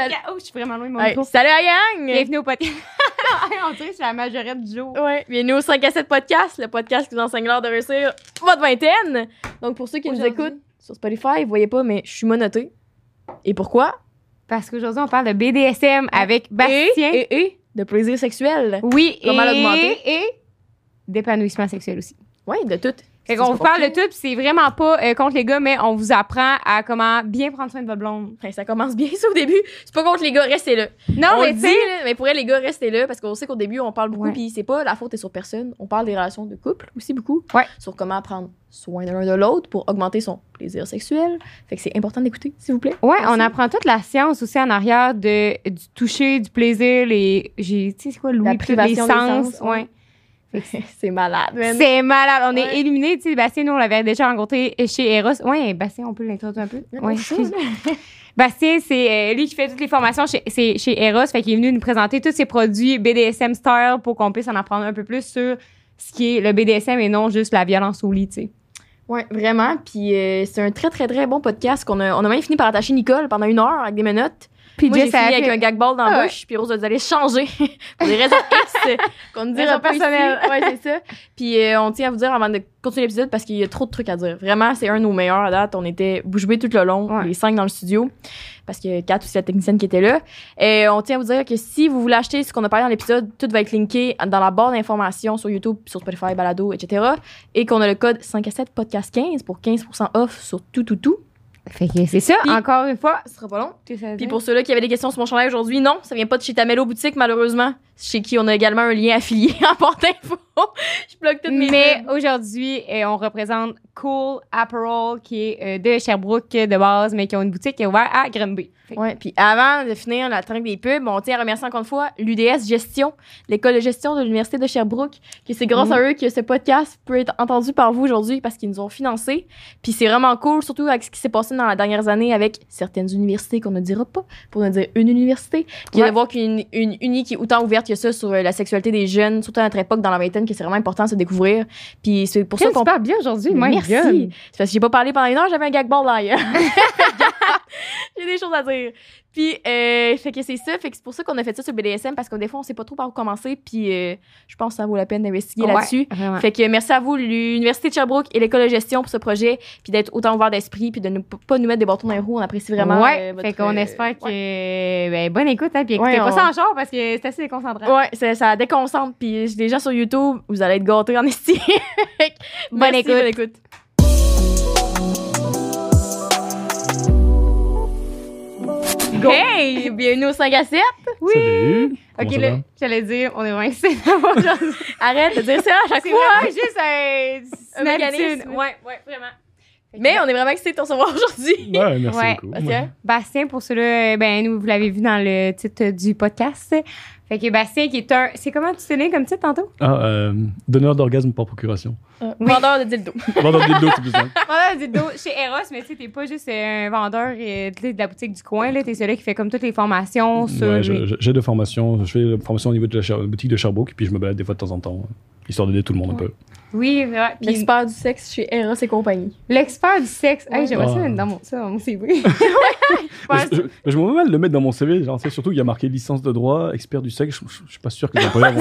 Oh, je suis vraiment loin de mon Hey, micro. salut Ayang! Bienvenue au podcast. On dirait que je suis la majorette du jour. Ouais, bienvenue au 5 à 7 podcast, le podcast qui vous enseigne l'art de réussir votre vingtaine. Donc, pour ceux qui nous écoutent sur Spotify, vous voyez pas, mais je suis monotée. Et pourquoi? Parce qu'aujourd'hui, on parle de BDSM avec Bastien. Et de plaisir sexuel. Oui, Comment l'augmenter? Et d'épanouissement sexuel aussi. Oui, de tout. Fait qu'on vous parle de tout, puis c'est vraiment pas contre les gars, mais on vous apprend à comment bien prendre soin de votre blonde. Enfin, ça commence bien ça au début. C'est pas contre les gars, restez là. Non, On mais le tu dit, sais, là, mais pour elle, les gars, restez là parce qu'on sait qu'au début, on parle beaucoup, Ouais. puis c'est pas la faute est sur personne. On parle des relations de couple aussi beaucoup. Ouais. Sur comment prendre soin de l'un de l'autre pour augmenter son plaisir sexuel. Fait que c'est important d'écouter, s'il vous plaît. ouais, Merci. on apprend toute la science aussi en arrière du toucher, du plaisir, tu sais, c'est quoi, Louis, La privation des sens, ouais. ouais. C'est malade, man. C'est malade. On est Ouais. illuminés. Tu sais, Bastien, nous, on l'avait déjà rencontré chez Eros. Ouais, Bastien, on peut l'introduire un peu? Ouais. Bastien, c'est lui qui fait toutes les formations chez Eros. Fait qu'il est venu nous présenter tous ses produits BDSM style pour qu'on puisse en apprendre un peu plus sur ce qui est le BDSM et non juste la violence au lit, tu sais. Ouais, vraiment. Puis c'est un très, très, très bon podcast qu'on a, on a même fini par attacher Nicole pendant 1 heure avec des menottes. Puis Moi, j'ai Jess, fini elle a avec fait- un gag ball dans la Ah ouais. bouche, puis Rose a dit d'aller changer pour des raisons X qu'on ne dira Raisons pas personnelles. ici. Ouais, c'est ça. Puis on tient à vous dire avant de continuer l'épisode parce qu'il y a trop de trucs à dire. Vraiment, c'est un de nos meilleurs à date. On était bouche bée tout le long, Ouais. les 5 dans le studio, parce que Kat aussi la technicienne qui était là. Et on tient à vous dire que si vous voulez acheter ce qu'on a parlé dans l'épisode, tout va être linké dans la barre d'informations sur YouTube, sur Spotify, Balado, etc. Et qu'on a le code 5 à 7 podcast 15 pour 15% off sur tout. Fait que c'est ça, Puis- encore une fois. Ce sera pas long. Puis Puis pour ceux-là qui avaient des questions sur mon chandail aujourd'hui, non, ça vient pas de chez Tamello Boutique, malheureusement. Chez qui on a également un lien affilié en porte info. Je bloque toutes mes Mais pubs. aujourd'hui, on représente Cool Apparel, qui est de Sherbrooke de base, mais qui ont une boutique qui est ouverte à Granby. Fait que- Ouais, puis avant de finir la traque des pubs, on tient à remercier encore une fois l'UDS Gestion, l'école de gestion de l'Université de Sherbrooke, que c'est grâce à eux que ce podcast peut être entendu par vous aujourd'hui parce qu'ils nous ont financé. Puis c'est vraiment cool, surtout avec ce qui s'est passé dans les dernières années avec certaines universités qu'on ne dira pas, pour ne dire une université, qui Ouais. de voir qu'une une uni qui est autant ouverte que ça sur la sexualité des jeunes, surtout à notre époque dans la vingtaine, que c'est vraiment important de se découvrir. Puis c'est pour ça Tu qu'on parles bien aujourd'hui, Mais my merci. God. C'est parce que j'ai pas parlé pendant 1 heure, j'avais un gag ball là. J'ai des choses à dire. Puis, fait que c'est ça. Fait que c'est pour ça qu'on a fait ça sur BDSM parce que des fois, on sait pas trop par où commencer. Puis, je pense que ça vaut la peine d'investiguer Ouais, là-dessus. vraiment. Fait que merci à vous, l'Université de Sherbrooke et l'École de gestion pour ce projet. Puis d'être autant ouvert d'esprit. Puis de ne pas nous mettre des bâtons dans les roues. On apprécie vraiment. Ouais, votre, fait qu'on espère que. ouais. Ben, bonne écoute, hein. Puis écoutez Ouais, pas on- ça en genre parce que c'est assez déconcentrant. Ouais, ça déconcentre. Puis les gens sur YouTube, vous allez être gâtés en esti. Fait que Bonne merci, écoute. Bonne écoute. Hey! Bienvenue au 5 à 7. Oui! Salut! Ok, Comment ça là, va? j'allais dire, on est vraiment excités d'avoir aujourd'hui. Arrête de dire ça à chaque C'est fois. vraiment juste Un une mécanisme. habitude. Ouais, vraiment. Mais on est vraiment excités de te recevoir aujourd'hui. Ouais, merci Ouais. beaucoup. Bastien? Bastien, pour ceux-là, ben, nous, vous l'avez vu dans le titre du podcast. Fait que Bastien, qui est un. C'est comment tu tenais comme titre tantôt? Donneur d'orgasme par procuration. Vendeur de dildo. Vendeur de dildo, c'est plus simple. Vendeur de dildo chez Eros, mais tu sais, t'es pas juste un vendeur de la boutique du coin, là. T'es celui qui fait comme toutes les formations sur. Ouais, j'ai des formations. Je fais la formation au niveau de la boutique de Sherbrooke, puis je me balade des fois de temps en temps, histoire d'aider tout le monde un peu. Oui, ouais. Puis L'expert du sexe chez Eros et compagnie. l'expert du sexe. Hey, Ouais. j'aimerais ça Ah. mettre dans mon CV. Je me mal le mettre dans mon CV, genre, c'est surtout qu'il y a marqué licence de droit, expert du sexe. Je suis pas sûr que les employeurs vont.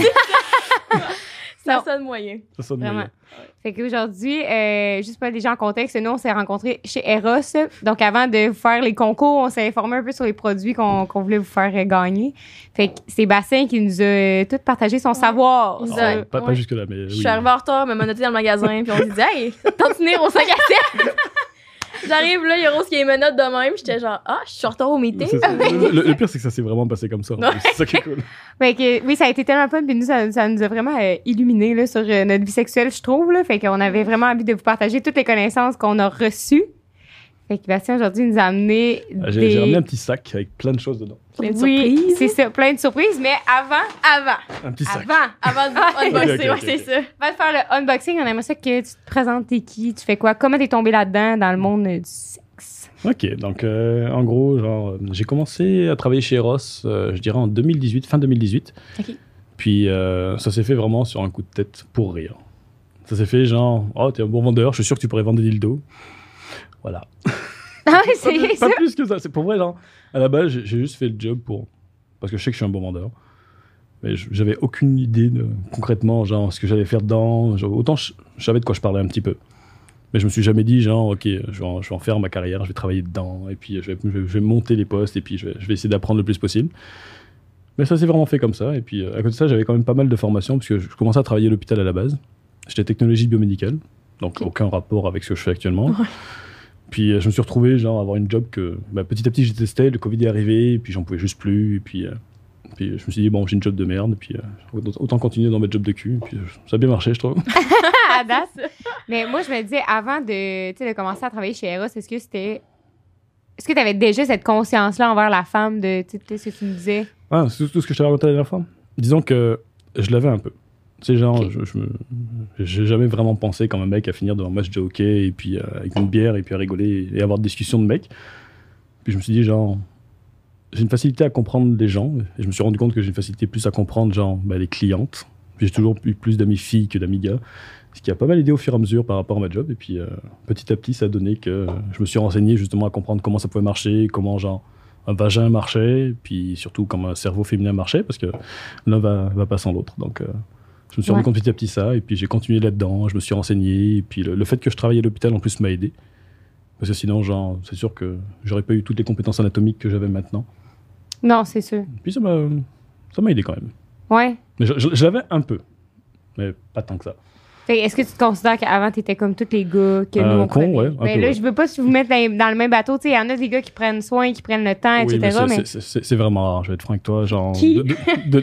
Ça Non. sonne moyen. Ça sonne Vraiment. moyen. Fait qu'aujourd'hui, juste pour être déjà en contexte, nous, on s'est rencontrés chez Eros. Donc, avant de vous faire les concours, on s'est informé un peu sur les produits qu'on voulait vous faire gagner. Fait que c'est Bastien qui nous a tout partagé son savoir. Il nous sur- a- Pas Ouais. jusque-là, mais Je oui. suis arrivée en retard, me menotté dans le magasin, puis on s'est dit, hey, t'en tenir au 5 à 7. J'arrive là, il y a Rose qui a une menotte de même. J'étais genre, ah, je suis en retard au meeting. C'est ça. Le pire, c'est que ça s'est vraiment passé comme ça. en plus. C'est ça qui est cool. Fait que, oui, ça a été tellement fun. Puis nous, ça nous a vraiment illuminés là, sur notre vie sexuelle, je trouve. Là. Fait qu'on avait vraiment envie de vous partager toutes les connaissances qu'on a reçues. Fait que Bastien, aujourd'hui, nous a amené J'ai ramené un petit sac avec plein de choses dedans. Plein de Oui, surprises. c'est ça, plein de surprises. Mais avant, Un petit sac. Avant de Ah, unboxer, ok, ouais, c'est ça. avant de faire le unboxing, on aimerait ça que tu te présentes, t'es qui, tu fais quoi, comment t'es tombé là-dedans dans le monde du sexe. Ok, donc en gros, j'ai commencé à travailler chez Eros, je dirais en 2018, fin 2018. Ok. Puis ça s'est fait vraiment sur un coup de tête pour rire. Ça s'est fait genre, oh, t'es un bon vendeur, je suis sûr que tu pourrais vendre des dildos. Voilà. Ah oui, c'est ça. Pas plus que ça. C'est pour vrai, genre, à la base, j'ai juste fait le job parce que je sais que je suis un bon vendeur. Mais j'avais aucune idée concrètement, genre, ce que j'allais faire dedans. Genre, autant je savais de quoi je parlais un petit peu. Mais je me suis jamais dit, genre, ok, je vais en faire ma carrière, je vais travailler dedans, et puis je vais monter les postes, et puis je vais essayer d'apprendre le plus possible. Mais ça s'est vraiment fait comme ça. Et puis, à côté de ça, j'avais quand même pas mal de formations, parce que je commençais à travailler à l'hôpital à la base. J'étais technologie biomédicale, donc aucun rapport avec ce que je fais actuellement. Ouais. Puis, je me suis retrouvé, genre, à avoir une job que, petit à petit, je détestais, le Covid est arrivé, et puis j'en pouvais juste plus, et puis je me suis dit, bon, j'ai une job de merde, et puis autant continuer dans ma job de cul. Et puis ça a bien marché, je trouve. Mais moi, je me disais, avant de commencer à travailler chez Eros, est-ce que tu avais déjà cette conscience-là envers la femme de ce que tu me disais? Ah, c'est tout ce que je t'avais raconté la dernière fois. Disons que je l'avais un peu. Tu sais, genre, okay. J'ai jamais vraiment pensé comme un mec à finir devant un match de hockey, et puis avec une bière, et puis à rigoler, et avoir des discussions de mecs. Puis je me suis dit, genre, j'ai une facilité à comprendre les gens, et je me suis rendu compte que j'ai une facilité plus à comprendre, genre, les clientes. Puis j'ai toujours eu plus d'amis filles que d'amis gars, ce qui a pas mal aidé au fur et à mesure par rapport à ma job. Et puis, petit à petit, ça a donné que je me suis renseigné justement à comprendre comment ça pouvait marcher, comment, genre, un vagin marchait, puis surtout comment un cerveau féminin marchait, parce que l'un va pas sans l'autre. Donc, je me suis rendu compte petit à petit ça, et puis j'ai continué là-dedans, je me suis renseigné, et puis le fait que je travaillais à l'hôpital, en plus, m'a aidé. Parce que sinon, genre, c'est sûr que j'aurais pas eu toutes les compétences anatomiques que j'avais maintenant. Non, c'est sûr. Puis ça m'a aidé quand même. Ouais. Mais je l'avais un peu, mais pas tant que ça. Est-ce que tu te considères qu'avant, tu étais comme tous les gars que nous, on connaît? Ouais, mais là, je veux pas vous mettre dans le même bateau. Il y en a des gars qui prennent soin, qui prennent le temps, oui, etc. Mais c'est vraiment rare, je vais être franc avec toi. Genre, qui? Hein?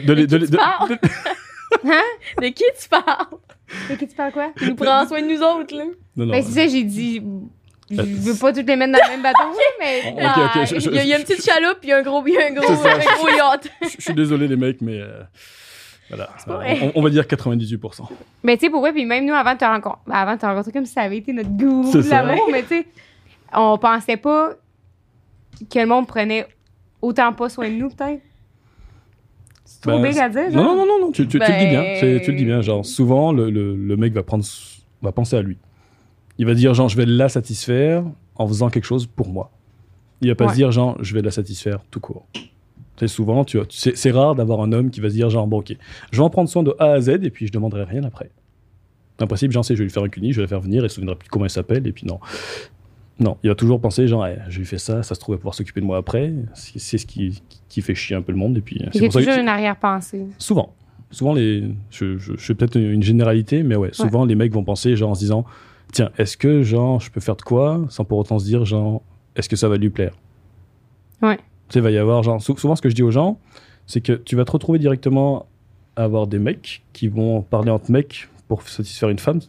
De qui tu parles? De qui tu parles quoi? Tu nous prends soin de nous autres, là. Non. Ben, c'est ça, j'ai dit... Je veux pas toutes les mettre dans le même bateau, mais... Il y a une petite chaloupe et un gros yacht. Je suis désolé, les mecs, mais... Voilà, on va dire 98%. Mais tu sais, pour vrai, puis même nous, avant de te rencontrer, comme si ça avait été notre goût, l'amour, mais tu sais, on pensait pas que le monde prenait autant pas soin de nous, peut-être. C'est trop big à dire, genre? Non, tu le dis bien, tu le dis bien, genre, souvent, le mec va penser à lui. Il va dire, genre, je vais la satisfaire en faisant quelque chose pour moi. Il va pas se dire, genre, je vais la satisfaire tout court. C'est souvent, c'est rare d'avoir un homme qui va se dire, genre, bon, ok, je vais en prendre soin de A à Z et puis je demanderai rien après. En principe, j'en sais, je vais lui faire un cuni, je vais la faire venir, elle se souviendra plus de comment elle s'appelle, et puis non. Non, il va toujours penser, genre, je lui fais ça se trouve, elle va pouvoir s'occuper de moi après. C'est ce qui fait chier un peu le monde. Et puis, il y a toujours une arrière-pensée. Souvent, je fais peut-être une généralité, mais ouais, souvent, les mecs vont penser, genre, en se disant, tiens, est-ce que, genre, je peux faire de quoi, sans pour autant se dire, genre, est-ce que ça va lui plaire? Ouais. Tu sais, il va y avoir, genre, souvent, ce que je dis aux gens, c'est que tu vas te retrouver directement à avoir des mecs qui vont parler entre mecs pour satisfaire une femme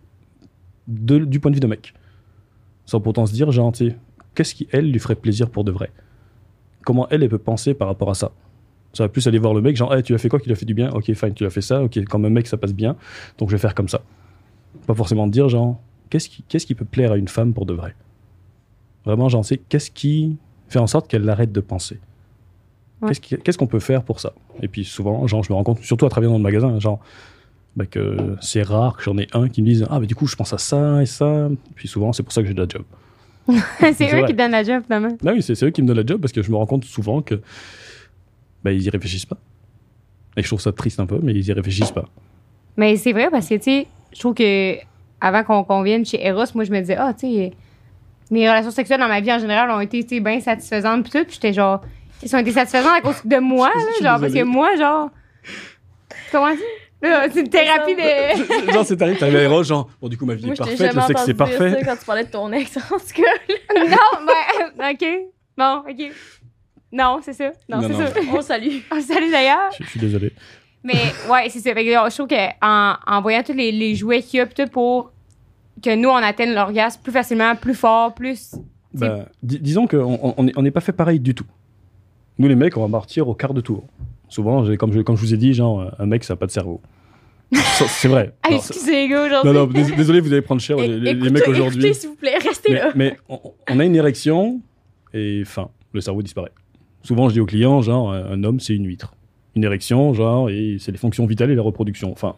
du point de vue de mec. Sans pourtant se dire, genre, tu sais, qu'est-ce qui, elle, lui ferait plaisir pour de vrai? Comment elle peut penser par rapport à ça? Ça va plus aller voir le mec, genre, hey, tu as fait quoi qui lui a fait du bien? Ok, fine, tu as fait ça, ok, comme un mec, ça passe bien, donc je vais faire comme ça. Pas forcément dire, genre, qu'est-ce qui peut plaire à une femme pour de vrai? Vraiment, genre, tu sais, qu'est-ce qui fait en sorte qu'elle arrête de penser? Ouais. Qu'est-ce qu'on peut faire pour ça? Et puis souvent, genre, je me rends compte, surtout à travailler dans le magasin, genre, que c'est rare que j'en ai un qui me dise, ah, mais du coup, je pense à ça et ça. Puis souvent, c'est pour ça que j'ai de la job. c'est eux qui donnent la job, finalement. Ben oui, c'est eux qui me donnent la job parce que je me rends compte souvent que ils y réfléchissent pas. Et je trouve ça triste un peu, mais ils y réfléchissent pas. Mais c'est vrai parce que, tu sais, je trouve que avant qu'on vienne chez Eros, moi, je me disais, tu sais, mes relations sexuelles dans ma vie en général ont été bien satisfaisantes, puis tout. Puis j'étais genre, ils ont été satisfaisantes à cause de moi, là, genre, parce que moi, genre. Comment dire? C'est une thérapie de. Genre, c'est t'arrives à Eros, genre, bon, du coup, ma vie est parfaite, le sexe, c'est parfait. Ça quand tu parlais de ton ex, en tout cas. Non, ben, ok. Bon, ok. Non, c'est ça. Non, c'est ça. On salue. On salue d'ailleurs. Je suis désolé. Mais, ouais, c'est ça. Fait que, je trouve qu'en voyant tous les jouets qu'il y a, tout pour que nous, on atteigne l'orgasme plus facilement, plus fort, plus. Disons qu'on n'est pas fait pareil du tout. Nous, les mecs, on va partir au quart de tour. Souvent, comme je vous ai dit, genre, un mec, ça n'a pas de cerveau. C'est vrai. Excusez les gars aujourd'hui. Non, désolé, vous allez prendre cher, les mecs aujourd'hui. Écoutez, s'il vous plaît, restez là. Mais on a une érection et fin, le cerveau disparaît. Souvent, je dis aux clients, genre, un homme, c'est une huître. Une érection, genre, et c'est les fonctions vitales et la reproduction. Enfin,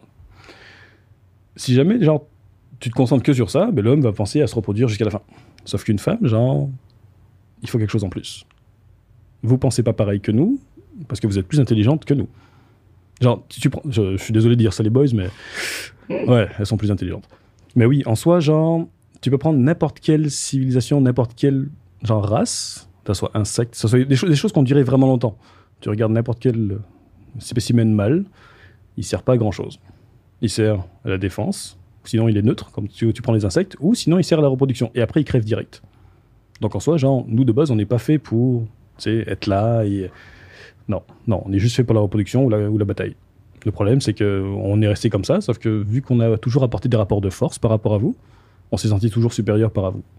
si jamais, genre, tu te concentres que sur ça, l'homme va penser à se reproduire jusqu'à la fin. Sauf qu'une femme, genre, il faut quelque chose en plus. Vous pensez pas pareil que nous, parce que vous êtes plus intelligente que nous. Genre, si tu prends, je suis désolé de dire ça les boys, mais ouais, elles sont plus intelligentes. Mais oui, en soi, genre, tu peux prendre n'importe quelle civilisation, n'importe quelle genre race, que ce soit insecte, que ce soit des choses qu'on dirait vraiment longtemps. Tu regardes n'importe quel spécimen mâle, il sert pas à grand chose. Il sert à la défense, sinon il est neutre, comme tu prends les insectes, ou sinon il sert à la reproduction, et après il crève direct. Donc en soi, genre, nous de base, on n'est pas fait pour être là et. Non, on est juste fait pour la reproduction ou la bataille. Le problème, c'est qu'on est resté comme ça, sauf que vu qu'on a toujours apporté des rapports de force par rapport à vous, on s'est senti toujours supérieur par à vous.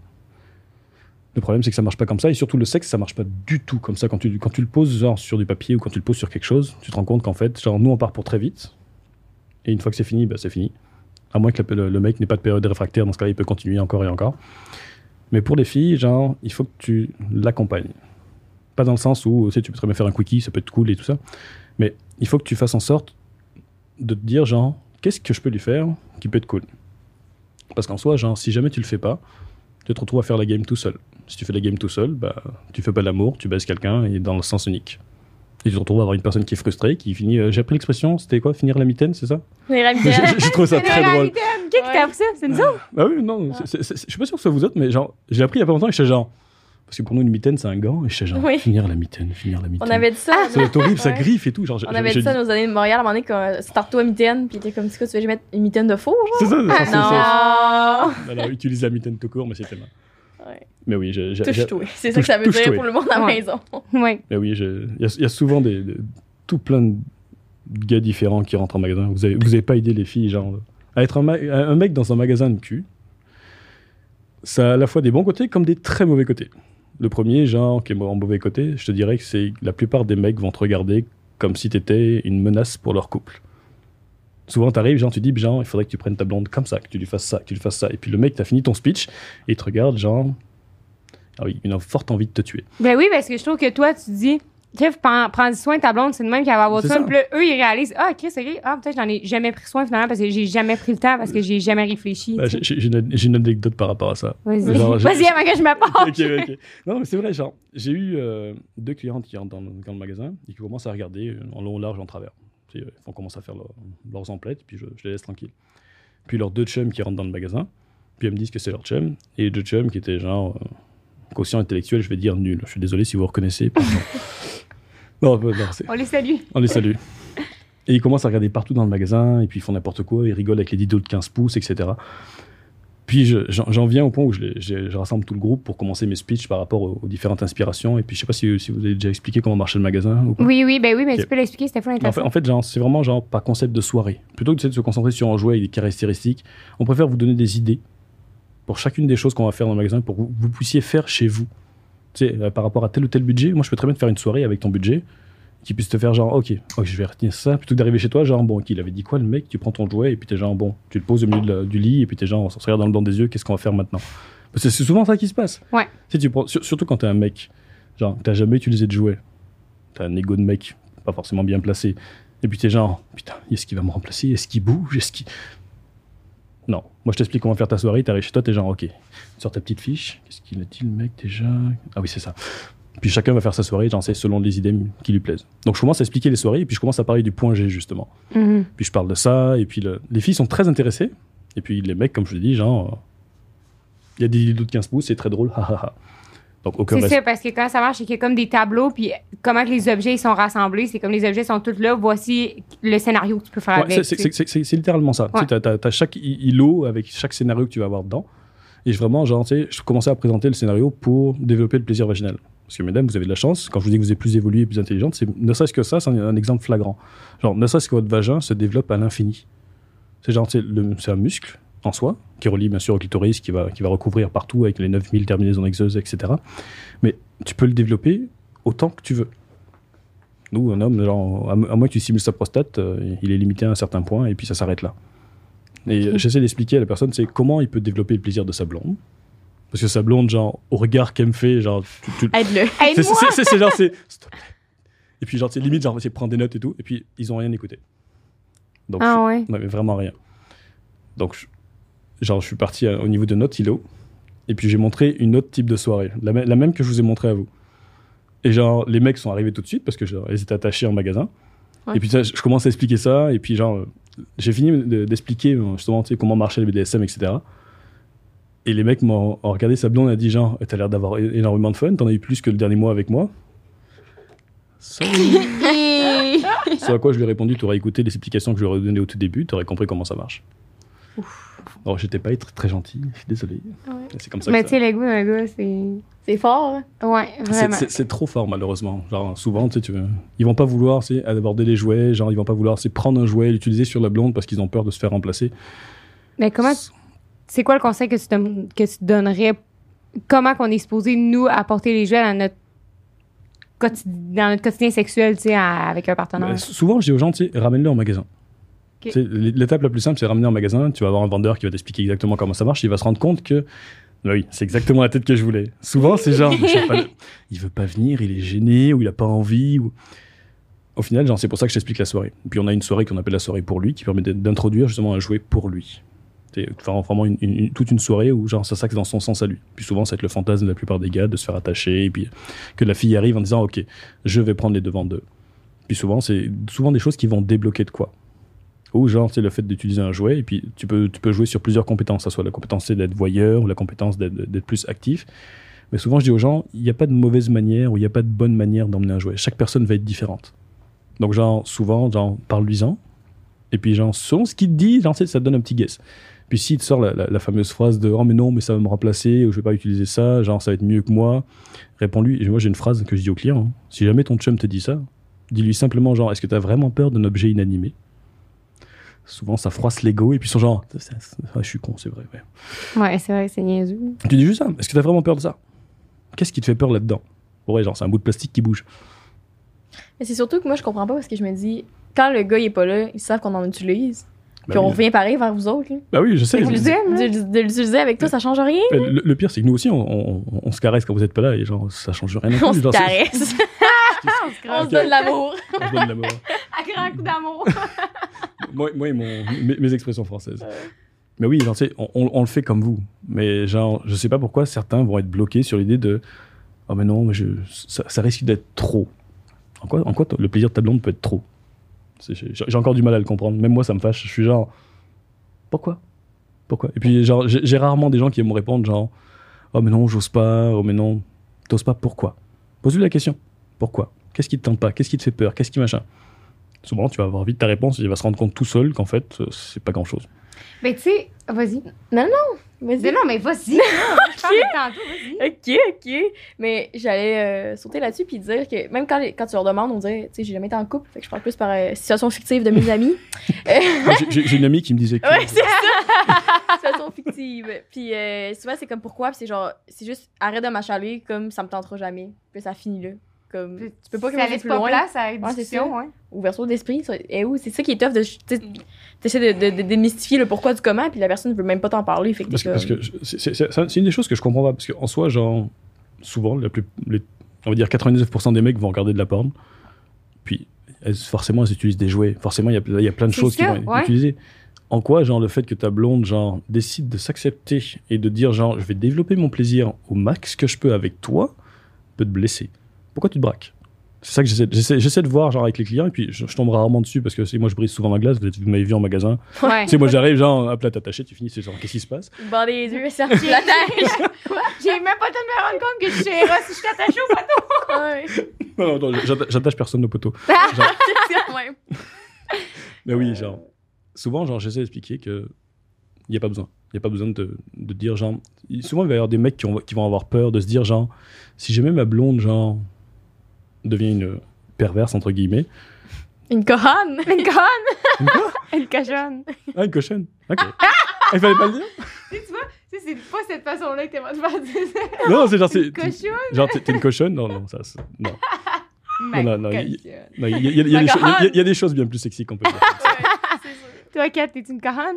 Le problème, c'est que ça marche pas comme ça, et surtout le sexe, ça marche pas du tout comme ça. Quand tu le poses genre, sur du papier ou quand tu le poses sur quelque chose, tu te rends compte qu'en fait, genre, nous, on part pour très vite, et une fois que c'est fini, c'est fini. À moins que le mec n'ait pas de période réfractaire, dans ce cas-là, il peut continuer encore et encore. Mais pour les filles, genre, il faut que tu l'accompagnes. Pas dans le sens où tu peux très bien faire un quickie, ça peut être cool et tout ça. Mais il faut que tu fasses en sorte de te dire, genre, qu'est-ce que je peux lui faire qui peut être cool. Parce qu'en soi, genre, si jamais tu le fais pas, tu te retrouves à faire la game tout seul. Si tu fais la game tout seul, tu fais pas l'amour, tu baises quelqu'un et dans le sens unique. Et tu te retrouves à avoir une personne qui est frustrée, qui finit. J'ai appris l'expression, c'était quoi, finir la mitaine, c'est ça? Finir la mitaine. J'ai trouvé ça très drôle. Qui t'a appris ça? C'est nous autres? Ah oui, non, je suis pas sûr que ce soit vous autres, mais genre, j'ai appris il y a pas longtemps et j'étais genre. Parce que pour nous, une mitaine, c'est un gant, et j'étais genre, finir la mitaine. On avait dit ça. C'est horrible, ça griffe et tout. Genre, on avait dit ça nos années de Montréal, à un moment donné, quand c'est tarte-toi mitaine, puis t'es comme, c'est quoi, tu veux mettre une mitaine de faux, genre? C'est ça, non! Alors, utilise la mitaine tout court, mais c'était mal. Ouais. Mais oui, touche-toi. C'est ça que ça veut dire pour le monde à la maison. Oui. Mais oui, il y a souvent tout plein de gars différents qui rentrent en magasin. Vous avez pas aidé les filles, genre, à être un mec dans un magasin de cul. Ça a à la fois des bons côtés comme des très mauvais côtés. Le premier, genre, qui est en mauvais côté, je te dirais que c'est la plupart des mecs vont te regarder comme si t'étais une menace pour leur couple. Souvent, t'arrives, genre, tu dis, genre, il faudrait que tu prennes ta blonde comme ça, que tu lui fasses ça, que tu lui fasses ça. Et puis le mec, t'as fini ton speech, et il te regarde, genre, ah oui, une forte envie de te tuer. Ben oui, parce que je trouve que toi, tu dis, Jeff, prends soin de ta blonde, c'est de même qu'elle va avoir soin. Puis là, eux, ils réalisent, Chris, c'est vrai, peut-être j'en ai jamais pris soin finalement parce que j'ai jamais pris le temps, parce que j'ai jamais réfléchi. J'ai une anecdote par rapport à ça. Vas-y, avant que je me parle. Ok. Non, mais c'est vrai, genre, j'ai eu 2 clientes qui rentrent dans le magasin et qui commencent à regarder en long, large, en travers. Ils font commencer à faire leurs emplettes, puis je les laisse tranquilles. Puis leurs 2 chums qui rentrent dans le magasin, puis elles me disent que c'est leur chum, et les 2 chums qui étaient genre quotient intellectuel, je vais dire nul. Je suis désolé si vous reconnaissez. non, on les salue. On les salue. Et ils commencent à regarder partout dans le magasin, et puis ils font n'importe quoi, ils rigolent avec les didos de 15 pouces, etc. Puis j'en viens au point où je rassemble tout le groupe pour commencer mes speeches par rapport aux différentes inspirations. Et puis je sais pas si vous avez déjà expliqué comment marchait le magasin ou pas. Oui, mais okay. Tu peux l'expliquer, c'était fou intéressant. En fait, genre, c'est vraiment genre par concept de soirée. Plutôt que de se concentrer sur un jouet avec des caractéristiques, on préfère vous donner des idées pour chacune des choses qu'on va faire dans le magasin pour que vous puissiez faire chez vous. Tu sais, par rapport à tel ou tel budget, moi je peux très bien te faire une soirée avec ton budget qui puisse te faire genre, ok, je vais retenir ça, plutôt que d'arriver chez toi, genre, bon, il avait dit quoi le mec, tu prends ton jouet et puis t'es genre, bon, tu le poses au milieu du lit et puis t'es genre, on se regarde dans le blanc des yeux, qu'est-ce qu'on va faire maintenant? Parce que c'est souvent ça qui se passe. Ouais. Tu sais, surtout quand t'es un mec, genre, t'as jamais utilisé de jouet, t'as un ego de mec pas forcément bien placé, et puis t'es genre, putain, est-ce qu'il va me remplacer? Est-ce qu'il bouge? Non, moi je t'explique comment faire ta soirée, t'arrives chez toi, t'es genre, ok, tu sors ta petite fiche, qu'est-ce qu'il a dit le mec déjà? Ah oui, c'est ça. Puis chacun va faire sa soirée, j'en sais, selon les idées qui lui plaisent. Donc je commence à expliquer les soirées, et puis je commence à parler du point G, justement. Mm-hmm. Puis je parle de ça, et puis les filles sont très intéressées, et puis les mecs, comme je l'ai dit, genre, il y a des dildos de 15 pouces, c'est très drôle, hahaha. Donc aucun c'est ça, parce que quand ça marche, c'est qu'il y a comme des tableaux, puis comment que les objets ils sont rassemblés, c'est comme les objets sont tous là, voici le scénario que tu peux faire avec. C'est littéralement ça. Ouais. Tu sais, t'as chaque îlot avec chaque scénario que tu vas avoir dedans. Et vraiment, genre, tu sais, je commençais à présenter le scénario pour développer le plaisir vaginal. Parce que, mesdames, vous avez de la chance. Quand je vous dis que vous êtes plus évoluée et plus intelligente, ne serait-ce que ça, c'est un exemple flagrant. Genre, ne serait-ce que votre vagin se développe à l'infini. C'est genre, c'est un muscle en soi, qui relie bien sûr au clitoris, qui va recouvrir partout avec les 9000 terminaisons nexeuses, etc. Mais tu peux le développer autant que tu veux. Nous, un homme, genre, à moins que tu simules sa prostate, il est limité à un certain point et puis ça s'arrête là. Et j'essaie d'expliquer à la personne, c'est comment il peut développer le plaisir de sa blonde. Parce que sa blonde, genre, au regard qu'elle me fait, genre... Aide-le. C'est genre, c'est... Et puis, genre, c'est limite, genre, c'est prendre des notes et tout. Et puis, ils ont rien écouté. Donc, ouais. Mais vraiment rien. Donc, je suis parti au niveau de notre îlot. et puis j'ai montré une autre type de soirée, la même que je vous ai montré à vous. Et genre, les mecs sont arrivés tout de suite parce que ils étaient attachés en magasin. Ouais. Et puis ça, je commence à expliquer ça, et puis genre, j'ai fini d'expliquer justement comment marchait le BDSM, etc. Et les mecs m'ont regardé sa blonde et a dit genre, t'as l'air d'avoir énormément de fun, t'en as eu plus que le dernier mois avec moi. Sur à quoi je lui ai répondu, t'aurais écouté les explications que je lui aurais données au tout début, t'aurais compris comment ça marche. Ouf. Alors j'étais pas très gentil, je suis désolé. Ouais. C'est comme ça. Mais tu sais, les goûts d'un gars, c'est fort. Hein? Ouais, vraiment. C'est trop fort, malheureusement. Genre, souvent, ils vont pas vouloir aborder les jouets, genre, ils vont pas vouloir prendre un jouet et l'utiliser sur la blonde parce qu'ils ont peur de se faire remplacer. Mais comment... C'est quoi le conseil que tu donnerais? Comment qu'on est supposé, nous, apporter les jouets dans notre quotidien sexuel, tu sais, avec un partenaire? Souvent, je dis aux gens, ramène-le en magasin. Okay. L'étape la plus simple, c'est ramener en magasin. Tu vas avoir un vendeur qui va t'expliquer exactement comment ça marche. Il va se rendre compte que... Oui, c'est exactement la tête que je voulais. Souvent, c'est genre... il veut pas venir, il est gêné, ou il a pas envie, ou... Au final, genre, c'est pour ça que je t'explique la soirée. Puis on a une soirée qu'on appelle la soirée pour lui, qui permet d'introduire justement un jouet pour lui. C'est vraiment toute une soirée où genre, ça s'axe dans son sens à lui. Puis souvent, ça va être le fantasme de la plupart des gars de se faire attacher, et puis que la fille arrive en disant « Ok, je vais prendre les devants d'eux ». Puis souvent, c'est des choses qui vont débloquer de quoi. Ou genre, c'est le fait d'utiliser un jouet, et puis tu peux jouer sur plusieurs compétences. Ça soit la compétence d'être voyeur, ou la compétence d'être plus actif. Mais souvent, je dis aux gens, il n'y a pas de mauvaise manière, ou il n'y a pas de bonne manière d'emmener un jouet. Chaque personne va être différente. Donc genre, souvent, genre, parle-lui-en. Et puis genre, selon ce qu'il te dit, genre, ça te donne un petit guess. Puis s'il te sort la fameuse phrase de « Oh mais non, mais ça va me remplacer, ou je vais pas utiliser ça, genre ça va être mieux que moi », réponds-lui. Et moi, j'ai une phrase que je dis aux clients. Hein. Si jamais ton chum te dit ça, dis-lui simplement genre « Est-ce que tu as vraiment peur d'un objet inanimé ?» Souvent, ça froisse l'ego, et puis ils sont genre « Je suis con, c'est vrai. » Ouais, c'est vrai, c'est niaiseux. Tu dis juste ça. Est-ce que tu as vraiment peur de ça? Qu'est-ce qui te fait peur là-dedans? Ouais, genre, c'est un bout de plastique qui bouge. Mais c'est surtout que moi, je comprends pas parce que je me dis, quand le gars, il est pas là, ils savent qu'on en utilise. Puis on revient pareil vers vous autres. Là. Bah oui, je sais. De l'utiliser avec toi, ça change rien. Le pire, c'est que nous aussi, on se caresse quand vous êtes pas là, et genre, ça change rien. On se caresse. On se donne l'amour. On se donne l'amour. Un grand coup d'amour. Moi et mes expressions françaises. Mais oui, genre, on le fait comme vous. Mais genre, je sais pas pourquoi certains vont être bloqués sur l'idée de « Oh mais non, mais ça risque d'être trop ». En quoi le plaisir de ta blonde peut être trop? J'ai encore du mal à le comprendre. Même moi, ça me fâche. Je suis genre, pourquoi? Et puis, genre, j'ai rarement des gens qui vont me répondre, genre, oh, mais non, j'ose pas. Oh, mais non, t'oses pas. Pourquoi? Pose-lui la question. Pourquoi? Qu'est-ce qui te tente pas? Qu'est-ce qui te fait peur? Qu'est-ce qui machin? Souvent, tu vas avoir vite ta réponse et il va se rendre compte tout seul qu'en fait, c'est pas grand-chose. Mais tu sais, vas-y. Non, vas-y. Non, mais vas-y. Je parle tantôt, vas-y. OK. Mais j'allais sauter là-dessus puis dire que même quand tu leur demandes, on dirait, tu sais, j'ai jamais été en couple, fait que je parle plus par situation fictive de mes amis. J'ai une amie qui me disait que... Ouais, c'est ça. Situation fictive. Puis souvent, c'est comme pourquoi, puis c'est genre, c'est juste arrête de m'achaler comme ça me tentera jamais. Puis ça finit là. Comme, tu peux pas que ça laisse pas place à une discussion, ouais. Ouverture d'esprit, c'est ça qui est tough de t'essaies de démystifier le pourquoi du comment, puis la personne ne veut même pas t'en parler. Fait que parce que c'est une des choses que je comprends pas, parce qu'en soi, genre, souvent, on va dire 99% des mecs vont regarder de la porn, puis forcément, elles utilisent des jouets. Forcément, il y a plein de choses qui vont être utilisées. En quoi, genre, le fait que ta blonde, genre, décide de s'accepter et de dire, genre, je vais développer mon plaisir au max que je peux avec toi, peut te blesser. Pourquoi tu te braques? C'est ça que j'essaie de voir genre avec les clients, et puis je tombe rarement dessus parce que moi je brise souvent ma glace. Vous m'avez vu en magasin. Ouais. Tu sais, moi j'arrive genre hop là, t'attaché, tu finis, c'est genre qu'est-ce qui se passe? Bon les yeux, sorti la tête. J'ai même pas de me rendre compte que je suis Eros si je t'attache au poteau. Non, j'attache personne au poteau. Mais oui, genre souvent genre j'essaie d'expliquer que il y a pas besoin. Il n'y a pas besoin de dire genre... Souvent, il va y avoir des mecs qui vont avoir peur de se dire genre, si jamais ma blonde, genre, devient une perverse, entre guillemets... Une cochonne! Une conne! Une quoi? Une cochonne! Ah, une cochonne? Ok. Il fallait pas le dire? Tu vois, c'est pas cette façon-là que t'es pas de faire dire ça. Non, c'est genre... Une cochonne? Genre, t'es une cochonne? Non, ça... Non. Non. Il y a des choses bien plus sexy qu'on peut dire. Toi, Kat, t'es une cochonne?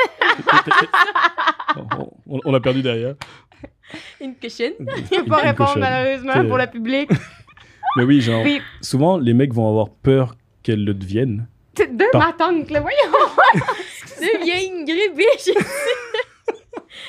On a perdu derrière. Une cochonne? Je peux pas répondre, malheureusement, pour le public. Mais oui, genre, souvent, les mecs vont avoir peur qu'elle le devienne. De ma tante, là, voyons! Deviens une gribiche!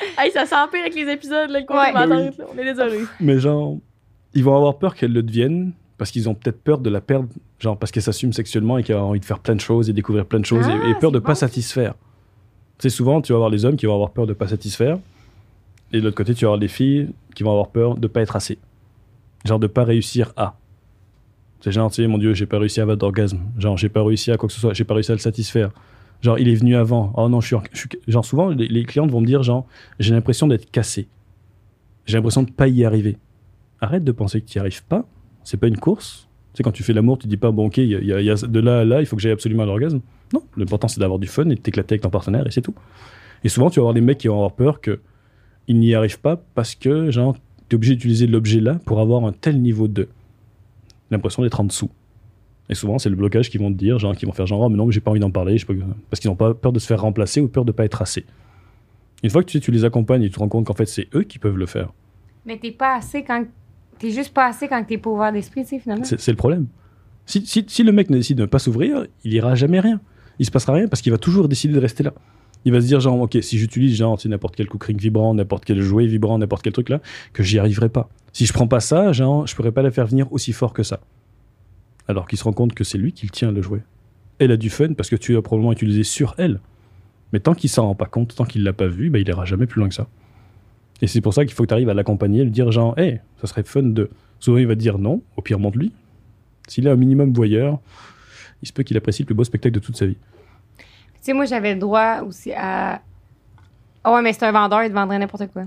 Hey, ça s'empire avec les épisodes, là, le contenu Ouais. ma Ben tête, là. On est désolé. Mais genre, ils vont avoir peur qu'elle le devienne parce qu'ils ont peut-être peur de la perdre, genre parce qu'elle s'assume sexuellement et qu'elle a envie de faire plein de choses et découvrir plein de choses et peur de c'est pas bon. satisfaire. Tu sais, souvent, tu vas avoir les hommes qui vont avoir peur de pas satisfaire et de l'autre côté, tu vas avoir les filles qui vont avoir peur de pas être assez. Genre de pas réussir à. C'est genre, tu sais, mon Dieu, j'ai pas réussi à avoir d'orgasme. Genre, j'ai pas réussi à quoi que ce soit, j'ai pas réussi à le satisfaire. Genre, il est venu avant. Oh non, genre, souvent, les clientes vont me dire, genre, j'ai l'impression d'être cassé. J'ai l'impression de pas y arriver. Arrête de penser que tu n'y arrives pas. C'est pas une course. Tu sais, quand tu fais l'amour, tu dis pas, bon, ok, il y a de là à là, il faut que j'aille absolument à l'orgasme. Non, l'important, c'est d'avoir du fun et de t'éclater avec ton partenaire et c'est tout. Et souvent, tu vas avoir des mecs qui vont avoir peur qu'ils n'y arrivent pas parce que, genre, tu es obligé d'utiliser l'objet-là pour avoir un tel niveau de. L'impression d'être en dessous. Et souvent, c'est le blocage qu'ils vont te dire, genre, qui vont faire genre, oh, mais non, mais j'ai pas envie d'en parler, parce qu'ils n'ont pas peur de se faire remplacer ou peur de pas être assez. Une fois que tu les accompagnes et tu te rends compte qu'en fait, c'est eux qui peuvent le faire, Mais t'es pas assez quand. T'es juste pas assez quand t'es pas ouvert d'esprit, tu sais, finalement. c'est le problème. Si le mec décide de ne pas s'ouvrir, il ira jamais rien. Il se passera rien parce qu'il va toujours décider de rester là. Il va se dire, genre, ok, si j'utilise genre, tu sais, n'importe quel cooking vibrant, n'importe quel jouet vibrant, n'importe quel truc là, que j'y arriverai pas. Si je prends pas ça, genre, je pourrais pas la faire venir aussi fort que ça. Alors qu'il se rend compte que c'est lui qui le tient, le jouet. Elle a du fun parce que tu l'as probablement utilisé sur elle. Mais tant qu'il s'en rend pas compte, tant qu'il l'a pas vu, bah, il ira jamais plus loin que ça. Et c'est pour ça qu'il faut que tu arrives à l'accompagner, lui dire genre, hey, ça serait fun de. Souvent, il va te dire non, au pire, montre-lui. S'il est un minimum voyeur, il se peut qu'il apprécie le plus beau spectacle de toute sa vie. Tu sais, moi, j'avais le droit aussi à. Ah ouais, mais c'est un vendeur, il te vendrait n'importe quoi.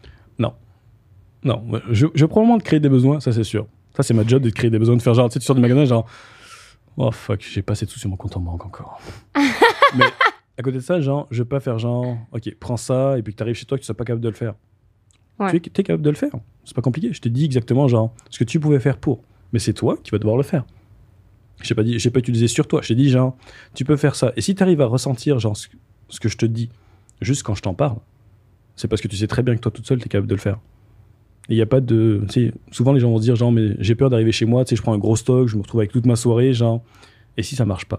Non, je vais probablement te créer des besoins, ça c'est sûr. Ça, c'est ma job de te créer des besoins, de faire genre, tu sais, tu sors du magasin, genre, oh fuck, j'ai pas assez de sous sur mon compte en banque encore. Mais à côté de ça, genre, je vais pas faire genre, ok, prends ça, et puis que t'arrives chez toi, que tu sois pas capable de le faire. Ouais. Tu es capable de le faire. C'est pas compliqué. Je t'ai dit exactement, genre, ce que tu pouvais faire pour. Mais c'est toi qui vas devoir le faire. J'ai pas utilisé sur toi. Je t'ai dit, genre, tu peux faire ça. Et si t'arrives à ressentir, genre, ce que je te dis, juste quand je t'en parle, c'est parce que tu sais très bien que toi, toute seule, t'es capable de le faire. Et il n'y a pas de. Tu sais, souvent les gens vont se dire, genre, mais j'ai peur d'arriver chez moi, tu sais, je prends un gros stock, je me retrouve avec toute ma soirée, genre. Et si ça marche pas?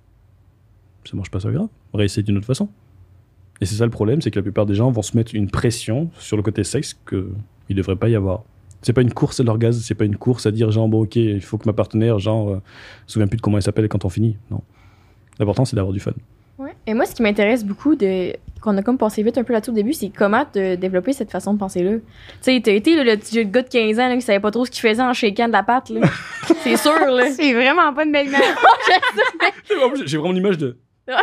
Ça marche pas, c'est grave. Réessaye d'une autre façon. Et c'est ça le problème, c'est que la plupart des gens vont se mettre une pression sur le côté sexe qu'il ne devrait pas y avoir. C'est pas une course à l'orgasme, c'est pas une course à dire, genre, bon, ok, il faut que ma partenaire, genre, se souvienne plus de comment elle s'appelle quand on finit. Non. L'important, c'est d'avoir du fun. Ouais. Et moi, ce qui m'intéresse beaucoup, qu'on a comme passé vite un peu là-dessus au début, c'est comment te développer cette façon de penser-là. Tu sais, t'as été le gars de 15 ans là, qui savait pas trop ce qu'il faisait en shakeant de la pâte. Là. C'est sûr, là. C'est vraiment pas une belle image. J'ai vraiment l'image de.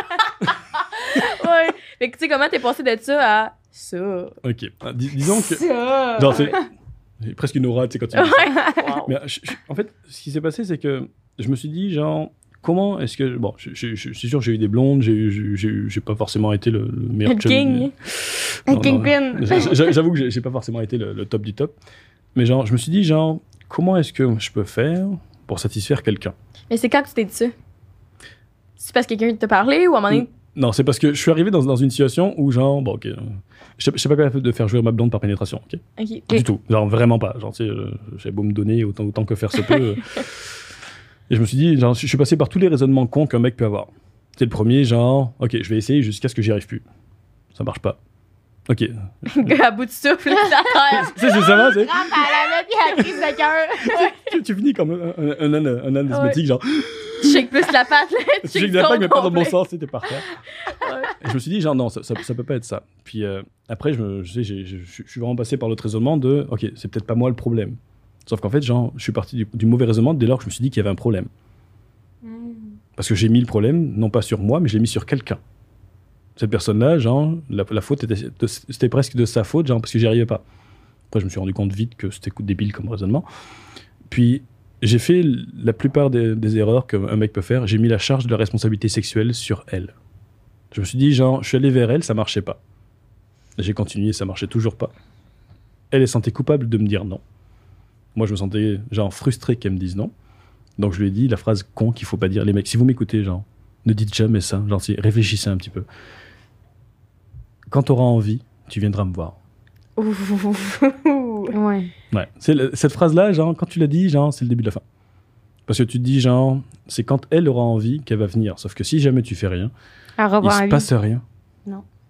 Ouais. Fait que tu sais, comment t'es passé de ça à ça? Ok. Disons que. Ça. Genre, c'est presque une aura, tu sais, quand tu dis ça. Wow. Mais en fait, ce qui s'est passé, c'est que je me suis dit, genre, comment est-ce que. Bon, je suis sûr que j'ai eu des blondes, j'ai pas forcément été le meilleur Le chum. king. Un Non, kingpin. J'avoue que j'ai pas forcément été le top du top. Mais genre, je me suis dit, genre, comment est-ce que je peux faire pour satisfaire quelqu'un? Mais c'est quand que tu t'es dit ça? C'est parce que quelqu'un t'a parlé ou à un moment donné? Non, c'est parce que je suis arrivé dans une situation où, genre, bon, ok, je sais pas capable de faire jouer ma blonde par pénétration, ok? Ok. Du tout, genre vraiment pas. Genre, tu sais, j'ai beau me donner autant que faire se peut. Et je me suis dit, genre, je suis passé par tous les raisonnements cons qu'un mec peut avoir. C'est le premier, genre, ok, je vais essayer jusqu'à ce que j'y arrive plus. Ça marche pas. Ok. Gars à bout de souffle, là, Tu sais, c'est ça, va, c'est. Rentre à la mettre, il y a la crise de cœur. Tu finis comme un âne asthmatique, genre. tu shakes plus la patte, là. Tu sais que la patte, mais pas dans le bon complet. sens, c'était par terre. Et je me suis dit, genre, non, ça peut pas être ça. Puis après, je suis vraiment passé par l'autre raisonnement de, ok, c'est peut-être pas moi le problème. Sauf qu'en fait, genre, je suis parti du mauvais raisonnement dès lors que je me suis dit qu'il y avait un problème. Parce que j'ai mis le problème, non pas sur moi, mais je l'ai mis sur quelqu'un. Cette personne-là, genre, la faute c'était presque de sa faute, genre, parce que j'y arrivais pas. Après, je me suis rendu compte vite que c'était débile comme raisonnement. Puis, j'ai fait la plupart des erreurs qu'un mec peut faire. J'ai mis la charge de la responsabilité sexuelle sur elle. Je me suis dit, genre, je suis allé vers elle, ça marchait pas. J'ai continué, ça marchait toujours pas. Elle se sentait coupable de me dire non. Moi, je me sentais, genre, frustré qu'elle me dise non. Donc, je lui ai dit la phrase con qu'il faut pas dire. Les mecs, si vous m'écoutez, genre, ne dites jamais ça. Genre, réfléchissez un petit peu. Quand tu auras envie, tu viendras me voir. Ouais. Ouais. Cette phrase-là, genre, quand tu l'as dit, genre, c'est le début de la fin. Parce que tu te dis, genre, c'est quand elle aura envie qu'elle va venir. Sauf que si jamais tu fais rien, À il revoir se lui. passe rien. Non.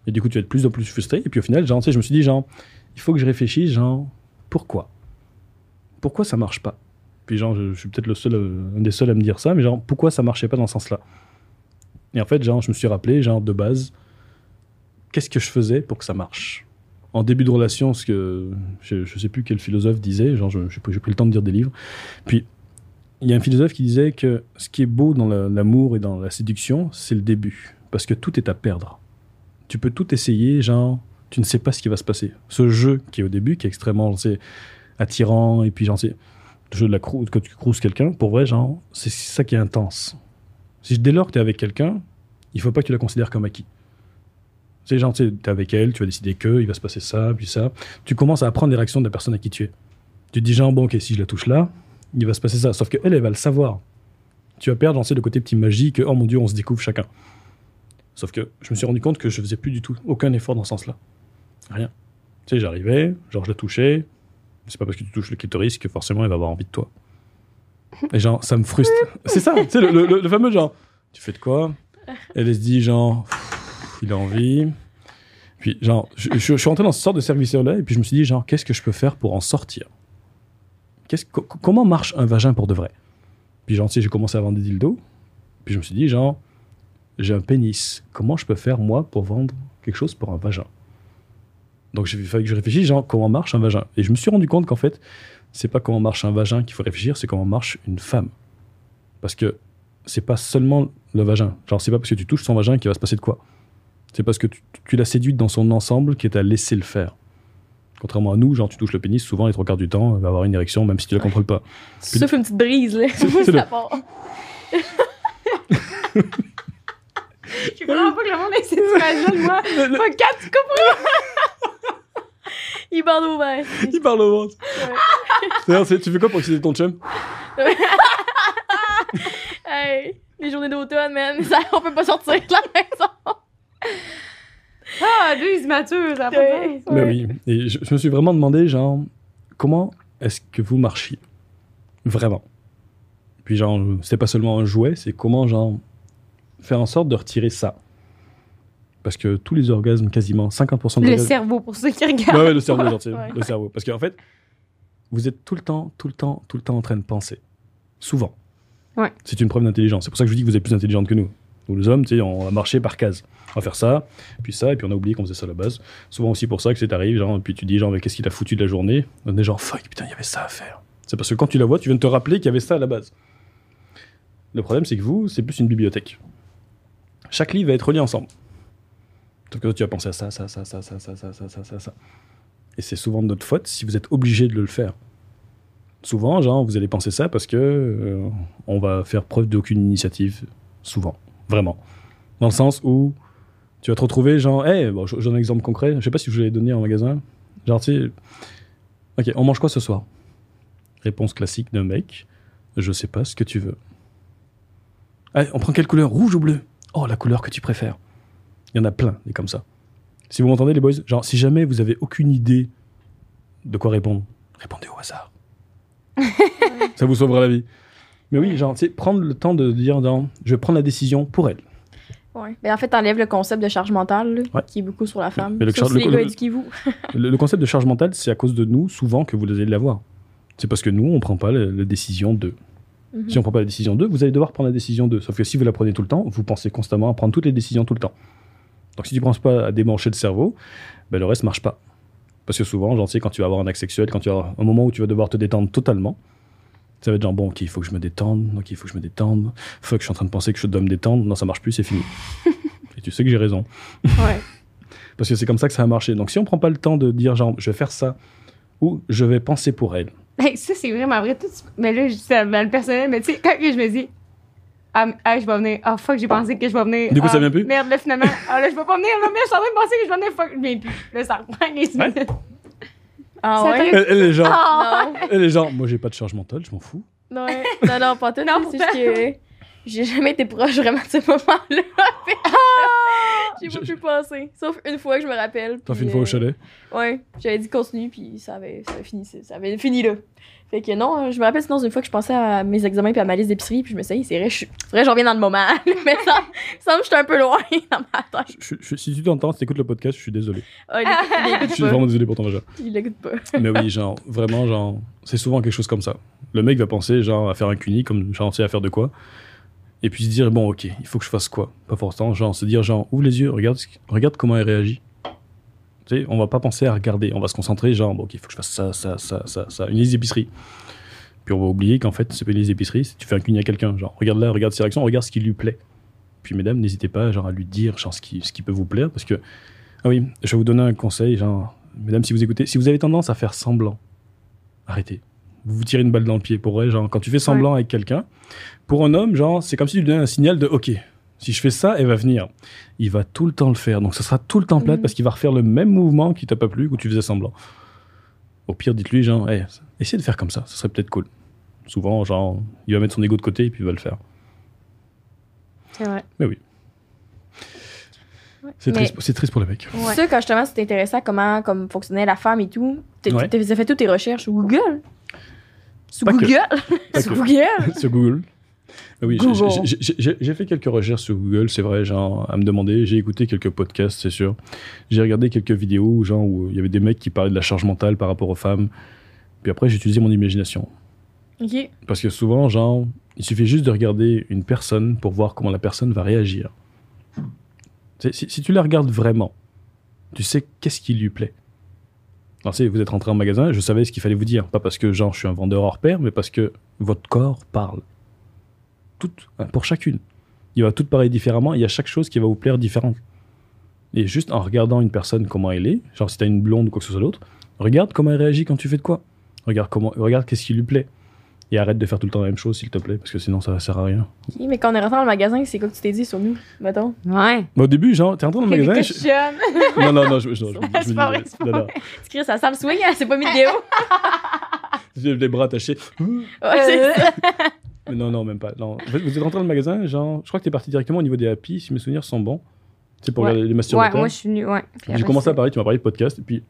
Et du coup, tu vas être plus en plus frustré. Et puis au final, genre, tu sais, je me suis dit, genre, il faut que je réfléchisse, genre, pourquoi ça marche pas? Puis genre, je suis peut-être un des seuls à me dire ça, mais genre, pourquoi ça marchait pas dans ce sens-là? Et en fait, genre, je me suis rappelé, genre, de base, qu'est-ce que je faisais pour que ça marche? En début de relation, ce que je sais plus quel philosophe disait, genre, j'ai pris le temps de lire des livres. Puis, il y a un philosophe qui disait que ce qui est beau dans l'amour et dans la séduction, c'est le début. Parce que tout est à perdre. Tu peux tout essayer, genre, tu ne sais pas ce qui va se passer. Ce jeu qui est au début, qui est extrêmement, attirant, et puis, genre, c'est le jeu de la crouse, quand tu crouses quelqu'un, pour vrai, genre, c'est ça qui est intense. Dès lors que tu es avec quelqu'un, il faut pas que tu la considères comme acquis. Tu sais, genre, tu es avec elle, tu vas décider il va se passer ça, puis ça. Tu commences à apprendre les réactions de la personne à qui tu es. Tu te dis, genre, bon, ok, si je la touche là, il va se passer ça. Sauf qu'elle, elle va le savoir. Tu vas perdre, le côté petit magie que, oh mon Dieu, on se découvre chacun. Sauf que je me suis rendu compte que je faisais plus du tout aucun effort dans ce sens-là. Rien. Tu sais, j'arrivais, genre, je la touchais. C'est pas parce que tu touches le clitoris que forcément elle va avoir envie de toi. Et genre, ça me frustre. C'est ça, tu sais, le fameux genre, tu fais de quoi? Elle se dit, genre, il a envie. Puis, genre, je suis rentré dans ce sort de service-là, et puis je me suis dit, genre, qu'est-ce que je peux faire pour en sortir? Comment marche un vagin pour de vrai? Puis, genre, tu sais, j'ai commencé à vendre des dildos, puis je me suis dit, genre, j'ai un pénis. Comment je peux faire, moi, pour vendre quelque chose pour un vagin? Donc, il fallait que je réfléchisse, genre, comment marche un vagin? Et je me suis rendu compte qu'en fait, c'est pas comment marche un vagin qu'il faut réfléchir, c'est comment marche une femme. Parce que c'est pas seulement le vagin. Genre, c'est pas parce que tu touches son vagin qu'il va se passer de quoi. C'est parce que tu l'as séduite dans son ensemble qui est à laisser le faire. Contrairement à nous, genre, tu touches le pénis, souvent, les 3 quarts du temps, elle va avoir une érection, même si tu la contrôles pas. Tu souffles une petite brise, là. C'est Ça part. Je comprends pas que le monde ait cette image-là de moi. Pas 4, tu comprends? Il parle ouvert. Il parle au ventre. D'ailleurs, tu fais quoi pour exciter ton chum? Hey, les journées d'automne, man, ça, on peut pas sortir de la maison. Ah, lui, il se mature, ça a pas de sens. Ben oui. Et je me suis vraiment demandé, genre, comment est-ce que vous marchiez? Vraiment. Puis, genre, c'est pas seulement un jouet, c'est comment, genre, faire en sorte de retirer ça. Parce que tous les orgasmes, quasiment 50% de Le orgasmes... cerveau, pour ceux qui regardent. Ouais, le cerveau, genre, Ouais. le cerveau. Parce qu'en fait, vous êtes tout le temps en train de penser. Souvent. Ouais. C'est une preuve d'intelligence. C'est pour ça que je vous dis que vous êtes plus intelligente que nous. Nous, les hommes, tu sais, on va marcher par case. On va faire ça, puis on a oublié qu'on faisait ça à la base. Souvent aussi pour ça que c'est arrivé, genre, puis tu dis, genre, mais qu'est-ce qu'il a foutu de la journée? On est genre, fuck, putain, il y avait ça à faire. C'est parce que quand tu la vois, tu viens de te rappeler qu'il y avait ça à la base. Le problème, c'est que vous, c'est plus une bibliothèque. Chaque livre va être relié ensemble. Sauf que toi, tu vas penser à ça. Et c'est souvent de notre faute si vous êtes obligé de le faire. Souvent, genre, vous allez penser ça parce que on va faire preuve d'aucune initiative. Souvent. Vraiment. Dans le sens où tu vas te retrouver, genre, bon, j'en ai un exemple concret. Je sais pas si je vous l'ai donné en magasin. Genre, tu sais, ok, on mange quoi ce soir? Réponse classique d'un mec. Je sais pas ce que tu veux. Allez, on prend quelle couleur? Rouge ou bleu? Oh, la couleur que tu préfères. Il y en a plein, des comme ça. Si vous m'entendez, les boys, genre, si jamais vous avez aucune idée de quoi répondre, répondez au hasard. Ça vous sauvera la vie. Mais oui, genre, tu sais, prendre le temps de dire, non, je vais prendre la décision pour elle. Ouais. Mais en fait, t'enlèves le concept de charge mentale, là, Ouais. qui est beaucoup sur la femme. Mais Ça aussi, les gars, éduquez-vous. Le concept de charge mentale, c'est à cause de nous, souvent, que vous allez l'avoir. C'est parce que nous, on prend pas la décision de. Mhm. Si on prend pas la décision de, vous allez devoir prendre la décision de. Sauf que si vous la prenez tout le temps, vous pensez constamment à prendre toutes les décisions tout le temps. Donc si tu ne penses pas à démancher le cerveau, ben, le reste marche pas. Parce que souvent, genre, tu sais, quand tu vas avoir un acte sexuel, quand tu as un moment où tu vas devoir te détendre totalement, ça va être genre, bon, ok, il faut que je me détende, ok, il faut que je me détende, fuck, je suis en train de penser que je dois me détendre, non, ça marche plus, c'est fini. Et tu sais que j'ai raison. Ouais. Parce que c'est comme ça que ça va marcher. Donc si on prend pas le temps de dire, genre, je vais faire ça, ou je vais penser pour elle. Hey, ça, c'est vraiment vrai. Mais là, je dis ça dans le personnel, mais tu sais, quand je me dis, je vais venir, fuck, j'ai pensé que je vais venir. Du coup, ça vient plus? Merde, là, finalement, là, je vais pas venir, là, mais je suis en train de penser que je vais venir, fuck, je viens plus. Là, ça reprend les minutes. Ah Ça ouais? Elle est genre, Non. elle est genre, moi j'ai pas de charge mentale, je m'en fous. Non, non, pas tout. Non, C'est juste que j'ai jamais été proche vraiment de ce moment-là. J'ai pas pu passer. Sauf une fois que je me rappelle. T'as fait une fois au chalet? Ouais, j'avais dit continue, puis ça avait fini là. Fait que non, je me rappelle sinon une fois que je pensais à mes examens puis à ma liste d'épicerie, puis je me suis dit, c'est vrai, j'en reviens dans le moment. Mais ça semble que j'étais un peu loin dans ma tête. Si tu t'entends, si t'écoutes le podcast, je suis désolé. Ah, il écoute Je suis pas. vraiment désolé pour ton vagin. Il l'écoute pas. Mais oui, genre, vraiment, genre, c'est souvent quelque chose comme ça. Le mec va penser, genre, à faire un cuni, comme, genre, tu sais, à faire de quoi. Et puis se dire, bon, ok, il faut que je fasse quoi? Pas forcément, genre, se dire, genre, ouvre les yeux, regarde comment elle réagit. Tu sais, on va pas penser à regarder, on va se concentrer, genre, bon, ok, il faut que je fasse ça, une liste d'épicerie. Puis on va oublier qu'en fait, c'est pas une liste d'épicerie, tu fais un cuni à quelqu'un, genre, regarde là, regarde ses réactions, regarde ce qui lui plaît. Puis mesdames, n'hésitez pas, genre, à lui dire, genre, ce qui peut vous plaire, parce que, ah oui, je vais vous donner un conseil, genre, mesdames, si vous écoutez, si vous avez tendance à faire semblant, arrêtez. Vous tirez une balle dans le pied. Pour vrai, genre, quand tu fais semblant avec quelqu'un, pour un homme, genre, c'est comme si tu lui donnais un signal de OK, si je fais ça, elle va venir. Il va tout le temps le faire. Donc, ça sera tout le temps plate parce qu'il va refaire le même mouvement qui t'a pas plu ou tu faisais semblant. Au pire, dites-lui, genre, hey, essayez de faire comme ça serait peut-être cool. Souvent, genre, il va mettre son ego de côté et puis il va le faire. C'est vrai. Mais oui. Ouais. C'est triste pour les mecs. Ouais. Ça, quand justement, c'était intéressant comment comme fonctionnait la femme et tout, Ouais. t'as fait toutes tes recherches sur Google? Sur Pas que. Google? Pas Sur que. Google? Sur Google. Oui, Google. j'ai fait quelques recherches sur Google, c'est vrai, genre, à me demander. J'ai écouté quelques podcasts, c'est sûr. J'ai regardé quelques vidéos, genre, où il y avait des mecs qui parlaient de la charge mentale par rapport aux femmes. Puis après, j'ai utilisé mon imagination. OK. Parce que souvent, genre, il suffit juste de regarder une personne pour voir comment la personne va réagir. Si tu la regardes vraiment, tu sais qu'est-ce qui lui plaît. Alors, tu sais, vous êtes rentré en magasin, je savais ce qu'il fallait vous dire. Pas parce que, genre, je suis un vendeur hors pair, mais parce que votre corps parle. Pour chacune. Il va tout parler différemment, il y a chaque chose qui va vous plaire différente. Et juste en regardant une personne comment elle est, genre si t'as une blonde ou quoi que ce soit d'autre, regarde comment elle réagit quand tu fais de quoi. Regarde qu'est-ce qui lui plaît. Et arrête de faire tout le temps la même chose, s'il te plaît, parce que sinon ça sert à rien. OK, mais quand on est rentré dans le magasin, c'est quoi que tu t'es dit sur nous, mettons? Ouais. Mais au début, genre, t'es rentré dans le magasin. Questionne. Non, C'est pas vrai, c'est pas non, non. vrai. Tu cries, ça Sam Swing, hein? C'est pas mis de vidéo? J'ai les bras attachés. Ouais, c'est ça. Mais non, même pas. Non. En fait, vous êtes rentré dans le magasin, genre, je crois que t'es parti directement au niveau des happy, si mes souvenirs sont bons. C'est pour Ouais. regarder les Ouais, masturbateurs. moi, je suis venue, ouais. Puis J'ai après, commencé c'est- à parler, tu m'as parlé de podcast, et puis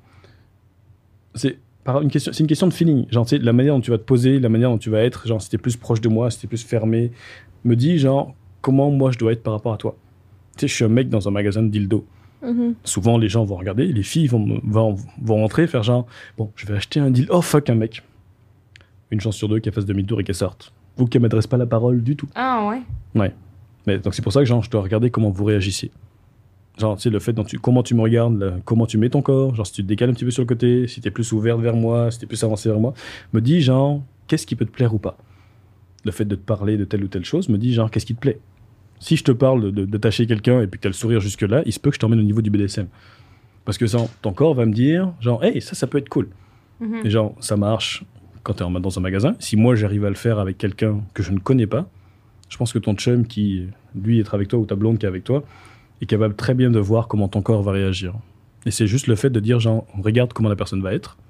c'est une question de feeling. Genre, tu sais, la manière dont tu vas te poser, la manière dont tu vas être, genre, si t'es plus proche de moi, si t'es plus fermé, me dis, genre, comment moi je dois être par rapport à toi. Tu sais, je suis un mec dans un magasin de dildo. Mhm. Souvent, les gens vont regarder, les filles vont rentrer, faire genre, bon, je vais acheter un dildo. Oh fuck, un mec. Une chance sur deux qu'elle fasse demi-tour et qu'elle sorte. Vous qui ne m'adresse pas la parole du tout. Ah, ouais. Mais donc c'est pour ça que genre, je dois regarder comment vous réagissez. Genre, tu sais, le fait dont comment tu me regardes, comment tu mets ton corps, genre si tu te décales un petit peu sur le côté, si t'es plus ouverte vers moi, si t'es plus avancé vers moi, me dis genre, qu'est-ce qui peut te plaire ou pas. Le fait de te parler de telle ou telle chose, me dis genre, qu'est-ce qui te plaît. Si je te parle d'attacher quelqu'un et puis que t'as le sourire jusque-là, il se peut que je t'emmène au niveau du BDSM. Parce que ça, ton corps va me dire, genre, hey, ça peut être cool. Mhm. Et genre, ça marche quand t'es dans un magasin. Si moi, j'arrive à le faire avec quelqu'un que je ne connais pas, je pense que ton chum qui, lui, est avec toi ou ta blonde qui est avec toi, est capable très bien de voir comment ton corps va réagir. Et c'est juste le fait de dire, genre, regarde comment la personne va être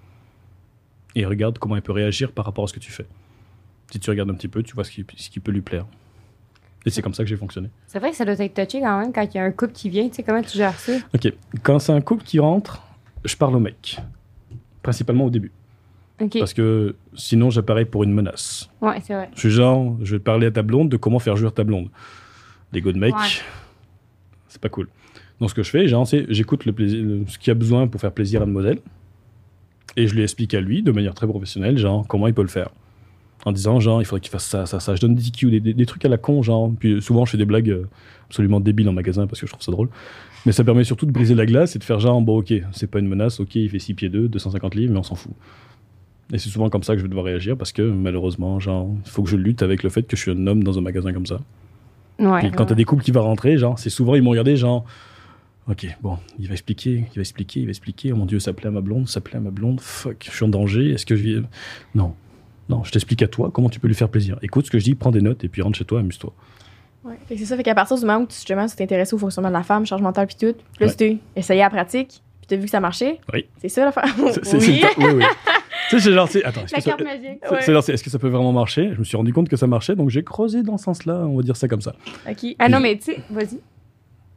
et regarde comment elle peut réagir par rapport à ce que tu fais. Si tu regardes un petit peu, tu vois ce qui peut lui plaire. Et c'est comme ça que j'ai fonctionné. C'est vrai que ça doit être touché quand même quand il y a un couple qui vient. Tu sais, comment tu gères ça? Ok, quand c'est un couple qui rentre, je parle au mec. Principalement au début. OK. Parce que sinon, j'apparais pour une menace. Ouais, c'est vrai. Je suis genre, je vais te parler à ta blonde de comment faire jouir ta blonde. L'ego de mec, Ouais. c'est pas cool. Donc ce que je fais, genre, c'est j'écoute ce qu'il y a besoin pour faire plaisir à mademoiselle. Et je lui explique à lui, de manière très professionnelle, genre, comment il peut le faire. En disant, genre, il faudrait qu'il fasse ça, ça, ça. Je donne des IQ, des trucs à la con, genre. Puis souvent, je fais des blagues absolument débiles en magasin parce que je trouve ça drôle. Mais ça permet surtout de briser la glace et de faire genre, bon, ok, c'est pas une menace, ok, il fait 6 pieds 2, 250 livres, mais on s'en fout. Et c'est souvent comme ça que je vais devoir réagir parce que malheureusement, genre, il faut que je lutte avec le fait que je suis un homme dans un magasin comme ça. Ouais. Puis quand t'as des couples qui vont rentrer, genre, c'est souvent, ils m'ont regardé, genre, ok, bon, il va expliquer, oh mon Dieu, ça plaît à ma blonde, fuck, je suis en danger, est-ce que je vis... Non, je t'explique à toi comment tu peux lui faire plaisir. Écoute ce que je dis, prends des notes et puis rentre chez toi, amuse-toi. Ouais. Fait que c'est ça, fait qu'à partir du moment où justement tu t'es intéressé au fonctionnement de la femme, charge mentale puis tout, puis là, tu t'es essayé à la pratique, puis t'as vu que ça marchait. Oui. C'est ça l'affaire. Oui. Oui. Tu sais, c'est genre, attends, La carte magique. est-ce que ça peut vraiment marcher? Je me suis rendu compte que ça marchait, donc j'ai creusé dans ce sens-là, on va dire ça comme ça. OK. Ah non, mais tu sais, vas-y.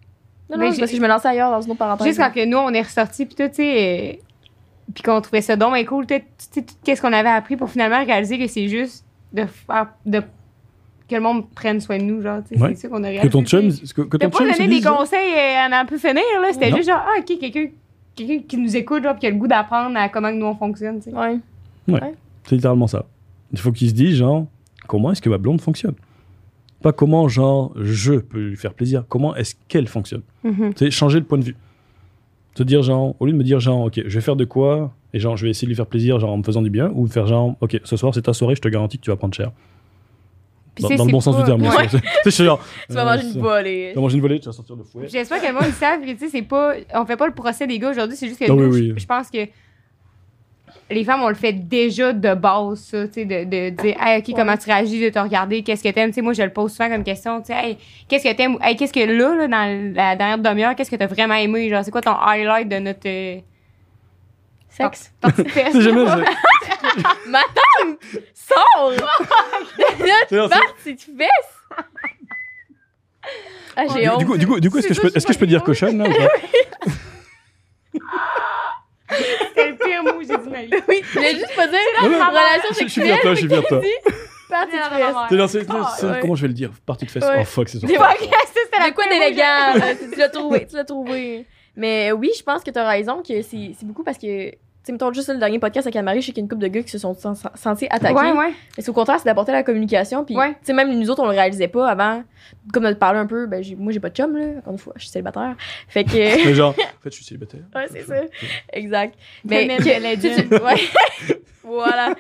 Non, Mais non, c'est parce que je me lançais ailleurs dans une autre parenthèse. Juste quand que nous, on est ressortis, puis tout, tu sais, puis qu'on trouvait ça donc bien cool, tu sais, tout qu'est-ce qu'on avait appris pour finalement réaliser que c'est juste de faire, que le monde prenne soin de nous, genre, tu sais, Ouais. c'est ça qu'on a réalisé. Que ton chum, T'as pas donné des dise, conseils à n'en plus finir, là, c'était Non. juste genre, OK, quelqu'un qui nous écoute, genre, puis qui a le goût d'apprendre à comment nous on fonctionne, tu sais. Ouais. c'est littéralement ça. Il faut qu'il se dise, genre, comment est-ce que ma blonde fonctionne? Pas comment, genre, je peux lui faire plaisir. Comment est-ce qu'elle fonctionne? Mhm. C'est changer le point de vue. Se dire, genre, au lieu de me dire, genre, OK, je vais faire de quoi? Et genre, je vais essayer de lui faire plaisir, genre, en me faisant du bien. Ou faire, genre, OK, ce soir, c'est ta soirée, je te garantis que tu vas prendre cher. Puis Dans, c'est- dans le c'est bon sens du pas- terme, bien Ouais. sûr. C'est genre, Tu vas manger une volée. Tu vas manger une volée, tu vas sortir le fouet. J'espère que le monde, ils savent que, tu sais, c'est pas... On fait pas le procès des gars aujourd'hui, c'est juste que Ah nous, oui, oui. je pense que les femmes, on le fait déjà de base, ça, tu sais, de dire, hey, OK, comment tu réagis, de te regarder, qu'est-ce que t'aimes, tu sais, moi, je le pose souvent comme question, tu sais, hey, qu'est-ce que t'aimes, hey, qu'est-ce que là, dans la dernière demi-heure, qu'est-ce que t'as vraiment aimé, genre, c'est quoi ton highlight de notre... Sexe. ton petite fesse? C'est jamais. Madame! Sors! C'est- Marthe, c'est tu fesses! Ah, j'ai honte. Du coup, est-ce que je peux dire cochonne, là, ou pas? C'était le pire mot, j'ai dit ma vie. Oui, je voulais juste pas dire Non, non, relation je suis fier de toi, je suis fier de toi. Partie de Non, fesses. non, C'est genre, ouais. comment je vais le dire? Partie de fesses. Ouais. Oh fuck, c'est ça. Des fois, c'était la De quoi pire mot, d'élégant? là, tu l'as trouvé. Mais oui, je pense que t'as raison, que c'est beaucoup parce que, tu sais, mettons juste le dernier podcast avec Anne-Marie, je sais qu'il y a une couple de gars qui se sont sentis attaqués. Ouais, ouais. Mais c'est au contraire, c'est d'apporter la communication. Puis, Ouais. tu sais, même nous autres, on le réalisait pas avant. Comme de parler un peu, ben, moi, j'ai pas de chum, là. Encore une fois, je suis célibataire. Fait que. Mais genre, en fait, je suis célibataire. Ouais, c'est ça. Exact. Mais Mais même que, de la tu sais, ouais. Voilà.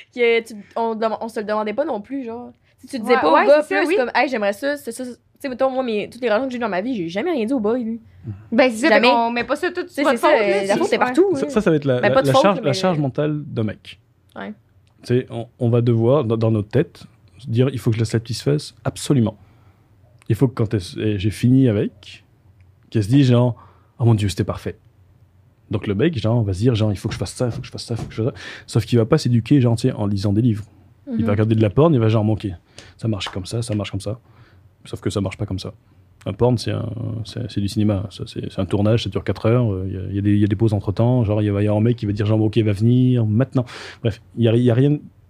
On se le demandait pas non plus, genre. Tu disais Ouais, pas au ouais, gars c'est ça, plus oui. comme, hey, j'aimerais ça, c'est ça. Tu sais, mettons, moi, toutes les relations que j'ai eues dans ma vie, j'ai jamais rien dit au boy, lui. Ben, c'est ça, Jamais. on met pas ça tout Tu sais, sur c'est votre faute, ça, là, la faute, c'est partout. hein. Ça va être Ben, pas de faute, mais- la charge mentale d'un mec. Ouais. Tu sais, on va devoir, dans notre tête, se dire il faut que je la satisfasse absolument. Il faut que quand j'ai fini avec, qu'elle se dise genre, oh mon Dieu, c'était parfait. Donc le mec, genre, va se dire, genre, il faut que je fasse ça, il faut que je fasse ça, il faut que je fasse ça. Sauf qu'il va pas s'éduquer, genre, tu sais, en lisant des livres. Il va regarder de la porn, il va genre manquer. Ça marche comme ça marche comme ça. Sauf que ça marche pas comme ça. Un porn, c'est du cinéma. Ça, c'est un tournage, ça dure 4 heures. Il y a des pauses entre temps. Genre, il va y avoir un mec qui va dire, genre, ok, il va venir maintenant. Bref, il y a rien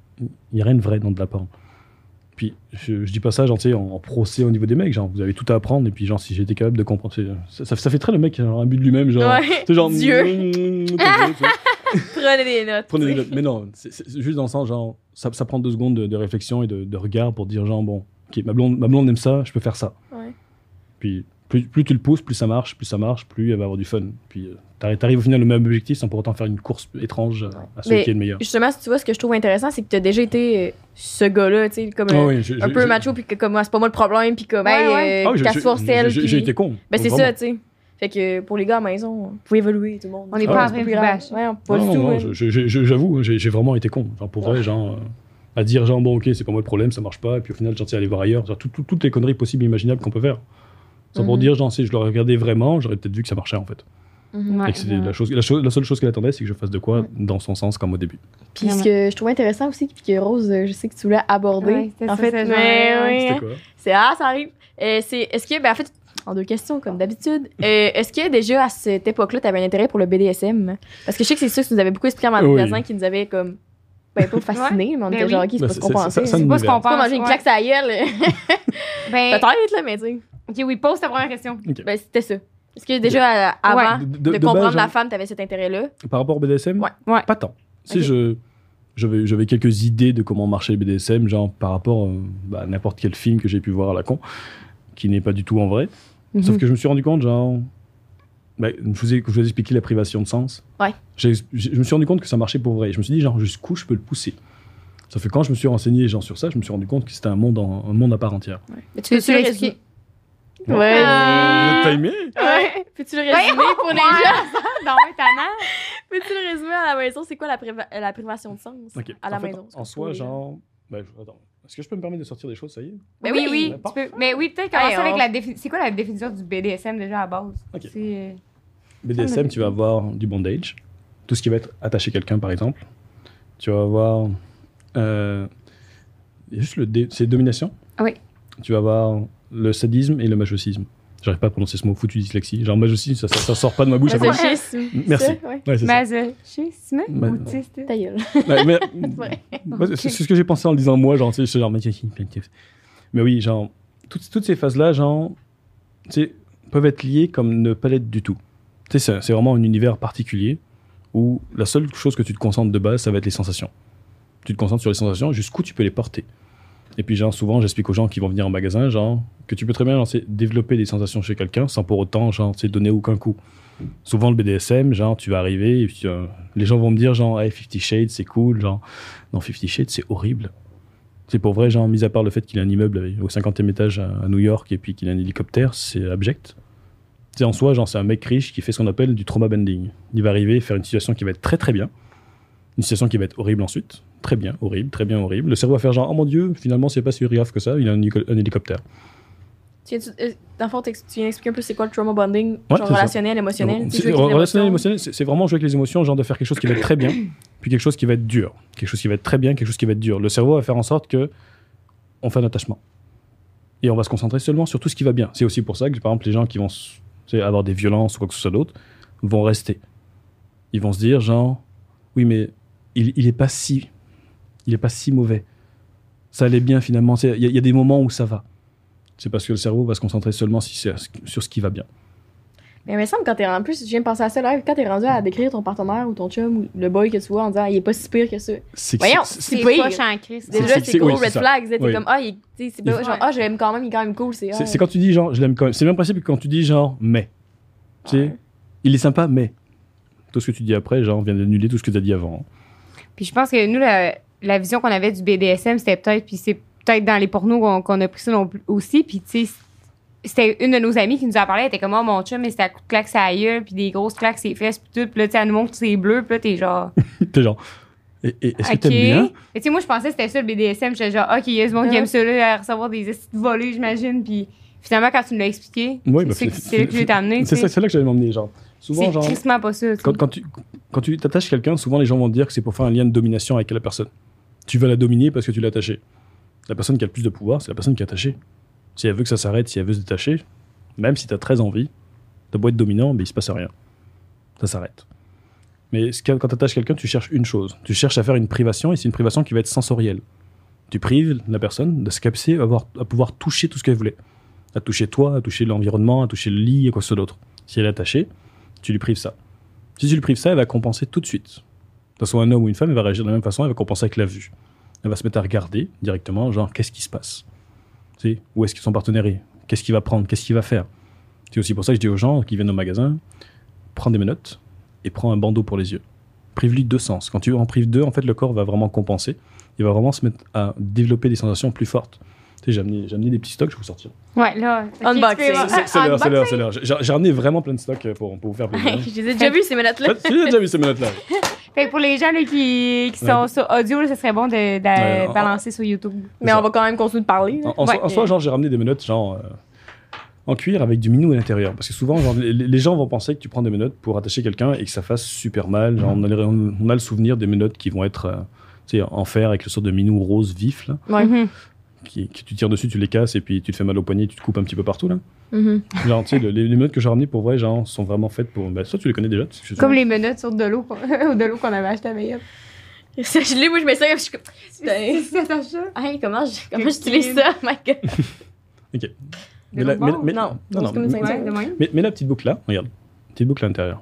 de vrai dans de la porn. Puis, je dis pas ça, genre, tu sais, en procès au niveau des mecs. Genre, vous avez tout à apprendre. Et puis, genre, si j'étais capable de comprendre. Ça fait très le mec qui a genre, un but de lui-même. Genre, Ouais. c'est genre, Dieu. comme ça, tu sais. Prenez des notes. Prenez des tu sais. notes. Mais non, c'est juste dans le sens, genre, ça prend 2 secondes de réflexion et de regard pour dire, genre, bon, ok, ma blonde aime ça, je peux faire ça. Ouais. Puis, plus tu le pousses, plus ça marche, plus elle va avoir du fun. Puis, t'arrives au final au même objectif sans pour autant faire une course étrange à celui Mais qui est le meilleur. Justement, si tu vois, ce que je trouve intéressant, c'est que t'as déjà été ce gars-là, tu sais, comme Ah oui, un peu macho, puis que comme, c'est pas moi le problème, puis comme, hey, ouais. Ah oui, casse-toi celle. j'ai été con. Ben, c'est Vraiment. ça, tu sais. Fait que pour les gars à la maison, vous pouvez évoluer, tout le monde. On n'est Ah pas ouais, en c'est train de plus vous grave. bâcher. Ouais, pas Non, du tout. non, ouais. j'avoue, j'ai vraiment été con. Genre, pour vrai, genre, à dire, genre, bon, ok, c'est pas moi le problème, ça marche pas, et puis au final, genre, aller voir ailleurs. Genre, toutes les conneries possibles et imaginables qu'on peut faire. Sans pour Mhm. dire, genre, si je le regardais vraiment, j'aurais peut-être vu que ça marchait, en fait. Mhm. Ouais, Et que c'était la seule chose qu'elle attendait, c'est que je fasse de quoi dans son sens, comme au début. Puis ce que je trouve intéressant aussi, puis que Rose, je sais que tu voulais aborder. Ouais, c'était en ça, fait, c'est mais genre, oui, C'était hein. quoi? C'est ça arrive. Est-ce que, ben en fait, en 2 questions, comme d'habitude, est-ce que déjà à cette époque-là, t'avais un intérêt pour le BDSM? Parce que je sais que c'est ça que tu nous avais beaucoup expliqué en Oui. magasin, qui nous avait comme, ben pas fasciné, mais on Ben était oui. genre, ok, c'est Ben, pas ce qu'on pensait. ça C'est nous pas ce qu'on libère. pas pense. manger une ouais. claque sur la gueule. Ben, Peut-être, là, mais tu sais. OK, oui, pose ta première question. Ben, c'était ça. Est-ce que déjà, avant De de comprendre base, la genre, femme, t'avais cet intérêt-là? Par rapport au BDSM, Ouais. Ouais. pas tant. Si Ok. j'avais quelques idées de comment marchait le BDSM, genre par rapport à n'importe quel film que j'ai pu voir à la con, qui n'est pas du tout en vrai. Sauf que je me suis rendu compte, genre, je vous ai expliqué la privation de sens. Ouais. Je me suis rendu compte que ça marchait pour vrai. Je me suis dit, genre, jusqu'où je peux le pousser. Sauf que quand je me suis renseigné genre, sur ça, je me suis rendu compte que c'était un monde à part entière. Mais Tu veux-tu l'expliquer? Ouais. Vous êtes timé? Ouais. Peux-tu le résumer pour les gens? Non, mais tannant. Peux-tu le résumer à la maison? C'est quoi la privation de sens Ok. à la En fait, maison? En soi, genre. Attends. Est-ce que je peux me permettre de sortir des choses, ça y est? Ben oui, oui. oui, N'importe. tu peux. Mais oui, peut-être commencer Hey, avec on- la définition. C'est quoi la définition du BDSM déjà à base? Ok. C'est, BDSM, tu vas avoir du bondage, tout ce qui va être attaché quelqu'un, par exemple. Tu vas avoir juste c'est domination. Oui. Tu vas avoir le sadisme et le masochisme. J'arrive pas à prononcer ce mot, foutu dyslexie. Genre, moi aussi, ça sort pas de ma bouche. Après. Merci. Ouais. Ouais, c'est ça. Masochisme? Autiste? Ta gueule. Ouais, mais, Ouais. c'est ce que j'ai pensé en le disant moi, genre, tu sais, c'est genre, mais oui, genre, toutes ces phases-là, genre, tu sais, peuvent être liées comme ne pas l'être du tout. Tu sais, c'est vraiment un univers particulier où la seule chose que tu te concentres de base, ça va être les sensations. Tu te concentres sur les sensations, jusqu'où tu peux les porter. Et puis, genre, souvent, j'explique aux gens qui vont venir en magasin, genre, que tu peux très bien, genre, développer des sensations chez quelqu'un sans pour autant, genre, donner aucun coup. Souvent, le BDSM, genre, tu vas arriver et puis les gens vont me dire, genre, hey, 50 Shades, c'est cool, genre, non, 50 Shades, c'est horrible. C'est pour vrai, genre, mis à part le fait qu'il a un immeuble au 50e étage à New York et puis qu'il a un hélicoptère, c'est abject. Tu sais, en soi, genre, c'est un mec riche qui fait ce qu'on appelle du trauma bending. Il va arriver faire une situation qui va être très très bien, une situation qui va être horrible ensuite, très bien, horrible. Le cerveau va faire genre, oh mon Dieu, finalement, c'est pas si grave que ça, il a un hélicoptère. Dans le fond, tu viens d'expliquer un peu c'est quoi le trauma bonding, Ouais, genre c'est relationnel, émotionnel. Relationnel, émotionnel, c'est vraiment jouer avec les émotions, genre de faire quelque chose qui va être très bien, puis quelque chose qui va être dur. Quelque chose qui va être très bien, quelque chose qui va être dur. Le cerveau va faire en sorte que on fait un attachement. Et on va se concentrer seulement sur tout ce qui va bien. C'est aussi pour ça que, par exemple, les gens qui vont avoir des violences ou quoi que ce soit d'autre vont rester. Ils vont se dire, genre, oui, mais il est pas si mauvais. Ça allait bien finalement. Il y a des moments où ça va. C'est parce que le cerveau va se concentrer seulement sur ce qui va bien. Mais il me semble quand t'es en plus, je viens de penser à ça là, quand t'es rendu à décrire ton partenaire ou ton chum ou le boy que tu vois en disant il est pas si pire que ça. Voyons, c'est pas pire. en Christ. Déjà c'est gros oui, red c'est flags, t'es oui. comme c'est pas genre je l'aime quand même, il est quand même cool, c'est quand tu dis genre je l'aime quand même. C'est le même principe que quand tu dis genre mais. Tu sais, il est sympa mais. Tout ce que tu dis après genre vient d'annuler tout ce que tu as dit avant. Puis je pense que nous la vision qu'on avait du BDSM, c'était peut-être puis c'est peut-être dans les pornos qu'on a pris ça aussi, puis tu sais c'était une de nos amies qui nous a parlé, elle était comme, oh mon chum, mais c'était à coups de claque sa gueule, puis des grosses claques ses fesses, puis tout, puis là, tu sais, elle nous montre ses bleus, puis là, t'es genre. T'es genre. Est-ce que t'aimes bien? Mais tu sais, moi, je pensais que c'était ça le BDSM, j'étais genre, ok, il y a du monde qui aime ça, là, à recevoir des estis de volets, j'imagine, puis finalement, quand tu me l'as expliqué, c'est là que je l'ai amené. C'est là que j'allais m'emmener, genre. Souvent, c'est genre. C'est tristement pas ça. Quand tu t'attaches quelqu'un, souvent les gens vont te dire que c'est pour faire un lien de domination avec la personne. Tu vas la dominer parce que tu l'as attachée. La personne qui a le plus de pouvoir, c'est la personne qui est attachée. Si elle veut que ça s'arrête, si elle veut se détacher, même si tu as très envie, t'as beau être dominant, mais il se passe rien. Ça s'arrête. Mais quand tu attaches quelqu'un, tu cherches une chose. Tu cherches à faire une privation, et c'est une privation qui va être sensorielle. Tu prives la personne de se capter à pouvoir toucher tout ce qu'elle voulait. À toucher toi, à toucher l'environnement, à toucher le lit, et quoi que ce soit d'autre. Si elle est attachée, tu lui prives ça. Si tu lui prives ça, elle va compenser tout de suite. Que ce soit un homme ou une femme, elle va réagir de la même façon, elle va compenser avec la vue. Elle va se mettre à regarder directement, genre, qu'est-ce qui se passe? Tu sais, où est-ce que son partenaire est? Qu'est-ce qu'il va prendre? Qu'est-ce qu'il va faire? C'est aussi pour ça que je dis aux gens qui viennent au magasin, prends des menottes et prends un bandeau pour les yeux. Prive-lui 2 sens. Quand tu en prives 2, en fait, le corps va vraiment compenser. Il va vraiment se mettre à développer des sensations plus fortes. Tu sais, j'ai amené des petits stocks, je vais vous sortir. Ouais, là. Unboxing. C'est l'heure. J'ai ramené vraiment plein de stocks pour vous faire plaisir. Je les ai déjà vus ces menottes-là. Tu les as déjà vu ces menottes-là? Fait que pour les gens là, qui sont sur audio, là, ça serait bon de balancer sur YouTube. Mais on va quand même continuer de parler. En soi, genre, j'ai ramené des menottes, genre, en cuir avec du minou à l'intérieur. Parce que souvent, genre, les gens vont penser que tu prends des menottes pour attacher quelqu'un et que ça fasse super mal. Genre, on a le souvenir des menottes qui vont être en fer avec le sort de minou rose vif, là. Ouais. Que tu tires dessus, tu les casses et puis tu te fais mal au poignet, tu te coupes un petit peu partout, là. Genre, tu sais, les menottes que j'ai ramenées pour vrai, genre, sont vraiment faites pour. Ben, ça, tu les connais déjà. Comme les menottes sur de l'eau qu'on avait acheté à Veillette. Je l'ai, moi, je mets ça, je suis comme. C'est ça. Hey, comment j'utilise ça, my god? Ok. Non, Mais la petite boucle là, regarde. Petite boucle à l'intérieur.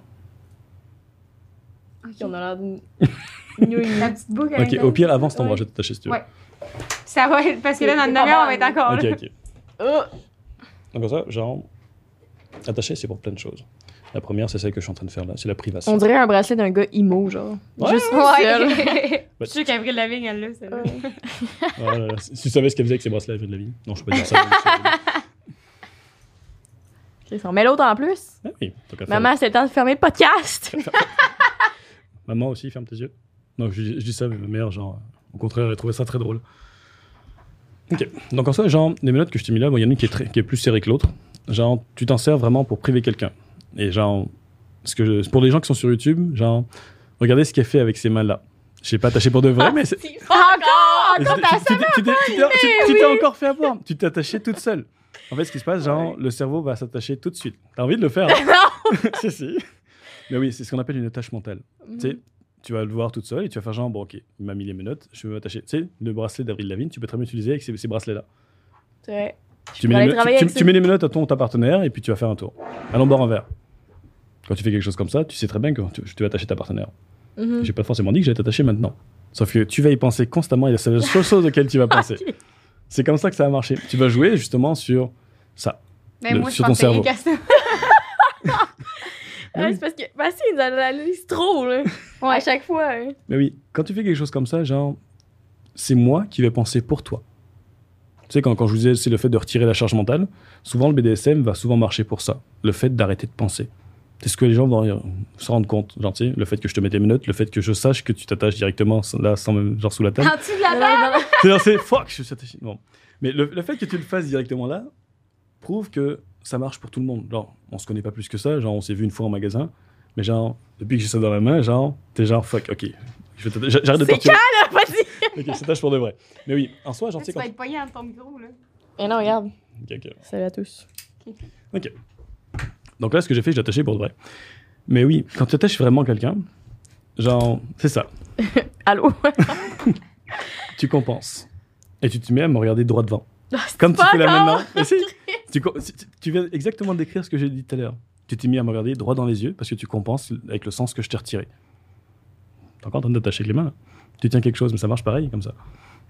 Ok, on a l'air de. La petite boucle à Ok, l'intérieur. au pire, avant, c'est ton bras, je vais t'attacher si tu veux. Ouais. Ça va être. Parce que là, dans le demi-heure, on va être encore là. Ok. Donc, comme ça, genre. Attacher, c'est pour plein de choses. La première, c'est celle que je suis en train de faire là, c'est la privation. On dirait un bracelet d'un gars emo, genre. Ouais. Juste Ouais. Je suis sûre qu'Avril Lavigne, elle l'a, celle-là. Oh là là. Si tu savais ce qu'elle faisait avec ses bracelets à la vie de la vie. Non, je peux pas dire ça. Ok, on met l'autre en plus. Ah oui, tant qu'à faire. Maman, c'est le temps de fermer le podcast. Maman aussi, ferme tes yeux. Non, je dis ça, mais ma mère, genre, au contraire, elle trouvait ça très drôle. Ok, donc en soi, genre, les menottes que je t'ai mis là, il y en a une qui est plus serrée que l'autre. Genre, tu t'en sers vraiment pour priver quelqu'un. Et genre, pour les gens qui sont sur YouTube, genre, regardez ce qu'elle fait avec ses mains-là. Je sais pas attaché pour de vrai, mais c'est... Encore Tu t'es encore fait avoir. Tu t'es attachée toute seule. En fait, ce qui se passe, genre, le cerveau va s'attacher tout de suite. T'as envie de le faire? Hein? Non! Si, si. Mais oui, c'est ce qu'on appelle une tâche mentale. Tu sais, tu vas le voir toute seule et tu vas faire genre, bon, ok, il m'a mis les menottes, je vais m'attacher. Tu sais, le bracelet d'Avril Lavigne, tu peux très bien l'utiliser avec ces bracelets-là. C'est vrai. Tu pourrais aller travailler avec tu ça. mets les menottes à ta partenaire et puis tu vas faire un tour. Allons boire un verre. Quand tu fais quelque chose comme ça, tu sais très bien que tu vas attacher ta partenaire. Mhm. J'ai pas forcément dit que j'allais t'attacher maintenant. Sauf que tu vas y penser constamment et c'est la seule chose auquel tu vas penser. Ok. C'est comme ça que ça va marcher. Tu vas jouer justement sur ça. Mais moi, je sur ton pensais rien cerveau. qu'à ça. Oui. C'est parce que Bastien, il analyse trop, là. Ouais. À chaque fois. Hein. Mais oui, quand tu fais quelque chose comme ça, genre, c'est moi qui vais penser pour toi. Tu sais, quand je vous disais, c'est le fait de retirer la charge mentale, souvent le BDSM va souvent marcher pour ça. Le fait d'arrêter de penser. C'est ce que les gens vont se rendre compte. Genre, tu sais, le fait que je te mette les menottes, le fait que je sache que tu t'attaches directement là, sans même, genre sous la table. En dessous de la Non, table. non, non. C'est-à-dire, c'est fuck, je suis attaché. Bon. Mais le fait que tu le fasses directement là prouve que ça marche pour tout le monde. Genre, on se connaît pas plus que ça. Genre, on s'est vu une fois en magasin. Mais genre, depuis que j'ai ça dans la main, genre, t'es genre fuck, ok. J'arrête de C'est torturer. Ah, vas-y! Ok, c'est tâche pour de vrai. Mais oui, en soi, genre, Là, tu sais tu vas quand. être poigné dans ton micro, là. Mais non, regarde. Ok. Salut à tous. Ok. Donc là, ce que j'ai fait, je l'ai attaché pour de vrai. Mais oui, quand tu attaches vraiment quelqu'un, genre, c'est ça. Allô? Tu compenses. Et tu te mets à me regarder droit devant. C'est Comme tu pas fais là encore. maintenant. Mais si, tu viens exactement décrire ce que j'ai dit tout à l'heure. Tu t'es mis à me regarder droit dans les yeux parce que tu compenses avec le sens que je t'ai retiré. T'es encore en train de t'attacher avec les mains, là. Tu tiens quelque chose, mais ça marche pareil, comme ça.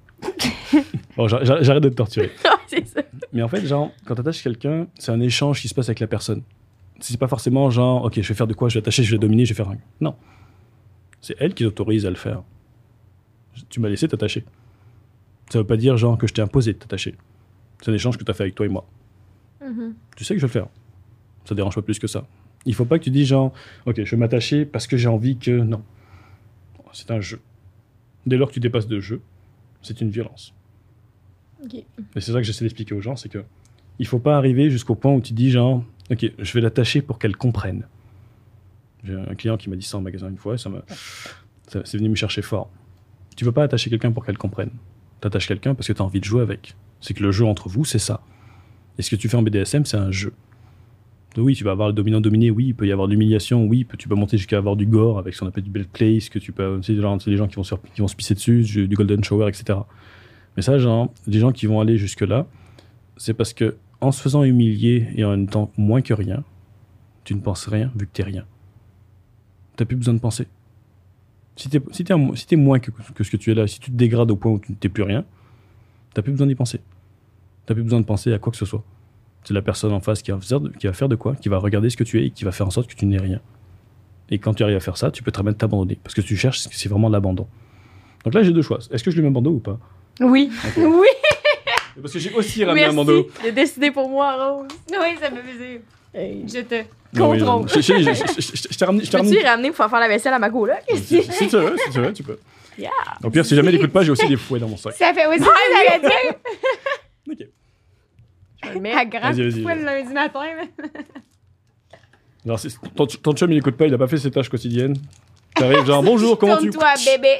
Bon, j'arrête de te torturer. C'est ça. Mais en fait, genre, quand t'attaches quelqu'un, c'est un échange qui se passe avec la personne. C'est pas forcément genre, ok, je vais faire de quoi, je vais attacher, je vais dominer, je vais faire un... Non. C'est elle qui t'autorise à le faire. Tu m'as laissé t'attacher. Ça veut pas dire, genre, que je t'ai imposé de t'attacher. C'est un échange que t'as fait avec toi et moi. Mhm. Tu sais que je vais le faire. Ça dérange pas plus que ça. Il faut pas que tu dises, genre, ok, je vais m'attacher parce que j'ai envie que... Non. C'est un jeu. Dès lors que tu dépasses de jeu, c'est une violence. Ok. Et c'est ça que j'essaie d'expliquer aux gens, c'est que il faut pas arriver jusqu'au point où tu dis genre, ok, je vais l'attacher pour qu'elle comprenne. J'ai un client qui m'a dit ça en magasin une fois, c'est venu me chercher fort. Tu veux pas attacher quelqu'un pour qu'elle comprenne. T'attaches quelqu'un parce que tu as envie de jouer avec. C'est que le jeu entre vous, c'est ça. Et ce que tu fais en BDSM, c'est un jeu. Donc oui, tu vas avoir le dominant-dominé, oui, il peut y avoir de l'humiliation, oui, tu peux monter jusqu'à avoir du gore avec ce qu'on appelle du belt play, ce que tu peux, c'est les gens qui vont se pisser dessus, du golden shower, etc. Mais ça, genre, les gens qui vont aller jusque-là, c'est parce que en se faisant humilier et en même temps moins que rien, tu ne penses rien vu que t'es rien. T'as plus besoin de penser. Si t'es moins que ce que tu es là, si tu te dégrades au point où tu n'es plus rien, t'as plus besoin d'y penser. T'as plus besoin de penser à quoi que ce soit. C'est la personne en face qui va faire de quoi, qui va regarder ce que tu es et qui va faire en sorte que tu n'es rien. Et quand tu arrives à faire ça, tu peux très bien t'abandonner. Parce que tu cherches, c'est vraiment l'abandon. Donc là, j'ai deux choix. Est-ce que je lui mets un bandeau ou pas? Oui. Ok. Oui. Parce que j'ai aussi ramené un bandeau. Merci. J'ai décidé pour moi, Rose. Oui, ça me fait plaisir. Hey. Je te Non, oui, contrôle. je t'ai ramené. Peux-tu ramener pour faire la vaisselle à ma coloc? Si tu veux, tu peux. Yeah. Au pire, si jamais il n'écoute pas, j'ai aussi des fouets dans mon sac. Ça fait aussi ça va dire. Ok. Je vais le À mettre. grand Vas-y. fois le lundi matin. mais- Alors, si ton chum, il n'écoute pas, il n'a pas fait ses tâches quotidiennes. T'arrives genre, bonjour, comment tu... Tourne-toi, bébé.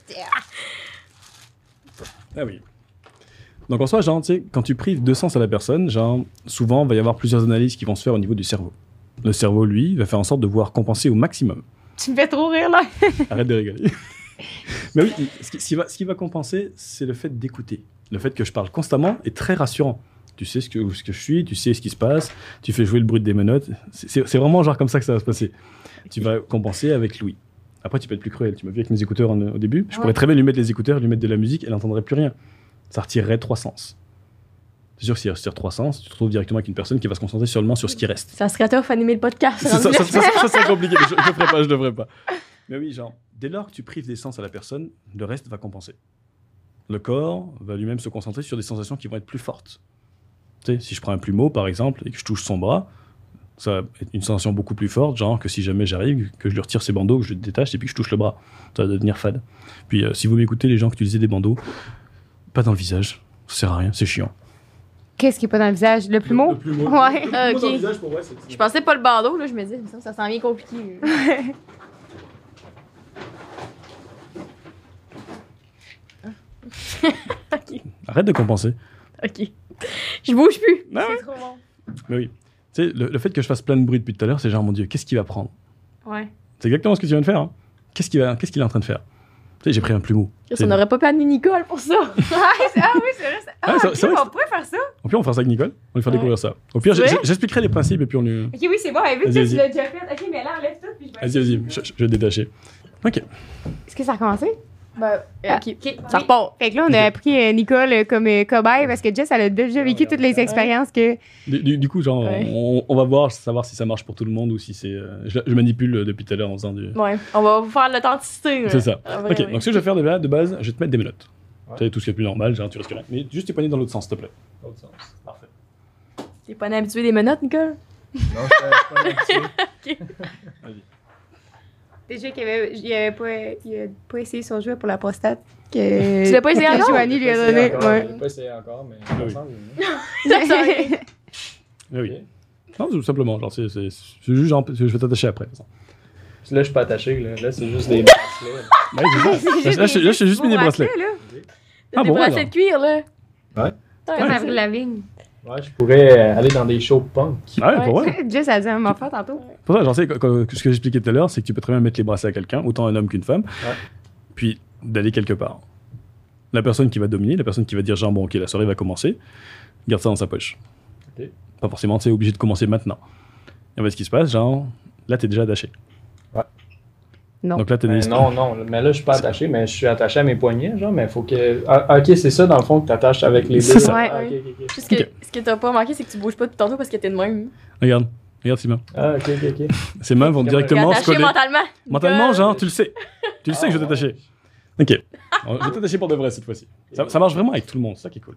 Ah oui. Donc en soi, genre, tu sais, quand tu prives de sens à la personne, genre, souvent, il va y avoir plusieurs analyses qui vont se faire au niveau du cerveau. Le cerveau, lui, va faire en sorte de pouvoir compenser au maximum. Tu me fais trop rire, là. Arrête de rigoler. Mais oui, ce qui va compenser, c'est le fait d'écouter. Le fait que je parle constamment est très rassurant. Tu sais ce que je suis, tu sais ce qui se passe, tu fais jouer le bruit des menottes. C'est vraiment genre comme ça que ça va se passer. Tu vas compenser avec l'ouïe. Après, tu peux être plus cruel. Tu m'as vu avec mes écouteurs au début. Je pourrais très bien lui mettre les écouteurs, lui mettre de la musique, elle n'entendrait plus rien. Ça retirerait 3 sens. C'est sûr que si elle retire 3 sens, tu te retrouves directement avec une personne qui va se concentrer seulement sur ce qui reste. Ça serait tough animer le podcast. Ça serait compliqué, mais je le ferai pas. Mais oui, genre, dès lors que tu prives des sens à la personne, le reste va compenser. Le corps va lui-même se concentrer sur des sensations qui vont être plus fortes. Tu sais, si je prends un plumeau, par exemple, et que je touche son bras, ça va être une sensation beaucoup plus forte, genre que si jamais j'arrive, que je lui retire ses bandeaux, que je le détache, et puis que je touche le bras. Ça va devenir fade. Puis, si vous m'écoutez, les gens qui utilisaient des bandeaux, pas dans le visage, ça sert à rien, c'est chiant. Qu'est-ce qui est pas dans le visage? Le plumeau? Le plumeau. Ouais. Le plumeau dans Ok. le visage, pour vrai, c'est... Je pensais pas le bandeau, là, je me disais, ça sent bien compliqué. Ok. Arrête de compenser. Ok. Je bouge plus. Ah ouais. C'est trop bon. Mais oui. Tu sais, le fait que je fasse plein de bruit depuis tout à l'heure, c'est genre, mon Dieu, qu'est-ce qu'il va prendre? Ouais. C'est exactement ce que tu viens de faire. Hein. Qu'est-ce qu'il est en train de faire? Tu sais, j'ai pris un plumeau. On n'aurait pas pu amener Nicole pour ça. Ah oui, c'est vrai. c'est vrai que On pourrait faire ça. Au pire, on va faire ça avec Nicole. On va lui faire découvrir ça. Au pire, C'est vrai? j'expliquerai les principes et puis on lui... Ok, oui, c'est bon. Vu que Vas-y, tu l'as déjà fait. Ok, mais là, enlève tout. Puis je vais Vas-y, je vais détacher. Ok. Est-ce que ça a recommencé? Ok. Ok. Ça repart. Fait que là, on a pris Nicole comme cobaye parce que Jess, elle a déjà vécu toutes les expériences que. Du coup, genre, Ouais. on va savoir si ça marche pour tout le monde ou si c'est... je manipule depuis tout à l'heure en faisant du... Ouais. On va vous faire l'authenticité. C'est ça. Ah, Ok, vraiment. donc ce que je vais faire de base, je vais te mettre des menottes. Ouais. Tu sais, tout ce qui est plus normal, genre tu risques rien. Mais juste tes poignets dans l'autre sens, s'il te plaît. Dans l'autre sens. Parfait. T'es pas habitué des menottes, Nicole? Non, je suis pas habitué. Vas-y. Déjà qu'il avait pas essayé son jouet pour la prostate. Que Tu l'as pas essayé que encore? Joanie lui a J'ai donné. encore- Ouais. J'ai pas essayé encore, mais Ah oui. ça me semble bien. Ah oui. Non, tout simplement, genre, c'est juste genre, je vais t'attacher après. de toute façon. Là, je suis pas attaché. Là c'est juste des bracelets. Ouais, c'est ça. Là, j'ai juste mis des bracelets. T'as Ah des bon, bracelets alors. de cuir, là. Ouais. Comme Avril Lavigne. Ouais, je pourrais aller dans des shows punk. Ouais, pour vrai. Jess a dit un enfant tantôt. Pour ça, genre, tu sais, ce que j'expliquais tout à l'heure, c'est que tu peux très bien mettre les bracelets à quelqu'un, autant un homme qu'une femme, puis d'aller quelque part. La personne qui va dominer, la personne qui va dire genre, bon, ok, la soirée va commencer, garde ça dans sa poche. Ok. Pas forcément, tu sais, obligé de commencer maintenant. Et en fait, ce qui se passe, genre, là, t'es déjà attaché. Ouais. Non. Donc là, t'es des... Non, mais là, je suis pas attaché, mais je suis attaché à mes poignets, genre, mais il faut que. Ah, ok, c'est ça, dans le fond, que t'attaches avec les C'est deux. ça. Ouais, Ah, ouais. ok. Juste que Ok. ce que t'as pas remarqué, c'est que tu bouges pas depuis tantôt parce que t'es de même. Regarde, ces mains. Ah, ok. Ces mains vont T'es T'es directement se attaché coller. mentalement. Mentalement, Nicole. genre, tu le sais. Tu le sais que je vais t'attacher. Ok. Alors, je vais t'attacher pour de vrai cette fois-ci. Ça marche vraiment avec tout le monde, c'est ça qui est cool.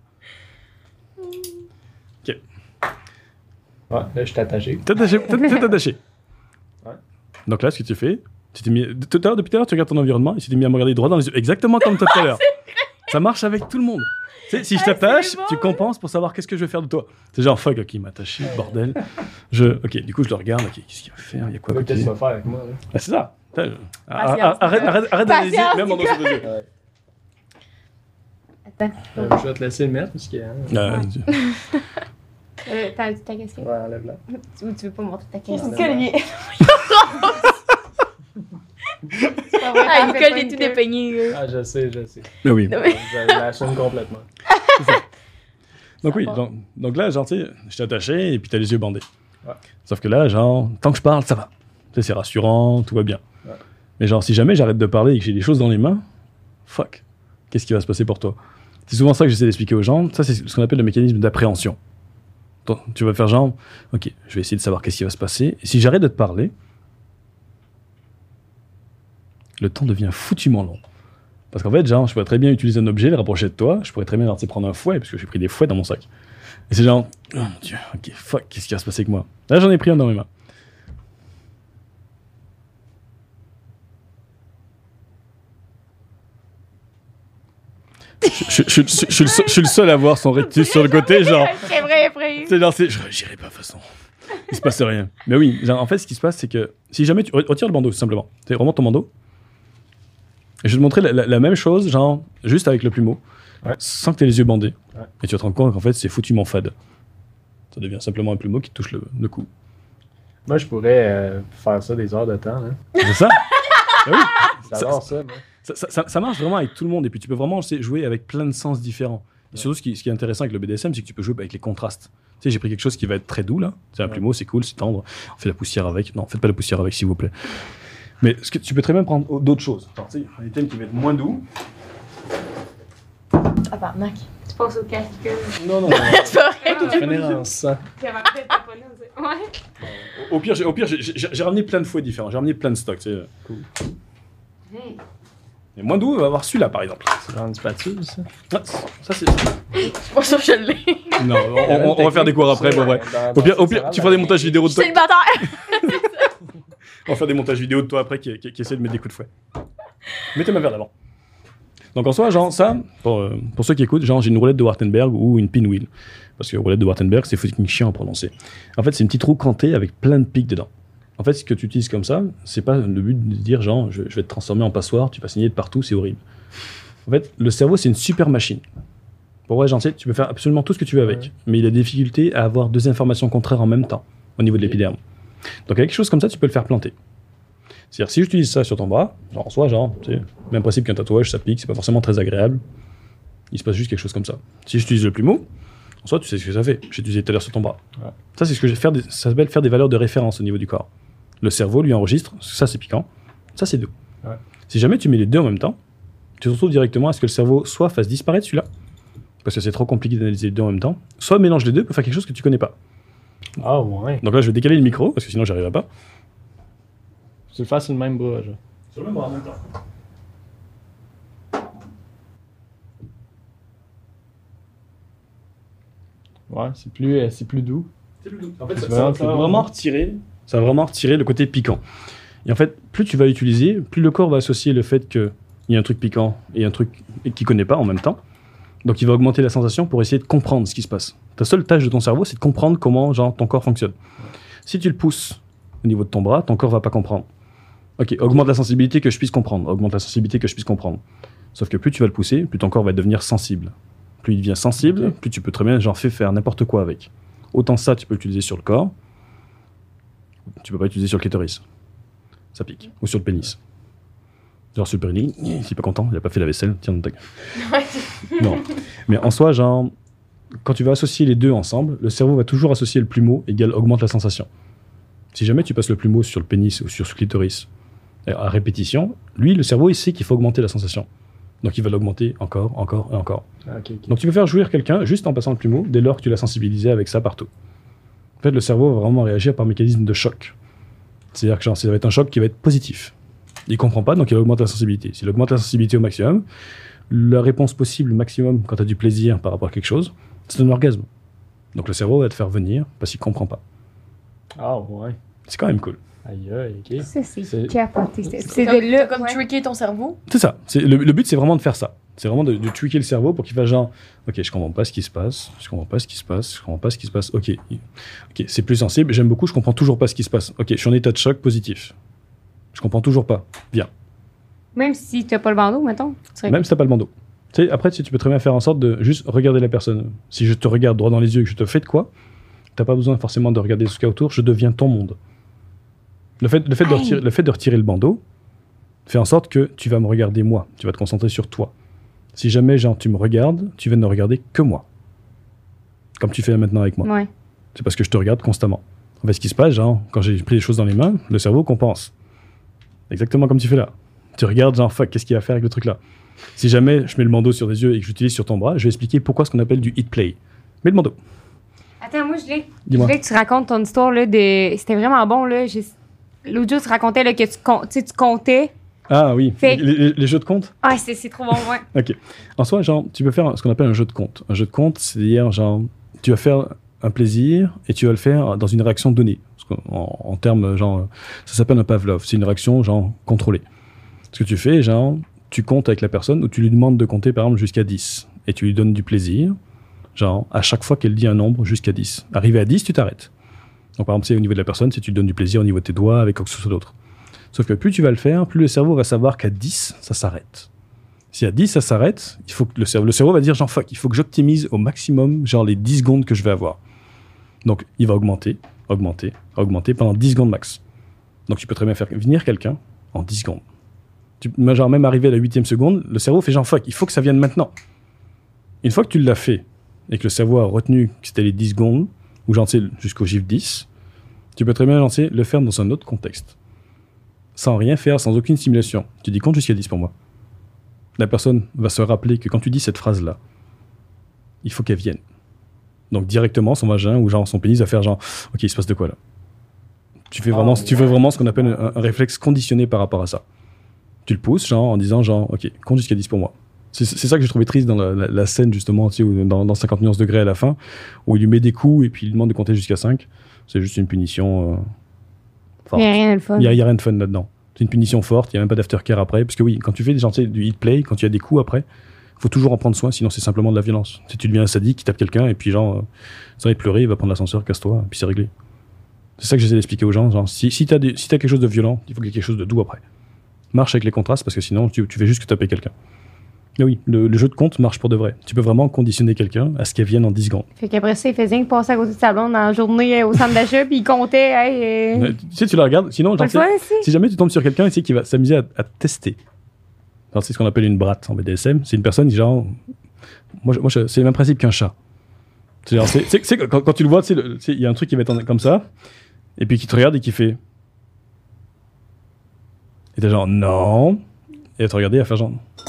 Ouais, là, je suis attaché. T'es attaché. Ouais. Donc là, ce que tu fais, tu t'es mis. Depuis tout à l'heure, tu regardes ton environnement et tu t'es mis à me regarder droit dans les yeux, exactement comme tout à l'heure. Ça marche avec tout le monde. Tu sais, si je t'attache, c'est bon. tu compenses pour savoir qu'est-ce que je vais faire de toi. C'est genre, fuck, ok, il m'a attaché, bordel. Ok, du coup, je le regarde, ok, qu'est-ce qu'il va faire? Il y a quoi à Qu'est-ce que côté? tu vas faire avec moi, là? Ah, c'est ça. Patience. Arrête d'aller les yeux, Patience, même en dessous des yeux. Ouais. Attends. Je vais te laisser le mettre, parce que. Hein, T'as ta casquette? ouais, enlève-la. Tu veux pas montrer ta casquette? Nicole, il est. C'est pas vrai, Ah, t'en fais Nicole, pas, il est tout dépeigné. Ah, je sais. Mais oui. Je l'assume complètement. Donc oui, Ça va. donc là, genre, tu sais, je t'ai attaché et puis t'as les yeux bandés. Ouais. Sauf que là, genre, tant que je parle, ça va. Tu sais, c'est rassurant, tout va bien. Ouais. Mais genre, si jamais j'arrête de parler et que j'ai des choses dans les mains, fuck, qu'est-ce qui va se passer pour toi? C'est souvent ça que j'essaie d'expliquer aux gens. Ça, c'est ce qu'on appelle le mécanisme d'appréhension. Tu vas faire genre, ok, je vais essayer de savoir qu'est-ce qui va se passer. Et si j'arrête de te parler, le temps devient foutument long. Parce qu'en fait, genre, je pourrais très bien utiliser un objet, le rapprocher de toi, je pourrais très bien prendre un fouet, parce que j'ai pris des fouets dans mon sac. Et c'est genre, oh mon dieu, ok, fuck, qu'est-ce qui va se passer avec moi? Là, j'en ai pris un dans mes mains. Je suis le seul à voir son rectus sur le côté, genre. C'est vrai, après. C'est genre, j'irai pas de toute façon. Il se passe rien. Mais oui, genre, en fait, ce qui se passe, c'est que si jamais tu retires le bandeau, tout simplement. Tu remontes ton bandeau. Et je vais te montrer la même chose, genre, juste avec le plumeau, sans que tu aies les yeux bandés. Ouais. Et tu vas te rendre compte qu'en fait, c'est foutument fade. Ça devient simplement un plumeau qui te touche le cou. Moi, je pourrais faire ça des heures de temps. Là. C'est ça? Ben oui. J'adore ça, moi. Ça marche vraiment avec tout le monde. Et puis, tu peux vraiment jouer avec plein de sens différents. Et surtout, ce qui est intéressant avec le BDSM, c'est que tu peux jouer avec les contrastes. Tu sais, j'ai pris quelque chose qui va être très doux, là. C'est un plumeau, c'est cool, c'est tendre. On fait la poussière avec. Non, faites pas la poussière avec, s'il vous plaît. Mais ce que tu peux très bien prendre d'autres choses. Genre, tu sais, un item qui va être moins doux. Ah, barnac. Tu passes au casque. Non, non, C'est pas vrai. tout finir en sang. Ouais. Au pire, j'ai ramené plein de fouets différents. J'ai ramené plein de stocks. Tu sais. Cool. Et moins doux, on va avoir celui-là, par exemple. C'est genre une spatule, ça. Ah, ça, c'est. Je suis pas sûre que je l'ai. Non, on va faire des cours après, pour vrai. Au pire, tu feras des montages vidéo de Je suis toi. célibataire. On va faire des montages vidéo de toi après qui essaie de mettre des coups de fouet. Mettez ma vers l'avant. Donc en soi, genre ça, pour ceux qui écoutent, genre j'ai une roulette de Wartenberg ou une pinwheel. Parce que roulette de Wartenberg, c'est fucking chiant à prononcer. En fait, c'est une petite roue cantée avec plein de pics dedans. En fait, ce que tu utilises comme ça, c'est pas le but de dire genre je vais te transformer en passoire, tu vas saigner de partout, c'est horrible. En fait, le cerveau, c'est une super machine. Pour vrai, tu peux faire absolument tout ce que tu veux avec. Mais il a des difficultés à avoir 2 informations contraires en même temps au niveau de l'épiderme. Donc, avec quelque chose comme ça, tu peux le faire planter. C'est-à-dire, si j'utilise ça sur ton bras, genre, en soi, même principe qu'un tatouage, ça pique, c'est pas forcément très agréable. Il se passe juste quelque chose comme ça. Si j'utilise le plumeau, en soi, tu sais ce que ça fait. J'ai utilisé tout à l'heure sur ton bras. Ouais. Ça, c'est ce que je vais faire. Ça s'appelle faire des valeurs de référence au niveau du corps. Le cerveau lui enregistre, ça c'est piquant, ça c'est doux. Ouais. Si jamais tu mets les deux en même temps, tu te retrouves directement à ce que le cerveau soit fasse disparaître celui-là, parce que c'est trop compliqué d'analyser les deux en même temps, soit mélange les deux pour faire quelque chose que tu connais pas. Ah ouais. Donc là, je vais décaler le micro, parce que sinon, j'arriverai pas. Tu le fais sur le même bras, genre. Sur le même bras en même temps. Ouais, c'est plus doux. C'est plus doux. En fait, ça va vraiment retirer le côté piquant. Et en fait, plus tu vas l'utiliser, plus le corps va associer le fait qu'il y a un truc piquant et un truc qu'il connaît pas en même temps. Donc, il va augmenter la sensation pour essayer de comprendre ce qui se passe. Ta seule tâche de ton cerveau, c'est de comprendre comment ton corps fonctionne. Si tu le pousses au niveau de ton bras, ton corps va pas comprendre. Ok, augmente la sensibilité que je puisse comprendre. Augmente la sensibilité que je puisse comprendre. Sauf que plus tu vas le pousser, plus ton corps va devenir sensible. Plus il devient sensible, plus tu peux très bien faire n'importe quoi avec. Autant ça, tu peux l'utiliser sur le corps. Tu peux pas l'utiliser sur le clitoris. Ça pique. Ou sur le pénis. Genre sur le pénis, il est pas content, il a pas fait la vaisselle. Tiens, ta gueule. Non. Mais en soi, quand tu vas associer les deux ensemble, le cerveau va toujours associer le plumeau égale augmente la sensation. Si jamais tu passes le plumeau sur le pénis ou sur le clitoris à répétition, lui, le cerveau, il sait qu'il faut augmenter la sensation. Donc, il va l'augmenter encore et encore. Ah, okay. Donc, tu peux faire jouir quelqu'un juste en passant le plumeau dès lors que tu l'as sensibilisé avec ça partout. En fait, le cerveau va vraiment réagir par mécanisme de choc. C'est-à-dire que ça va être un choc qui va être positif. Il comprend pas, donc il augmente la sensibilité. S'il augmente la sensibilité au maximum, la réponse possible maximum quand tu as du plaisir par rapport à quelque chose, c'est un orgasme. Donc, le cerveau va te faire venir parce qu'il comprend pas. Ah ouais. C'est quand même cool. Aïe, ok. Ça, c'est capoté. C'est comme tricker ton cerveau. C'est ça. Le but, c'est vraiment de faire ça. C'est vraiment de tricker le cerveau pour qu'il fasse genre, ok, je comprends pas ce qui se passe, ok, c'est plus sensible, j'aime beaucoup, je comprends toujours pas ce qui se passe. Ok, je suis en état de choc positif. Je comprends toujours pas. Viens. Même si tu n'as pas le bandeau, mettons. Même si tu n'as pas le bandeau. Tu sais, après, tu peux très bien faire en sorte de juste regarder la personne. Si je te regarde droit dans les yeux et que je te fais de quoi, tu n'as pas besoin forcément de regarder ce qu'il y a autour, je deviens ton monde. Le fait de retirer le bandeau fait en sorte que tu vas me regarder moi. Tu vas te concentrer sur toi. Si jamais, tu me regardes, tu vas ne regarder que moi. Comme tu fais maintenant avec moi. Ouais. C'est parce que je te regarde constamment. En fait, ce qui se passe, quand j'ai pris les choses dans les mains, le cerveau compense. Exactement comme tu fais là. Tu regardes, fuck, qu'est-ce qu'il va faire avec le truc là? Si jamais je mets le bandeau sur les yeux et que j'utilise sur ton bras, je vais expliquer pourquoi ce qu'on appelle du hit play. Mets le bandeau. Attends, moi, je voulais que tu racontes ton histoire, là, C'était vraiment bon, là. L'autre jour, tu racontais, là, que tu comptais. Ah oui, les jeux de compte. Ah, c'est trop bon, ouais. Ok. En soi, tu peux faire ce qu'on appelle un jeu de compte. Un jeu de compte, c'est-à-dire, tu vas faire un plaisir et tu vas le faire dans une réaction donnée. En termes, ça s'appelle un Pavlov. C'est une réaction, contrôlée. Ce que tu fais, tu comptes avec la personne ou tu lui demandes de compter, par exemple, jusqu'à 10. Et tu lui donnes du plaisir, à chaque fois qu'elle dit un nombre, jusqu'à 10. Arrivé à 10, tu t'arrêtes. Donc, par exemple, c'est au niveau de la personne, si tu lui donnes du plaisir au niveau de tes doigts, avec quoi que ce soit d'autre. Sauf que plus tu vas le faire, plus le cerveau va savoir qu'à 10, ça s'arrête. Si à 10, ça s'arrête, il faut que le cerveau va dire, fuck, il faut que j'optimise au maximum, les 10 secondes que je vais avoir. Donc, il va augmenter pendant 10 secondes max. Donc, tu peux très bien faire venir quelqu'un en 10 secondes. Même arrivé à la 8e seconde, le cerveau fait fuck, il faut que ça vienne maintenant. Une fois que tu l'as fait, et que le cerveau a retenu que c'était les 10 secondes, ou jusqu'au chiffre 10, tu peux très bien le faire dans un autre contexte. Sans rien faire, sans aucune simulation. Tu dis compte jusqu'à 10 pour moi. La personne va se rappeler que quand tu dis cette phrase-là, il faut qu'elle vienne. Donc directement, son vagin ou son pénis va faire ok, il se passe de quoi là? Tu fais vraiment ce qu'on appelle un réflexe conditionné par rapport à ça. Tu le pousses en disant ok, compte jusqu'à 10 pour moi. C'est ça que j'ai trouvé triste dans la scène justement, dans 50 nuances degrés à la fin, où il lui met des coups et puis il lui demande de compter jusqu'à 5. C'est juste une punition forte. Il n'y a rien de fun. Il n'y a rien de fun là-dedans. C'est une punition forte, il n'y a même pas d'aftercare après. Parce que oui, quand tu fais du hit play, quand tu as des coups après, il faut toujours en prendre soin, sinon c'est simplement de la violence. Si tu deviens un sadique qui tape quelqu'un et puis ça va pleurer, il va prendre l'ascenseur, casse-toi, et puis c'est réglé. C'est ça que j'essaie d'expliquer aux gens. Si t'as quelque chose de violent, il faut qu'il y ait quelque chose de doux après. Marche avec les contrastes parce que sinon tu fais juste que taper quelqu'un. Mais oui, le jeu de compte marche pour de vrai. Tu peux vraiment conditionner quelqu'un à ce qu'elle vienne en 10 secondes. Fait qu'après ça, il faisait rien que passer à côté de sa blonde dans la journée au centre d'achat, puis il comptait. Tu sais, tu la regardes. Sinon, Pas genre, le fun, si jamais tu tombes sur quelqu'un ici qui va s'amuser à tester. Alors, c'est ce qu'on appelle une bratte en BDSM. C'est une personne qui, genre. C'est le même principe qu'un chat. C'est genre, quand tu le vois, il y a un truc qui va être comme ça, et puis qui te regarde et qui fait. Et t'es genre, non. Et elle te regarder, elle va faire genre.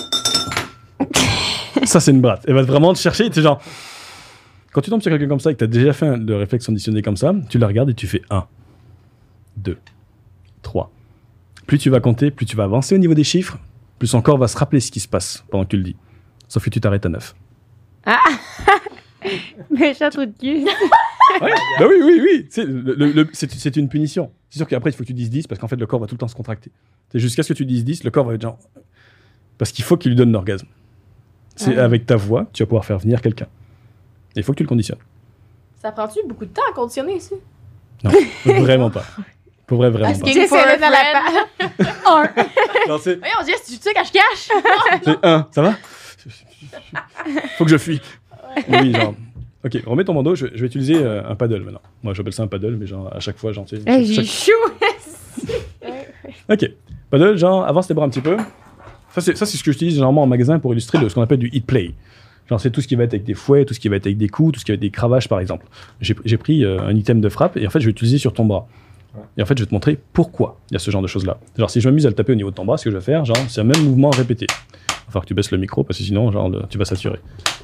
Ça, c'est une bratte. Elle va vraiment te chercher. Tu genre, quand tu tombes sur quelqu'un comme ça et que tu as déjà fait le réflexe conditionné comme ça, tu la regardes et tu fais 1, 2, 3. Plus tu vas compter, plus tu vas avancer au niveau des chiffres, plus son corps va se rappeler ce qui se passe pendant que tu le dis. Sauf que tu t'arrêtes à 9. Ah! Méchant trou de cul. Ouais, bah oui. C'est une punition. C'est sûr qu'après, il faut que tu dises 10 parce qu'en fait, le corps va tout le temps se contracter. C'est jusqu'à ce que tu dises 10, le corps va être genre. Parce qu'il faut qu'il lui donne l'orgasme. C'est avec ta voix, tu vas pouvoir faire venir quelqu'un. Et il faut que tu le conditionnes. Ça prend-tu beaucoup de temps à conditionner ici? Non, vraiment pas. Pour vrai, vraiment pas. J'essaie de dans la page. Non, c'est Voyons, Jess, tu sais cache-cache? c'est 1, ça va? Faut que je fuis. Oui, genre. Ok, remets ton bandeau, je vais utiliser un paddle maintenant. Moi, j'appelle ça un paddle, mais genre, à chaque fois, genre, tu sais. J'ai chaud. Ok, paddle, genre, avance tes bras un petit peu. Ça, c'est ce que j'utilise généralement en magasin pour illustrer ce qu'on appelle du hit play. Genre, c'est tout ce qui va être avec des fouets, tout ce qui va être avec des coups, tout ce qui va être des cravaches, par exemple. J'ai pris un item de frappe et en fait, je vais l'utiliser sur ton bras. Et en fait, je vais te montrer pourquoi il y a ce genre de choses-là. Genre, si je m'amuse à le taper au niveau de ton bras, ce que je vais faire, genre, c'est un même mouvement répété. Il va falloir que tu baisses le micro parce que sinon, genre, tu vas saturer.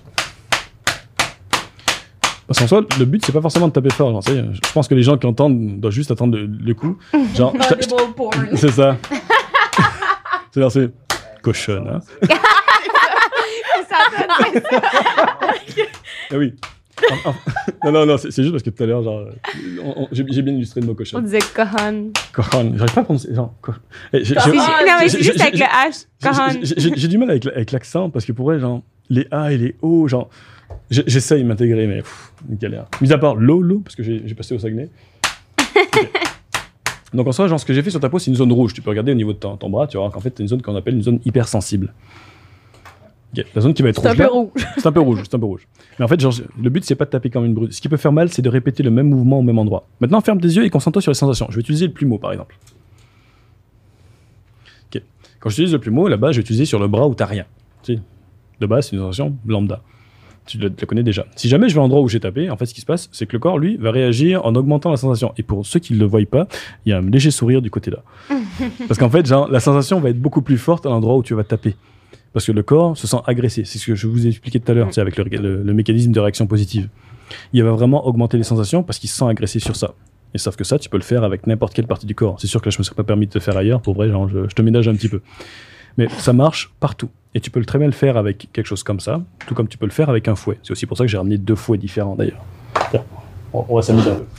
Parce qu'en soi, le but, c'est pas forcément de taper fort. Genre, je pense que les gens qui entendent doivent juste attendre le coup. Genre, c'est ça. C'est cochonne, hein. Ah oui. Non, c'est juste parce que tout à l'heure, genre, j'ai bien illustré le mot cochonne. On disait cochon. Cochonne. J'arrive pas à prononcer. Genre, Non, mais c'est juste avec le H. Cochon. J'ai du mal avec l'accent parce que pour vrai, genre, les A et les O, genre, j'essaye de m'intégrer, mais une galère. Mis à part l'eau, parce que j'ai passé au Saguenay. Okay. Donc en soi, genre, ce que j'ai fait sur ta peau, c'est une zone rouge. Tu peux regarder au niveau de ton bras, tu vois qu'en fait, c'est une zone qu'on appelle une zone hypersensible. Okay. La zone qui va être rouge. C'est un peu rouge. Mais en fait, genre, le but, c'est pas de taper comme une brute. Ce qui peut faire mal, c'est de répéter le même mouvement au même endroit. Maintenant, ferme tes yeux et concentre-toi sur les sensations. Je vais utiliser le plumeau, par exemple. Okay. Quand j'utilise le plumeau, là-bas, je vais utiliser sur le bras où t'as rien. Tu sais, de base, c'est une sensation lambda. Tu la connais déjà. Si jamais je vais à l'endroit où j'ai tapé, en fait, ce qui se passe, c'est que le corps, lui, va réagir en augmentant la sensation. Et pour ceux qui ne le voient pas, il y a un léger sourire du côté là. Parce qu'en fait, genre, la sensation va être beaucoup plus forte à l'endroit où tu vas taper. Parce que le corps se sent agressé. C'est ce que je vous ai expliqué tout à l'heure, avec le mécanisme de réaction positive. Il va vraiment augmenter les sensations parce qu'il se sent agressé sur ça. Et sauf que ça, tu peux le faire avec n'importe quelle partie du corps. C'est sûr que là, je me serais pas permis de te faire ailleurs. Pour vrai, genre, je te ménage un petit peu. Mais ça marche partout. Et tu peux très bien le faire avec quelque chose comme ça, tout comme tu peux le faire avec un fouet. C'est aussi pour ça que j'ai ramené 2 fouets différents, d'ailleurs. Tiens, on va s'amuser un peu.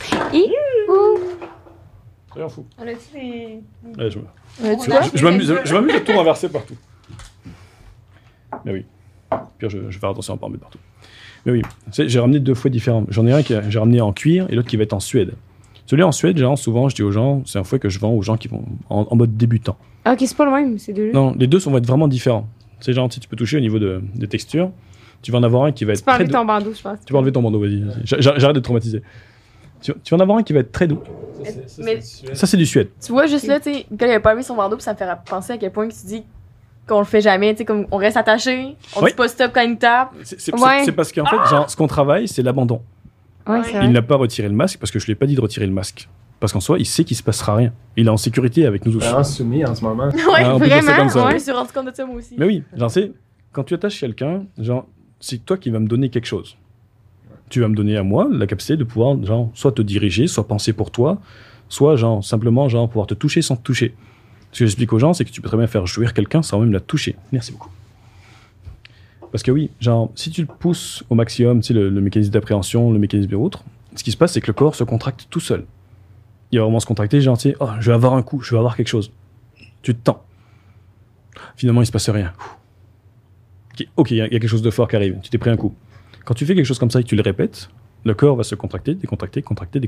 Soyons fou. On a-tu des... Ouais, je m'amuse à tout renverser partout. Mais oui. Puis je vais faire attention à ne pas en mettre partout. Mais oui, j'ai ramené 2 fouets différents. J'en ai un que j'ai ramené en cuir et l'autre qui va être en Suède. Celui en Suède, genre, souvent, je dis aux gens, c'est un fouet que je vends aux gens qui vont en mode débutant. Ok, c'est pas le même, ces deux-là. Non, les deux vont être vraiment différents. C'est genre, si tu peux toucher au niveau des textures, tu vas en avoir un qui va être très doux. Tu peux enlever ton bandeau, je pense. Tu peux enlever ton bandeau, vas-y. J'arrête de te traumatiser. Tu vas en avoir un qui va être très doux. Ça, c'est du Suède. Tu vois, juste là, tu sais, quand il avait pas mis son bandeau, puis ça me fait penser à quel point tu dis qu'on le fait jamais, tu sais, comme on reste attaché, on dit pas stop quand il tape. C'est parce qu'en fait, genre, ce qu'on travaille, c'est l'abandon. Ouais, c'est vrai. Il n'a pas retiré le masque parce que je lui ai pas dit de retirer le masque. Parce qu'en soi, il sait qu'il se passera rien. Il est en sécurité avec nous tous. Vraiment soumis en ce moment. Ouais, on peut dire ça comme ça. Je me suis rendu compte de ça moi aussi. Mais oui, genre, c'est quand tu attaches quelqu'un, genre, c'est toi qui vas me donner quelque chose. Tu vas me donner à moi la capacité de pouvoir, genre, soit te diriger, soit penser pour toi, soit, genre, simplement, genre, pouvoir te toucher sans te toucher. Ce que j'explique aux gens, c'est que tu peux très bien faire jouir quelqu'un sans même la toucher. Merci beaucoup. Parce que oui, genre, si tu le pousses au maximum, tu sais, le mécanisme d'appréhension, le mécanisme et autres, ce qui se passe, c'est que le corps se contracte tout seul. Il va vraiment se contracter, genre, tu sais, oh, je vais avoir un coup, je vais avoir quelque chose. Tu te tends. Finalement, il se passe rien. Ok, il y a quelque chose de fort qui arrive, tu t'es pris un coup. Quand tu fais quelque chose comme ça et que tu le répètes, le corps va se contracter, décontracter.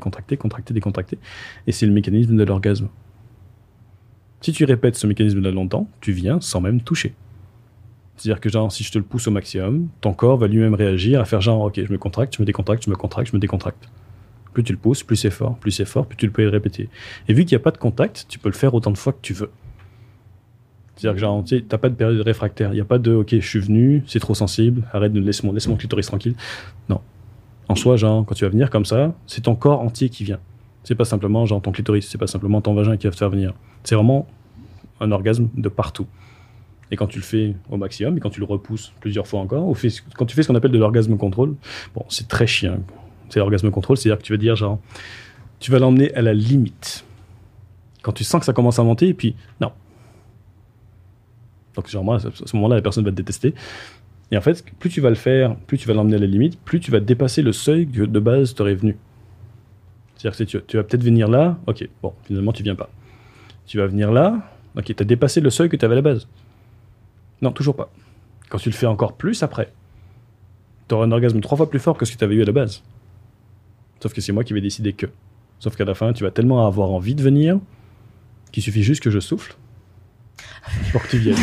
Et c'est le mécanisme de l'orgasme. Si tu répètes ce mécanisme là longtemps, tu viens sans même toucher. C'est-à-dire que genre, si je te le pousse au maximum, ton corps va lui-même réagir à faire genre, ok, je me contracte, je me décontracte, je me contracte, je me décontracte. Plus tu le pousses, plus c'est fort, plus tu le peux le répéter. Et vu qu'il n'y a pas de contact, tu peux le faire autant de fois que tu veux. C'est-à-dire que genre, tu n'as pas de période réfractaire. Il n'y a pas de, ok, je suis venu, c'est trop sensible, arrête de laisse mon clitoris tranquille. Non. En soi, genre, quand tu vas venir comme ça, c'est ton corps entier qui vient. C'est pas simplement genre ton clitoris, c'est pas simplement ton vagin qui va te faire venir. C'est vraiment un orgasme de partout. Et quand tu le fais au maximum, et quand tu le repousses plusieurs fois encore, quand tu fais ce qu'on appelle de l'orgasme contrôle, bon, c'est très chiant. C'est l'orgasme contrôle, c'est-à-dire que tu vas dire genre, tu vas l'emmener à la limite. Quand tu sens que ça commence à monter, et puis non. Donc genre, moi, à ce moment-là, la personne va te détester. Et en fait, plus tu vas le faire, plus tu vas l'emmener à la limite, plus tu vas dépasser le seuil que de base t'aurais venu. C'est-à-dire que tu vas peut-être venir là, ok, bon, finalement tu viens pas. Tu vas venir là, ok, tu as dépassé le seuil que tu avais à la base. Non, toujours pas. Quand tu le fais encore plus après, tu auras un orgasme 3 fois plus fort que ce que tu avais eu à la base. Sauf que c'est moi qui vais décider que. Sauf qu'à la fin, tu vas tellement avoir envie de venir qu'il suffit juste que je souffle pour que tu viennes.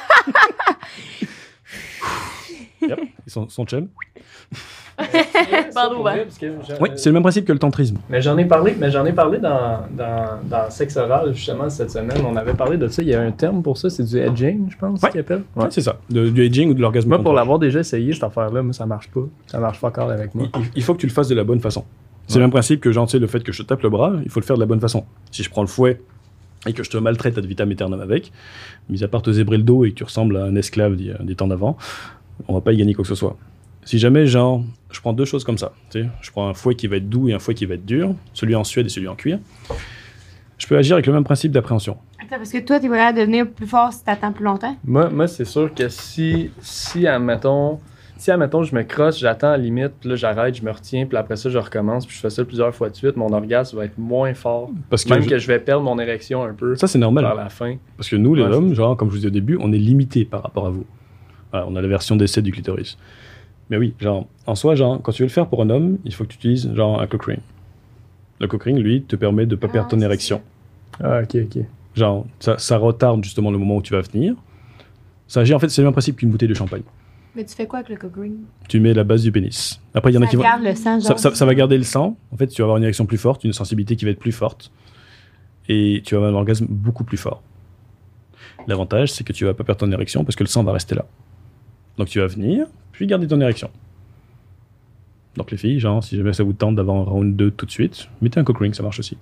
Yep, son chum. Pardon, ouais. Oui, c'est le même principe que le tantrisme. Mais j'en ai parlé dans Sexe Oral, justement, cette semaine. On avait parlé de ça. Il y a un terme pour ça, c'est du edging, je pense, qu'il appelle. Ouais, c'est ça. Du edging ou de l'orgasme Moi, contrôle. pour l'avoir déjà essayé, cette affaire-là, moi, ça marche pas. Ça marche pas encore avec moi. Il faut que tu le fasses de la bonne façon. C'est le même principe que, genre, tu sais, le fait que je te tape le bras, il faut le faire de la bonne façon. Si je prends le fouet et que je te maltraite ad vitam aeternam avec, mis à part te zébrer le dos et que tu ressembles à un esclave des temps d'avant, on va pas y gagner quoi que ce soit. Si jamais, genre, je prends deux choses comme ça, tu sais, je prends un fouet qui va être doux et un fouet qui va être dur, celui en suède et celui en cuir, je peux agir avec le même principe d'appréhension. Attends, parce que toi, t'es prêt à devenir plus fort si t'attends plus longtemps? Moi c'est sûr que si admettons, je me crosse, j'attends à la limite, puis là, j'arrête, je me retiens, puis après ça, je recommence, puis je fais ça plusieurs fois de suite, mon orgasme va être moins fort. Parce que même que je vais perdre mon érection un peu. Ça, c'est normal. Vers la fin. Parce que nous, les hommes, genre, comme je vous disais au début, on est limité par rapport à vous. Voilà, on a la version d'essai du clitoris. Mais oui, genre, en soi, genre, quand tu veux le faire pour un homme, il faut que tu utilises, genre, un cock ring. Le cock ring, lui, te permet de ne pas perdre ton érection. Ah, ok. Genre, ça retarde justement le moment où tu vas venir. Ça agit, en fait, c'est le même principe qu'une bouteille de champagne. Mais tu fais quoi avec le cock ring? Tu mets la base du pénis. Après, il y en a qui vont... garde le sang, genre. Ça va garder le sang. En fait, tu vas avoir une érection plus forte, une sensibilité qui va être plus forte. Et tu vas avoir un orgasme beaucoup plus fort. L'avantage, c'est que tu vas pas perdre ton érection parce que le sang va rester là. Donc, tu vas venir, puis garder ton érection. Donc, les filles, genre, si jamais ça vous tente d'avoir un round 2 tout de suite, mettez un cock ring, ça marche aussi.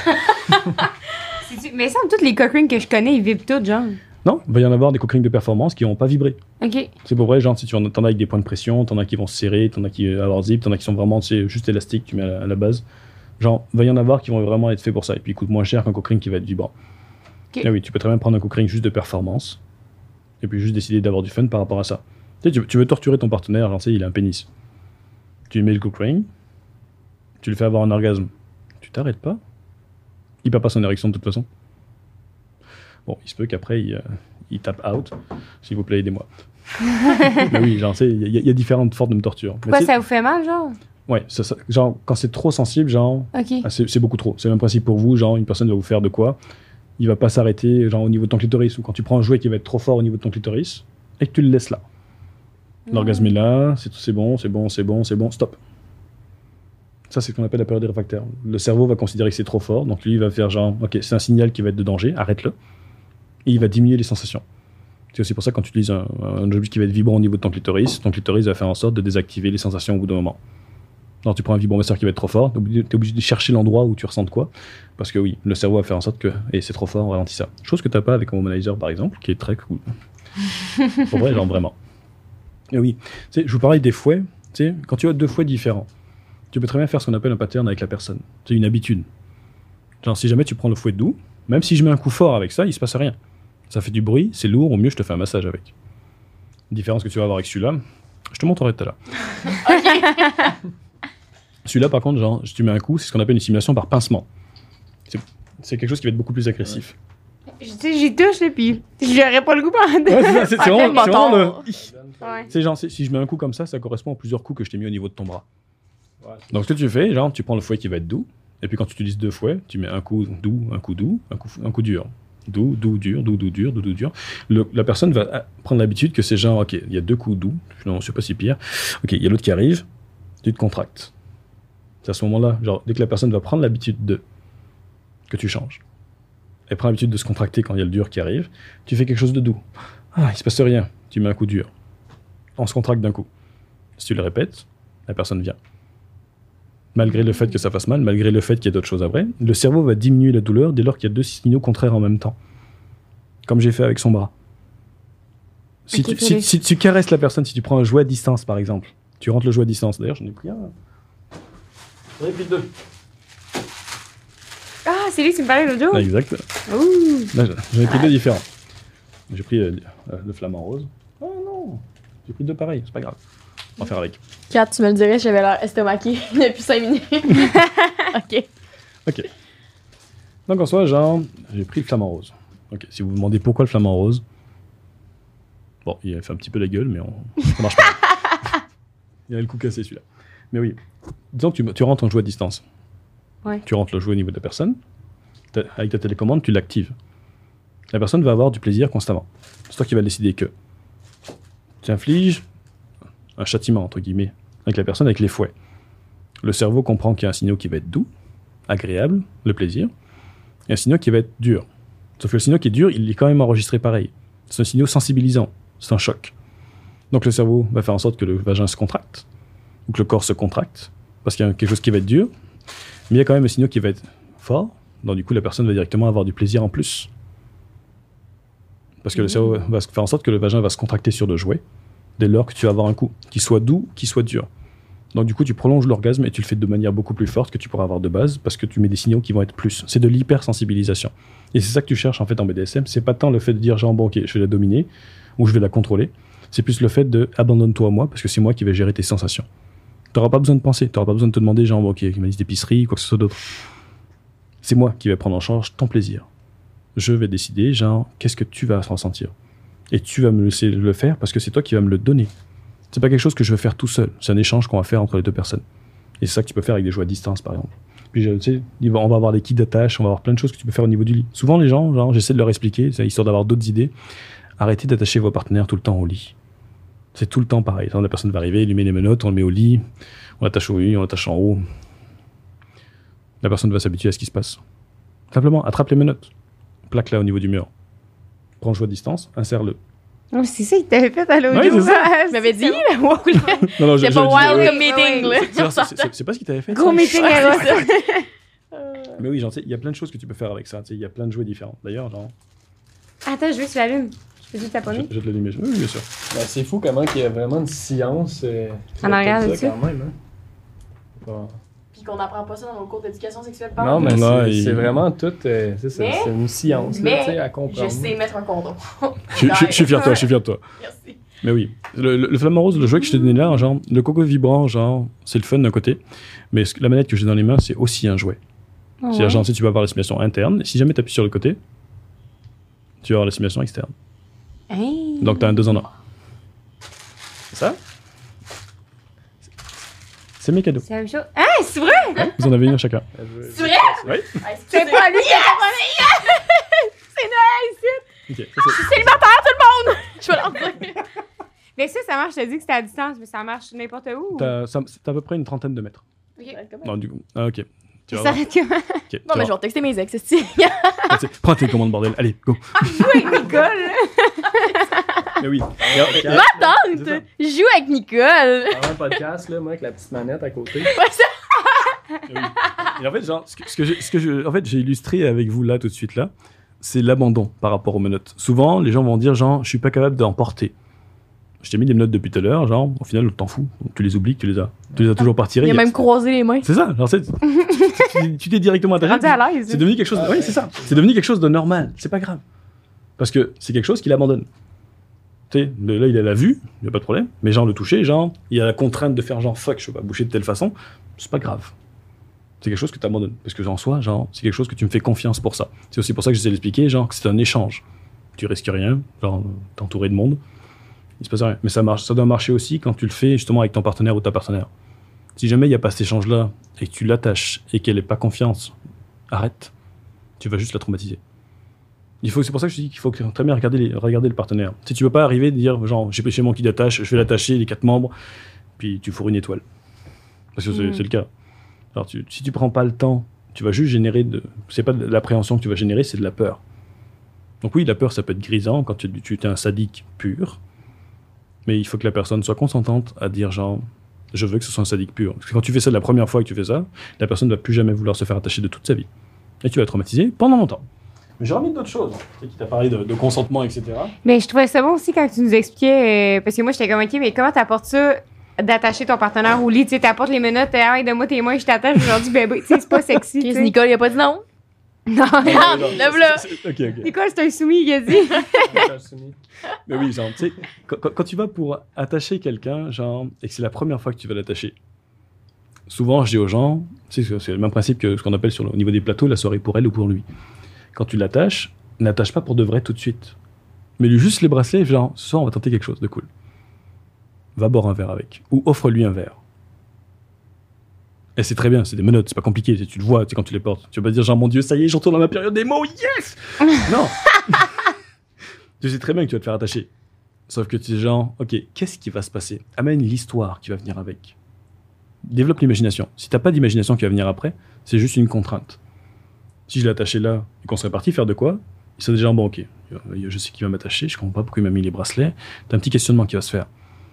Mais ça, toutes les cock rings que je connais, ils vibrent toutes, genre. Non, il va y en avoir des cock rings de performance qui vont pas vibrer. OK. C'est pour vrai, genre, si tu en as avec des points de pression, t'en as qui vont se serrer, t'en as qui avoir zip, t'en as qui sont vraiment, tu sais, juste élastiques, tu mets à la base. Genre, il va y en avoir qui vont vraiment être faits pour ça. Et puis, ils coûtent moins cher qu'un cock ring qui va être vibrant. OK. Ah oui, tu peux très bien prendre un cock ring juste de performance et puis juste décider d'avoir du fun par rapport à ça. Tu sais, tu veux torturer ton partenaire, genre, tu sais, il a un pénis. Tu lui mets le cock ring, tu le fais avoir un orgasme. Tu t'arrêtes pas. Il perd pas son érection de toute façon. Bon, il se peut qu'après, il tape out. S'il vous plaît, aidez-moi. Mais oui, genre, tu sais, il y a différentes formes de torture. Pourquoi ça vous fait mal, genre? Ouais, genre, quand c'est trop sensible, genre, OK. c'est beaucoup trop. C'est le même principe pour vous, genre, une personne va vous faire de quoi? Il va pas s'arrêter, genre, au niveau de ton clitoris, ou quand tu prends un jouet qui va être trop fort au niveau de ton clitoris, et que tu le laisses là. L'orgasme est là, c'est bon, stop. Ça, c'est ce qu'on appelle la période réfractaire. Le cerveau va considérer que c'est trop fort, donc lui, il va faire genre, ok, c'est un signal qui va être de danger, arrête-le. Et il va diminuer les sensations. C'est aussi pour ça que quand tu utilises un objet qui va être vibrant au niveau de ton clitoris va faire en sorte de désactiver les sensations au bout d'un moment. Alors tu prends un vibromasseur qui va être trop fort, t'es obligé de chercher l'endroit où tu ressentes quoi, parce que oui, le cerveau va faire en sorte que, et c'est trop fort, on ralentit ça. Chose que t'as pas avec un womanizer par exemple, qui est très cool. Pour vrai, genre vraiment. Et oui, tu sais, je vous parlais des fouets, tu sais, quand tu as deux fouets différents, tu peux très bien faire ce qu'on appelle un pattern avec la personne. C'est une habitude. Genre si jamais tu prends le fouet doux, même si je mets un coup fort avec ça, il se passe rien. Ça fait du bruit, c'est lourd, au mieux je te fais un massage avec. La différence que tu vas avoir avec celui-là, je te montrerai tout à l'heure. Celui-là, par contre, genre, si tu mets un coup, c'est ce qu'on appelle une stimulation par pincement. C'est quelque chose qui va être beaucoup plus agressif. Tu sais, j'y touche, et puis j'aurais pas le goût pendant Ouais, c'est vraiment le... Ouais. C'est genre, si je mets un coup comme ça correspond à plusieurs coups que je t'ai mis au niveau de ton bras. Ouais. Donc, ce que tu fais, genre, tu prends le fouet qui va être doux, et puis quand tu utilises deux fouets, tu mets un coup doux, un coup dur. Doux, dur, dur. La personne va prendre l'habitude que c'est genre, ok, il y a 2 coups doux, non, c'est pas si pire. Ok, il y a l'autre qui arrive, tu te contractes. C'est à ce moment-là, genre, dès que la personne va prendre l'habitude que tu changes. Elle prend l'habitude de se contracter quand il y a le dur qui arrive, tu fais quelque chose de doux. Ah, il se passe rien, tu mets un coup dur. On se contracte d'un coup. Si tu le répètes, la personne vient. Malgré le fait que ça fasse mal, malgré le fait qu'il y ait d'autres choses après, le cerveau va diminuer la douleur dès lors qu'il y a 2 signaux contraires en même temps. Comme j'ai fait avec son bras. Si tu caresses la personne, si tu prends un jouet à distance par exemple, tu rentres le jouet à distance. D'ailleurs, j'en ai pris un. J'en ai pris 2. Ah, c'est lui qui me parlait l'autre jour. Exact. Ouh. Là, j'en ai pris 2 différents. J'ai pris le flamant rose. Oh non, j'ai pris 2 pareils, c'est pas grave. On va faire avec. 4, tu me le dirais, j'avais l'air estomaquée depuis 5 minutes. Ok. Donc en soi, genre, j'ai pris le flamant rose. Ok, si vous vous demandez pourquoi le flamant rose, bon, il a fait un petit peu la gueule, mais ça marche pas. Il a le coup cassé celui-là. Mais oui, disons que tu rentres un jouet à distance. Ouais. Tu rentres le jouet au niveau de la personne. Avec ta télécommande, tu l'actives. La personne va avoir du plaisir constamment. C'est toi qui vas décider que tu infliges un châtiment, entre guillemets, avec la personne, avec les fouets. Le cerveau comprend qu'il y a un signal qui va être doux, agréable, le plaisir, et un signal qui va être dur. Sauf que le signal qui est dur, il est quand même enregistré pareil. C'est un signal sensibilisant, c'est un choc. Donc le cerveau va faire en sorte que le vagin se contracte, ou que le corps se contracte, parce qu'il y a quelque chose qui va être dur, mais il y a quand même un signal qui va être fort, donc du coup la personne va directement avoir du plaisir en plus. Parce que le cerveau va faire en sorte que le vagin va se contracter sur le jouet, dès lors que tu vas avoir un coup, qui soit doux, qui soit dur. Donc du coup, tu prolonges l'orgasme et tu le fais de manière beaucoup plus forte que tu pourras avoir de base, parce que tu mets des signaux qui vont être plus. C'est de l'hypersensibilisation. Et c'est ça que tu cherches en fait en BDSM. C'est pas tant le fait de dire genre, bon ok, je vais la dominer, ou je vais la contrôler. C'est plus le fait de abandonne-toi à moi, parce que c'est moi qui vais gérer tes sensations. T'auras pas besoin de penser, t'auras pas besoin de te demander genre, bon ok, il m'a dit d'épicerie, quoi que ce soit d'autre. C'est moi qui vais prendre en charge ton plaisir. Je vais décider genre, qu'est-ce que tu vas ressentir. Et tu vas me laisser le faire parce que c'est toi qui vas me le donner. C'est pas quelque chose que je veux faire tout seul. C'est un échange qu'on va faire entre les 2 personnes. Et c'est ça que tu peux faire avec des jouets à distance, par exemple. Puis, tu sais, on va avoir des kits d'attache, on va avoir plein de choses que tu peux faire au niveau du lit. Souvent, les gens, genre, j'essaie de leur expliquer, histoire d'avoir d'autres idées. Arrêtez d'attacher vos partenaires tout le temps au lit. C'est tout le temps pareil. La personne va arriver, il lui met les menottes, on le met au lit, on l'attache au lit, on l'attache en haut. La personne va s'habituer à ce qui se passe. Simplement, attrape les menottes. Plaque-la au niveau du mur. Prends le jouet à distance, insère-le. Oh, c'est ça qu'il t'avait fait à l'audio. Ouais, c'est ça. Tu m'avais dit, wow, Non, c'est pas wild comme meeting, là. C'est pas ce qu'il t'avait fait. Gros meeting Ouais, Eros. c'est ça. Mais oui, genre, il y a plein de choses que tu peux faire avec ça. Il y a plein de jouets différents. D'ailleurs, genre, Attends, je veux que tu l'allumes. Je peux juste taponner. je te l'allume. Oui, bien sûr. Ben, c'est fou comment il y a vraiment une science. En arrière de ça. quand même. Hein. Bon. Puis qu'on n'apprend pas ça dans nos cours d'éducation sexuelle. Non, mais Non, c'est vraiment tout. C'est une science là, tu sais, à comprendre. Je sais mettre un condom. Je suis fier de toi, Merci. Mais oui, le flamant rose, le jouet que je te donnais là, genre, le coco vibrant, genre, c'est le fun d'un côté, mais la manette que j'ai dans les mains, c'est aussi un jouet. C'est-à-dire, genre, si tu vas avoir la stimulation interne, si jamais tu appuies sur le côté, tu vas avoir la stimulation externe. Hey. Donc, tu as un 2 en 1. C'est ça? C'est mes cadeaux. C'est la même chose. Ah, c'est vrai? Ouais, vous en avez un chacun. C'est vrai? Oui. C'est pas lui! C'est nice! Ok, ça, c'est- Célibataire, tout le monde! Je vais leur dire. Mais ça marche, je te dis que c'est à distance, mais ça marche n'importe où. c'est à peu près une 30aine de mètres. Ok. Non, du coup. Ah, ok. Tu vas Ça voir. s'arrête comment? Ok, tu Non, mais vas je vais texter mes ex, c'est Prends tes commandes, bordel. Allez, go. Avec Nicole. Mais oui. Ma tante! Joue avec Nicole! Avant le podcast, là, moi, avec la petite manette à côté. Et en fait, genre, en fait, j'ai illustré avec vous là, tout de suite là, c'est l'abandon par rapport aux menottes. Souvent, les gens vont dire, genre, je suis pas capable d'en porter. Je t'ai mis des menottes depuis tout à l'heure, genre, au final, t'en fous. Tu les oublies, tu les as toujours pas retirées. Il a même croisé les mains. C'est ça, genre, tu t'es directement attaché. Rendu à l'aise. C'est devenu quelque chose. Oui, c'est ça. C'est devenu quelque chose de normal. C'est pas grave. Parce que c'est quelque chose qu'il abandonne. Tu sais, là, il a la vue, il n'y a pas de problème. Mais genre, le toucher, genre, il y a la contrainte de faire genre, fuck, je peux pas boucher de telle façon. C'est pas grave. C'est quelque chose que tu abandonnes. Parce que en soi, genre, c'est quelque chose que tu me fais confiance pour ça. C'est aussi pour ça que j'essaie d'expliquer, genre, que c'est un échange. Tu risques rien, genre, t'es entouré de monde. Il se passe rien. Mais ça marche. Ça doit marcher aussi quand tu le fais justement avec ton partenaire ou ta partenaire. Si jamais il n'y a pas cet échange-là et que tu l'attaches et qu'elle n'ait pas confiance, arrête. Tu vas juste la traumatiser. C'est pour ça que je dis qu'il faut très bien regarder le partenaire. Si tu peux pas arriver et dire, genre, j'ai pêché mon qui d'attache, je vais l'attacher, les 4 membres, puis tu fourres une étoile. Parce que c'est le cas. Alors, si tu prends pas le temps, tu vas juste générer c'est pas de l'appréhension que tu vas générer, c'est de la peur. Donc oui, la peur, ça peut être grisant quand tu es un sadique pur, mais il faut que la personne soit consentante à dire, genre, je veux que ce soit un sadique pur. Parce que quand tu fais ça la première fois que tu fais ça, la personne ne va plus jamais vouloir se faire attacher de toute sa vie. Et tu vas être traumatisé pendant longtemps. Mais j'ai remis d'autres choses. Tu sais, qui t'a parlé de consentement, etc. Mais je trouvais ça bon aussi quand tu nous expliquais, parce que moi, j'étais comme, OK, mais comment t'apportes ça d'attacher ton partenaire au lit? Tu sais, t'apportes les menottes, ah, donne-moi tes mains, je t'attache aujourd'hui, bébé. Tu sais, c'est pas sexy. Chris, Nicole, il a pas dit non. Non, Regarde, lève-le. Ok. Nicole, c'est un soumis, il a dit. Mais oui, genre, tu sais, quand tu vas pour attacher quelqu'un, genre, et que c'est la première fois que tu vas l'attacher, souvent, je dis aux gens, tu sais, c'est le même principe que ce qu'on appelle au niveau des plateaux, la soirée pour elle ou pour lui. Quand tu l'attaches, n'attache pas pour de vrai tout de suite. Mets-lui juste les bracelets, genre, ce soir, on va tenter quelque chose de cool. Va boire un verre avec. Ou offre-lui un verre. Et c'est très bien, c'est des menottes, c'est pas compliqué, tu le vois, tu sais, quand tu les portes. Tu vas pas dire, genre, mon Dieu, ça y est, je retourne dans ma période des mots, yes. Non. Tu sais très bien que tu vas te faire attacher. Sauf que tu es genre, ok, qu'est-ce qui va se passer? Amène l'histoire qui va venir avec. Développe l'imagination. Si t'as pas d'imagination qui va venir après, c'est juste une contrainte. Si je l'ai attaché là et qu'on serait parti faire de quoi, il serait déjà bon, ok, je sais qui va m'attacher, je comprends pas pourquoi il m'a mis les bracelets. T'as un petit questionnement qui va se faire.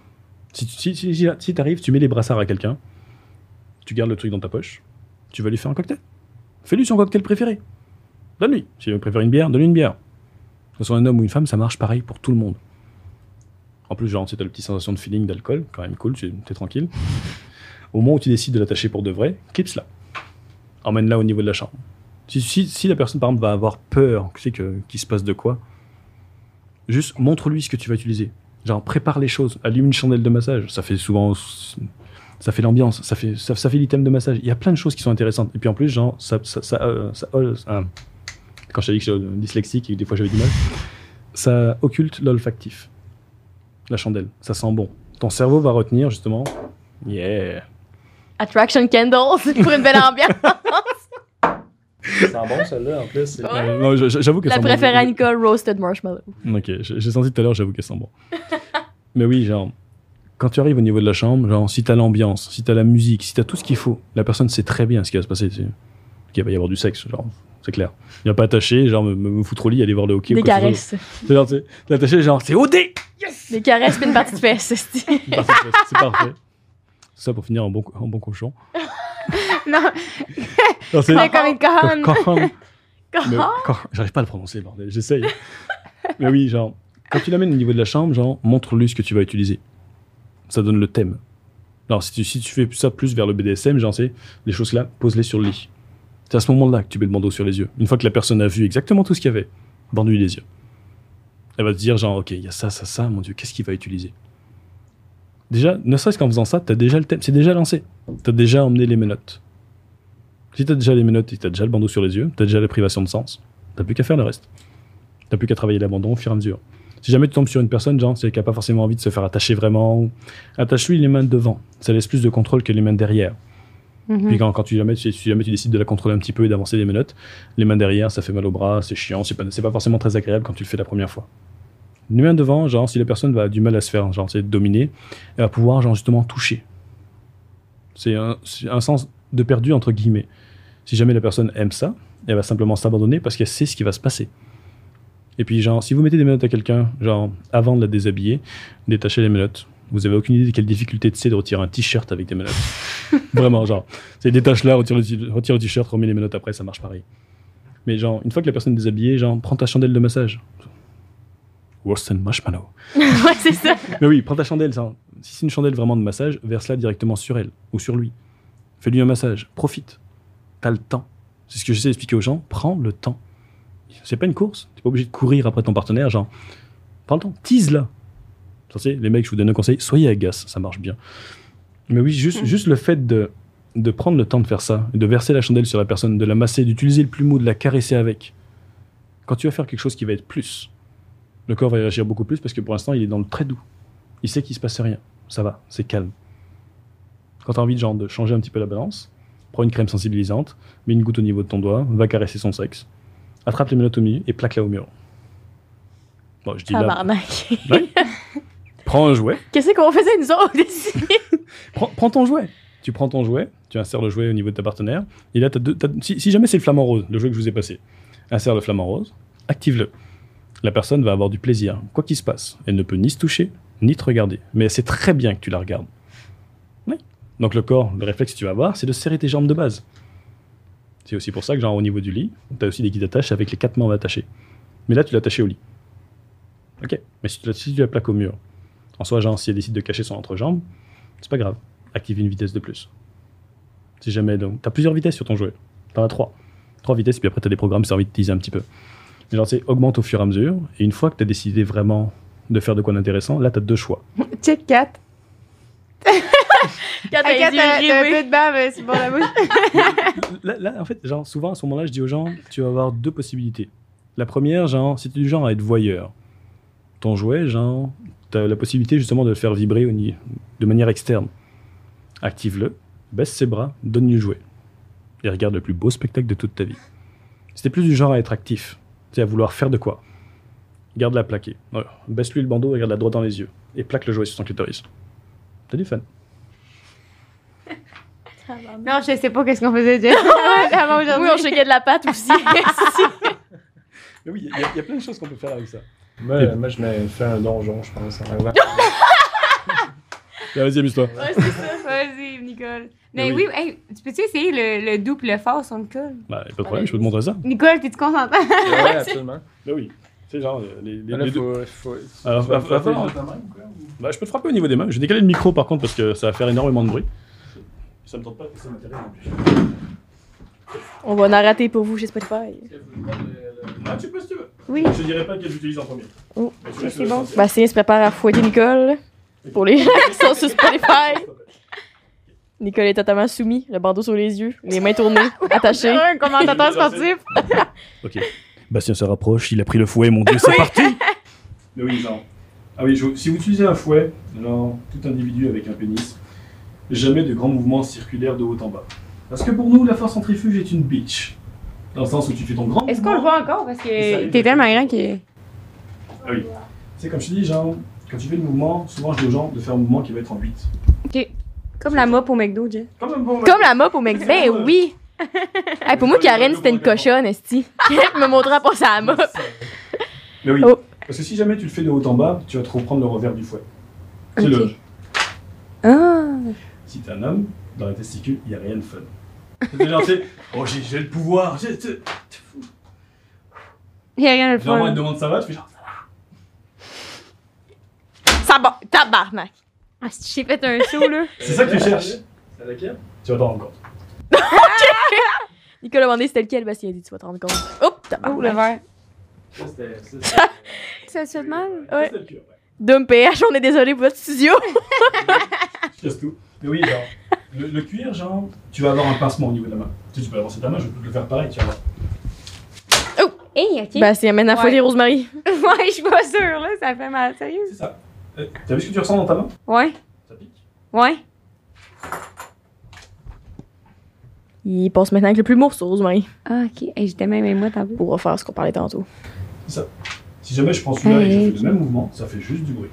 Si t'arrives, tu mets les brassards à quelqu'un, tu gardes le truc dans ta poche, tu vas lui faire un cocktail. Fais-lui son cocktail préféré. Donne-lui. S'il préfère une bière, donne-lui une bière. Que ce soit un homme ou une femme, ça marche pareil pour tout le monde. En plus, genre, tu as la petite sensation de feeling d'alcool, quand même cool, t'es tranquille. Au moment où tu décides de l'attacher pour de vrai, clipse-la. Emmène-la au niveau de la chambre. Si la personne, par exemple, va avoir peur, tu sais, qu'il se passe de quoi, juste montre-lui ce que tu vas utiliser. Genre, prépare les choses. Allume une chandelle de massage. Ça fait souvent... Ça fait l'ambiance. Ça fait l'item de massage. Il y a plein de choses qui sont intéressantes. Et puis en plus, genre, quand je t'ai dit que j'étais dyslexique et que des fois j'avais du mal, ça occulte l'olfactif. La chandelle. Ça sent bon. Ton cerveau va retenir, justement... Yeah. Attraction Candles pour une belle ambiance. Ça sent bon, celle-là, en plus. Ouais. Non, j'avoue que La ça sent préférée à bon. Nicole, Roasted Marshmallow. Ok, j'ai senti tout à l'heure, j'avoue qu'elle sent bon. Mais oui, genre, quand tu arrives au niveau de la chambre, genre, si t'as l'ambiance, si t'as la musique, si t'as tout ce qu'il faut, la personne sait très bien ce qui va se passer. Qu'il va y avoir du sexe, genre, c'est clair. Il va pas attacher, genre, me foutre au lit, aller voir le hockey. Des caresses. C'est genre, tu sais, l'attacher, genre, c'est OD! Yes! Des caresses puis une partie de fesses. C'est parfait. Ça pour finir en bon cochon. Non, Non, c'est comme une conne. J'arrive pas à le prononcer, bordel, j'essaye. Mais oui, genre, quand tu l'amènes au niveau de la chambre, genre, montre-lui ce que tu vas utiliser. Ça donne le thème. Alors, si tu fais ça plus vers le BDSM, genre, c'est les choses là, pose-les sur le lit. C'est à ce moment-là que tu mets le bandeau sur les yeux. Une fois que la personne a vu exactement tout ce qu'il y avait, bande-lui les yeux. Elle va te dire, genre, ok, il y a ça, mon Dieu, qu'est-ce qu'il va utiliser? Déjà, ne serait-ce qu'en faisant ça, t'as déjà le thème, c'est déjà lancé. T'as déjà emmené les menottes. Si t'as déjà les menottes et t'as déjà le bandeau sur les yeux, t'as déjà la privation de sens, t'as plus qu'à faire le reste. T'as plus qu'à travailler l'abandon au fur et à mesure. Si jamais tu tombes sur une personne, genre, c'est qui n'a pas forcément envie de se faire attacher vraiment, attache-lui les mains devant. Ça laisse plus de contrôle que les mains derrière. Puis quand si jamais tu décides de la contrôler un petit peu et d'avancer les menottes, les mains derrière, ça fait mal au bras, c'est chiant, c'est pas forcément très agréable quand tu le fais la première fois. Les mains devant, genre, si la personne va du mal à se faire, genre, c'est dominer, elle va pouvoir, genre, justement, toucher. C'est un sens de perdu, entre guillemets. Si jamais la personne aime ça, elle va simplement s'abandonner parce qu'elle sait ce qui va se passer. Et puis, genre, si vous mettez des menottes à quelqu'un, genre, avant de la déshabiller, détachez les menottes. Vous avez aucune idée de quelle difficulté c'est de retirer un t-shirt avec des menottes. Vraiment, genre, c'est détache là, retire le t-shirt, remets les menottes après, ça marche pareil. Mais genre, une fois que la personne est déshabillée, genre, prends ta chandelle de massage. Roasted Marshmallow. Ouais, c'est ça. Mais oui, prends ta chandelle. Ça. Si c'est une chandelle vraiment de massage, verse-la directement sur elle ou sur lui. Fais-lui un massage. Profite. T'as le temps. C'est ce que j'essaie d'expliquer aux gens. Prends le temps. C'est pas une course. T'es pas obligé de courir après ton partenaire. Genre, prends le temps. Tease-la. Tu sais, les mecs, je vous donne un conseil. Soyez agace. Ça marche bien. Mais oui, juste le fait de prendre le temps de faire ça, de verser la chandelle sur la personne, de la masser, d'utiliser le plumeau, de la caresser avec. Quand tu vas faire quelque chose qui va être plus, le corps va y réagir beaucoup plus parce que pour l'instant, il est dans le très doux. Il sait qu'il se passe rien. Ça va, c'est calme. Quand tu as envie de changer un petit peu la balance, prends une crème sensibilisante, mets une goutte au niveau de ton doigt, va caresser son sexe. attrape les menottes au milieu et plaque-la au mur. Bon, je dis là. Tabarnak. Ouais. Prends un jouet. Qu'est-ce qu'on faisait, nous autres, ici? Prends ton jouet. Tu prends ton jouet, tu insères le jouet au niveau de ta partenaire. Et là, si jamais c'est le flamant rose, le jouet que je vous ai passé, insère le flamant rose, active-le. La personne va avoir du plaisir, quoi qu'il se passe. Elle ne peut ni se toucher, ni te regarder. Mais elle sait très bien que tu la regardes. Oui. Donc le corps, le réflexe que tu vas avoir, c'est de serrer tes jambes de base. C'est aussi pour ça que, genre, au niveau du lit, tu as aussi des guides d'attache avec les 4 membres attachés. Mais là, tu l'as attaché au lit. Ok. Mais si tu la plaques au mur, en soi, genre, si elle décide de cacher son entrejambe, c'est pas grave. Active une vitesse de plus. Si jamais, donc, t'as plusieurs vitesses sur ton jouet. T'en as 3. 3 vitesses, puis après, t'as des programmes qui ont envie de teaser un petit peu. Mais genre, c'est augmente au fur et à mesure. Et une fois que t'as décidé vraiment de faire de quoi d'intéressant, là, t'as 2 choix. Check 4. Quand t'as les T'as yeux un rivés. peu de bave, c'est bon la bouche. Là, en fait, genre, souvent, à ce moment-là, je dis aux gens, tu vas avoir 2 possibilités. La première, genre, si tu es du genre à être voyeur, ton jouet, genre, t'as la possibilité justement de le faire vibrer de manière externe. Active-le, baisse ses bras, donne-lui le jouet. Et regarde le plus beau spectacle de toute ta vie. Si t'es plus du genre à être actif, tu sais, à vouloir faire de quoi, garde-la plaquée. Voilà. Baisse-lui le bandeau, regarde-la droit dans les yeux. Et plaque le jouet sur son clitoris. T'as du fun. Non, je sais pas qu'est-ce qu'on faisait déjà. Avant Oui, aujourd'hui. on checkait de la pâte aussi. Mais oui, il y a plein de choses qu'on peut faire avec ça. Moi, je me fais un donjon, je pense, en arrivant. Vas-y, amuse-toi. Ouais, c'est ça. Vas-y, Nicole. Mais Oui. oui, hey, tu peux-tu essayer le doux pis le fort sur Nicole? Bah, pas de problème, je peux te montrer ça. Nicole, t'es-tu consentant? Ouais, absolument. Bah oui. C'est genre, les Là, deux. faut... Alors, va falloir- Bah, je peux te frapper au niveau des mains. Je vais décaler le micro par contre parce que ça va faire énormément de bruit. Ça me tente pas que ça m'intéresse en plus. On va en rater pour vous chez Spotify. Ah, tu peux si tu veux. Oui. Je te dirais pas quel j'utilise en premier. Oh, Mais tu laisses c'est le bon. sentir. Bastien se prépare à fouetter Nicole. Pour les gens qui sont sur Spotify. Nicole est totalement soumis, le bandeau sur les yeux, les mains tournées, attachées. Un commentateur sportif. Ok. Bastien se rapproche, il a pris le fouet, mon dieu, c'est parti. Mais oui, genre. Ah oui, si vous utilisez un fouet, genre tout individu avec un pénis, jamais de grands mouvements circulaires de haut en bas. Parce que pour nous, la force centrifuge est une bitch. Dans le sens où tu fais ton grand Est-ce qu'on le mouvement. voit encore? Parce Ça que arrive. t'es tellement grand qu'il. Ah oui. C'est comme je te dis, genre, quand tu fais le mouvement, souvent je dis aux gens de faire un mouvement qui va être en 8. Ok. Comme la mop au McDo, Jess. Comme un bon Comme la mop au mec. Ben oui! Hey, pour moi, Karen, c'était une cochonne, esti. Elle me montrait à passer à la mop. Mais oui. Oh. Parce que si jamais tu le fais de haut en bas, tu vas te reprendre le revers du fouet. C'est Ok. le. Ah! Si t'es un homme, dans les testicules, il n'y a rien de fun. C'est genre, c'est. Oh, j'ai le pouvoir. Il y a rien de Genre, moi, fun. elle te demande ça va, tu fais genre. Ça va, tabarnak. Ah, si j'ai fait un show, là. C'est ça que tu cherches. C'est laquelle? Tu vas t'en rendre compte. Nicole a demandé c'était lequel, Bastien a dit tu vas te rendre compte. Oups, Oh, le tabarnak. verre. Ça, c'était... Ça se fait de mal? Ouais. C'était le cul, après. Dom PH, on est désolé pour votre studio. Je casse tout. Mais oui, genre, le cuir, genre, tu vas avoir un pincement au niveau de la main. Tu peux avancer ta main, je peux te le faire pareil, tu vas voir. Hey, ok. Bastien mène à Ouais. fouetter Rosemary. Ouais, je suis pas sûre, là. Ça fait mal. Sérieux? C'est ça. T'as vu ce que tu ressens dans ta main? Ouais. Ça pique. Ouais. Il passe maintenant avec le plus morceau, Rosemary. Ah, ok. Hey, j'étais même moi, t'as vu? Pour refaire ce qu'on parlait tantôt. C'est ça. Si jamais je prends celui-là et que je fais le même mouvement, ça fait juste du bruit.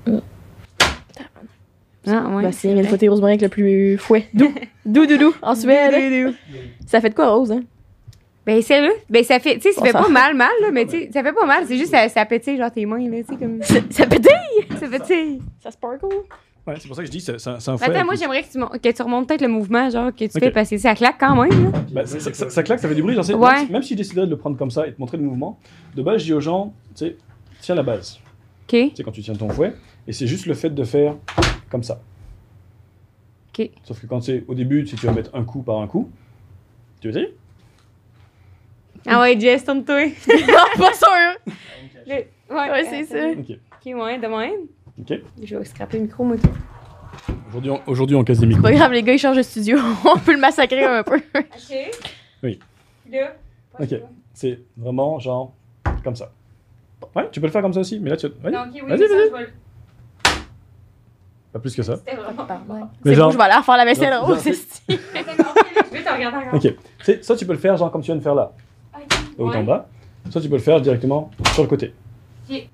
Ah, ouais. Bastien vient de fouetter Rosemary avec le plus fouet. Doudou, en Suède. Ça fait de quoi, Rose, hein? Ben, c'est là. Ben, ça fait, tu sais, ça On fait s'en pas mal, là, mais tu sais, ça fait pas mal. C'est juste, ça pétille, genre, tes mains, là, tu sais, comme. Ça pétille! Ça pétille. Ça sparkle? Ouais, c'est pour ça que je dis, c'est un fouet. Attends, moi, j'aimerais que tu remontes peut-être le mouvement, genre, que tu Ok. fais, parce que ça claque quand même, là. Bah, ça claque, ça fait du bruit. Genre, Ouais. même si je décidais de le prendre comme ça et de montrer le mouvement, de base, je dis aux gens, tu sais, tiens la base. Ok. Tu sais, quand tu tiens ton fouet, et c'est juste le fait de faire comme ça. Ok. Sauf que quand c'est au début, si tu vas mettre un coup par un coup, tu veux essayer? Ah ouais, Jess, tourne-toi. Non, pas sûr! Ouais, c'est ça. Ok. Ok, ouais, de même. Ok. Je vais scraper le micro, moi, tout. Aujourd'hui, on casse des micros. Pas grave, les gars, ils changent de studio. On peut le massacrer un peu. Ok. Oui. Là. Ok. C'est vraiment genre comme ça. Ouais, tu peux le faire comme ça aussi, mais là tu. Vas-y. Non, ok, oui, Vas-y, mais ça, vas-y. je vais le- Pas plus que ça. C'était vraiment pas mal. Mais C'est genre- bon, je vais aller faire la vaisselle, genre, Rose, c'est- esti. Je vais te regarder encore. Ok. Ça, tu peux le faire genre comme tu viens de faire là. Ok. Haut Ouais. en bas. soit tu peux le faire directement sur le côté. Ok.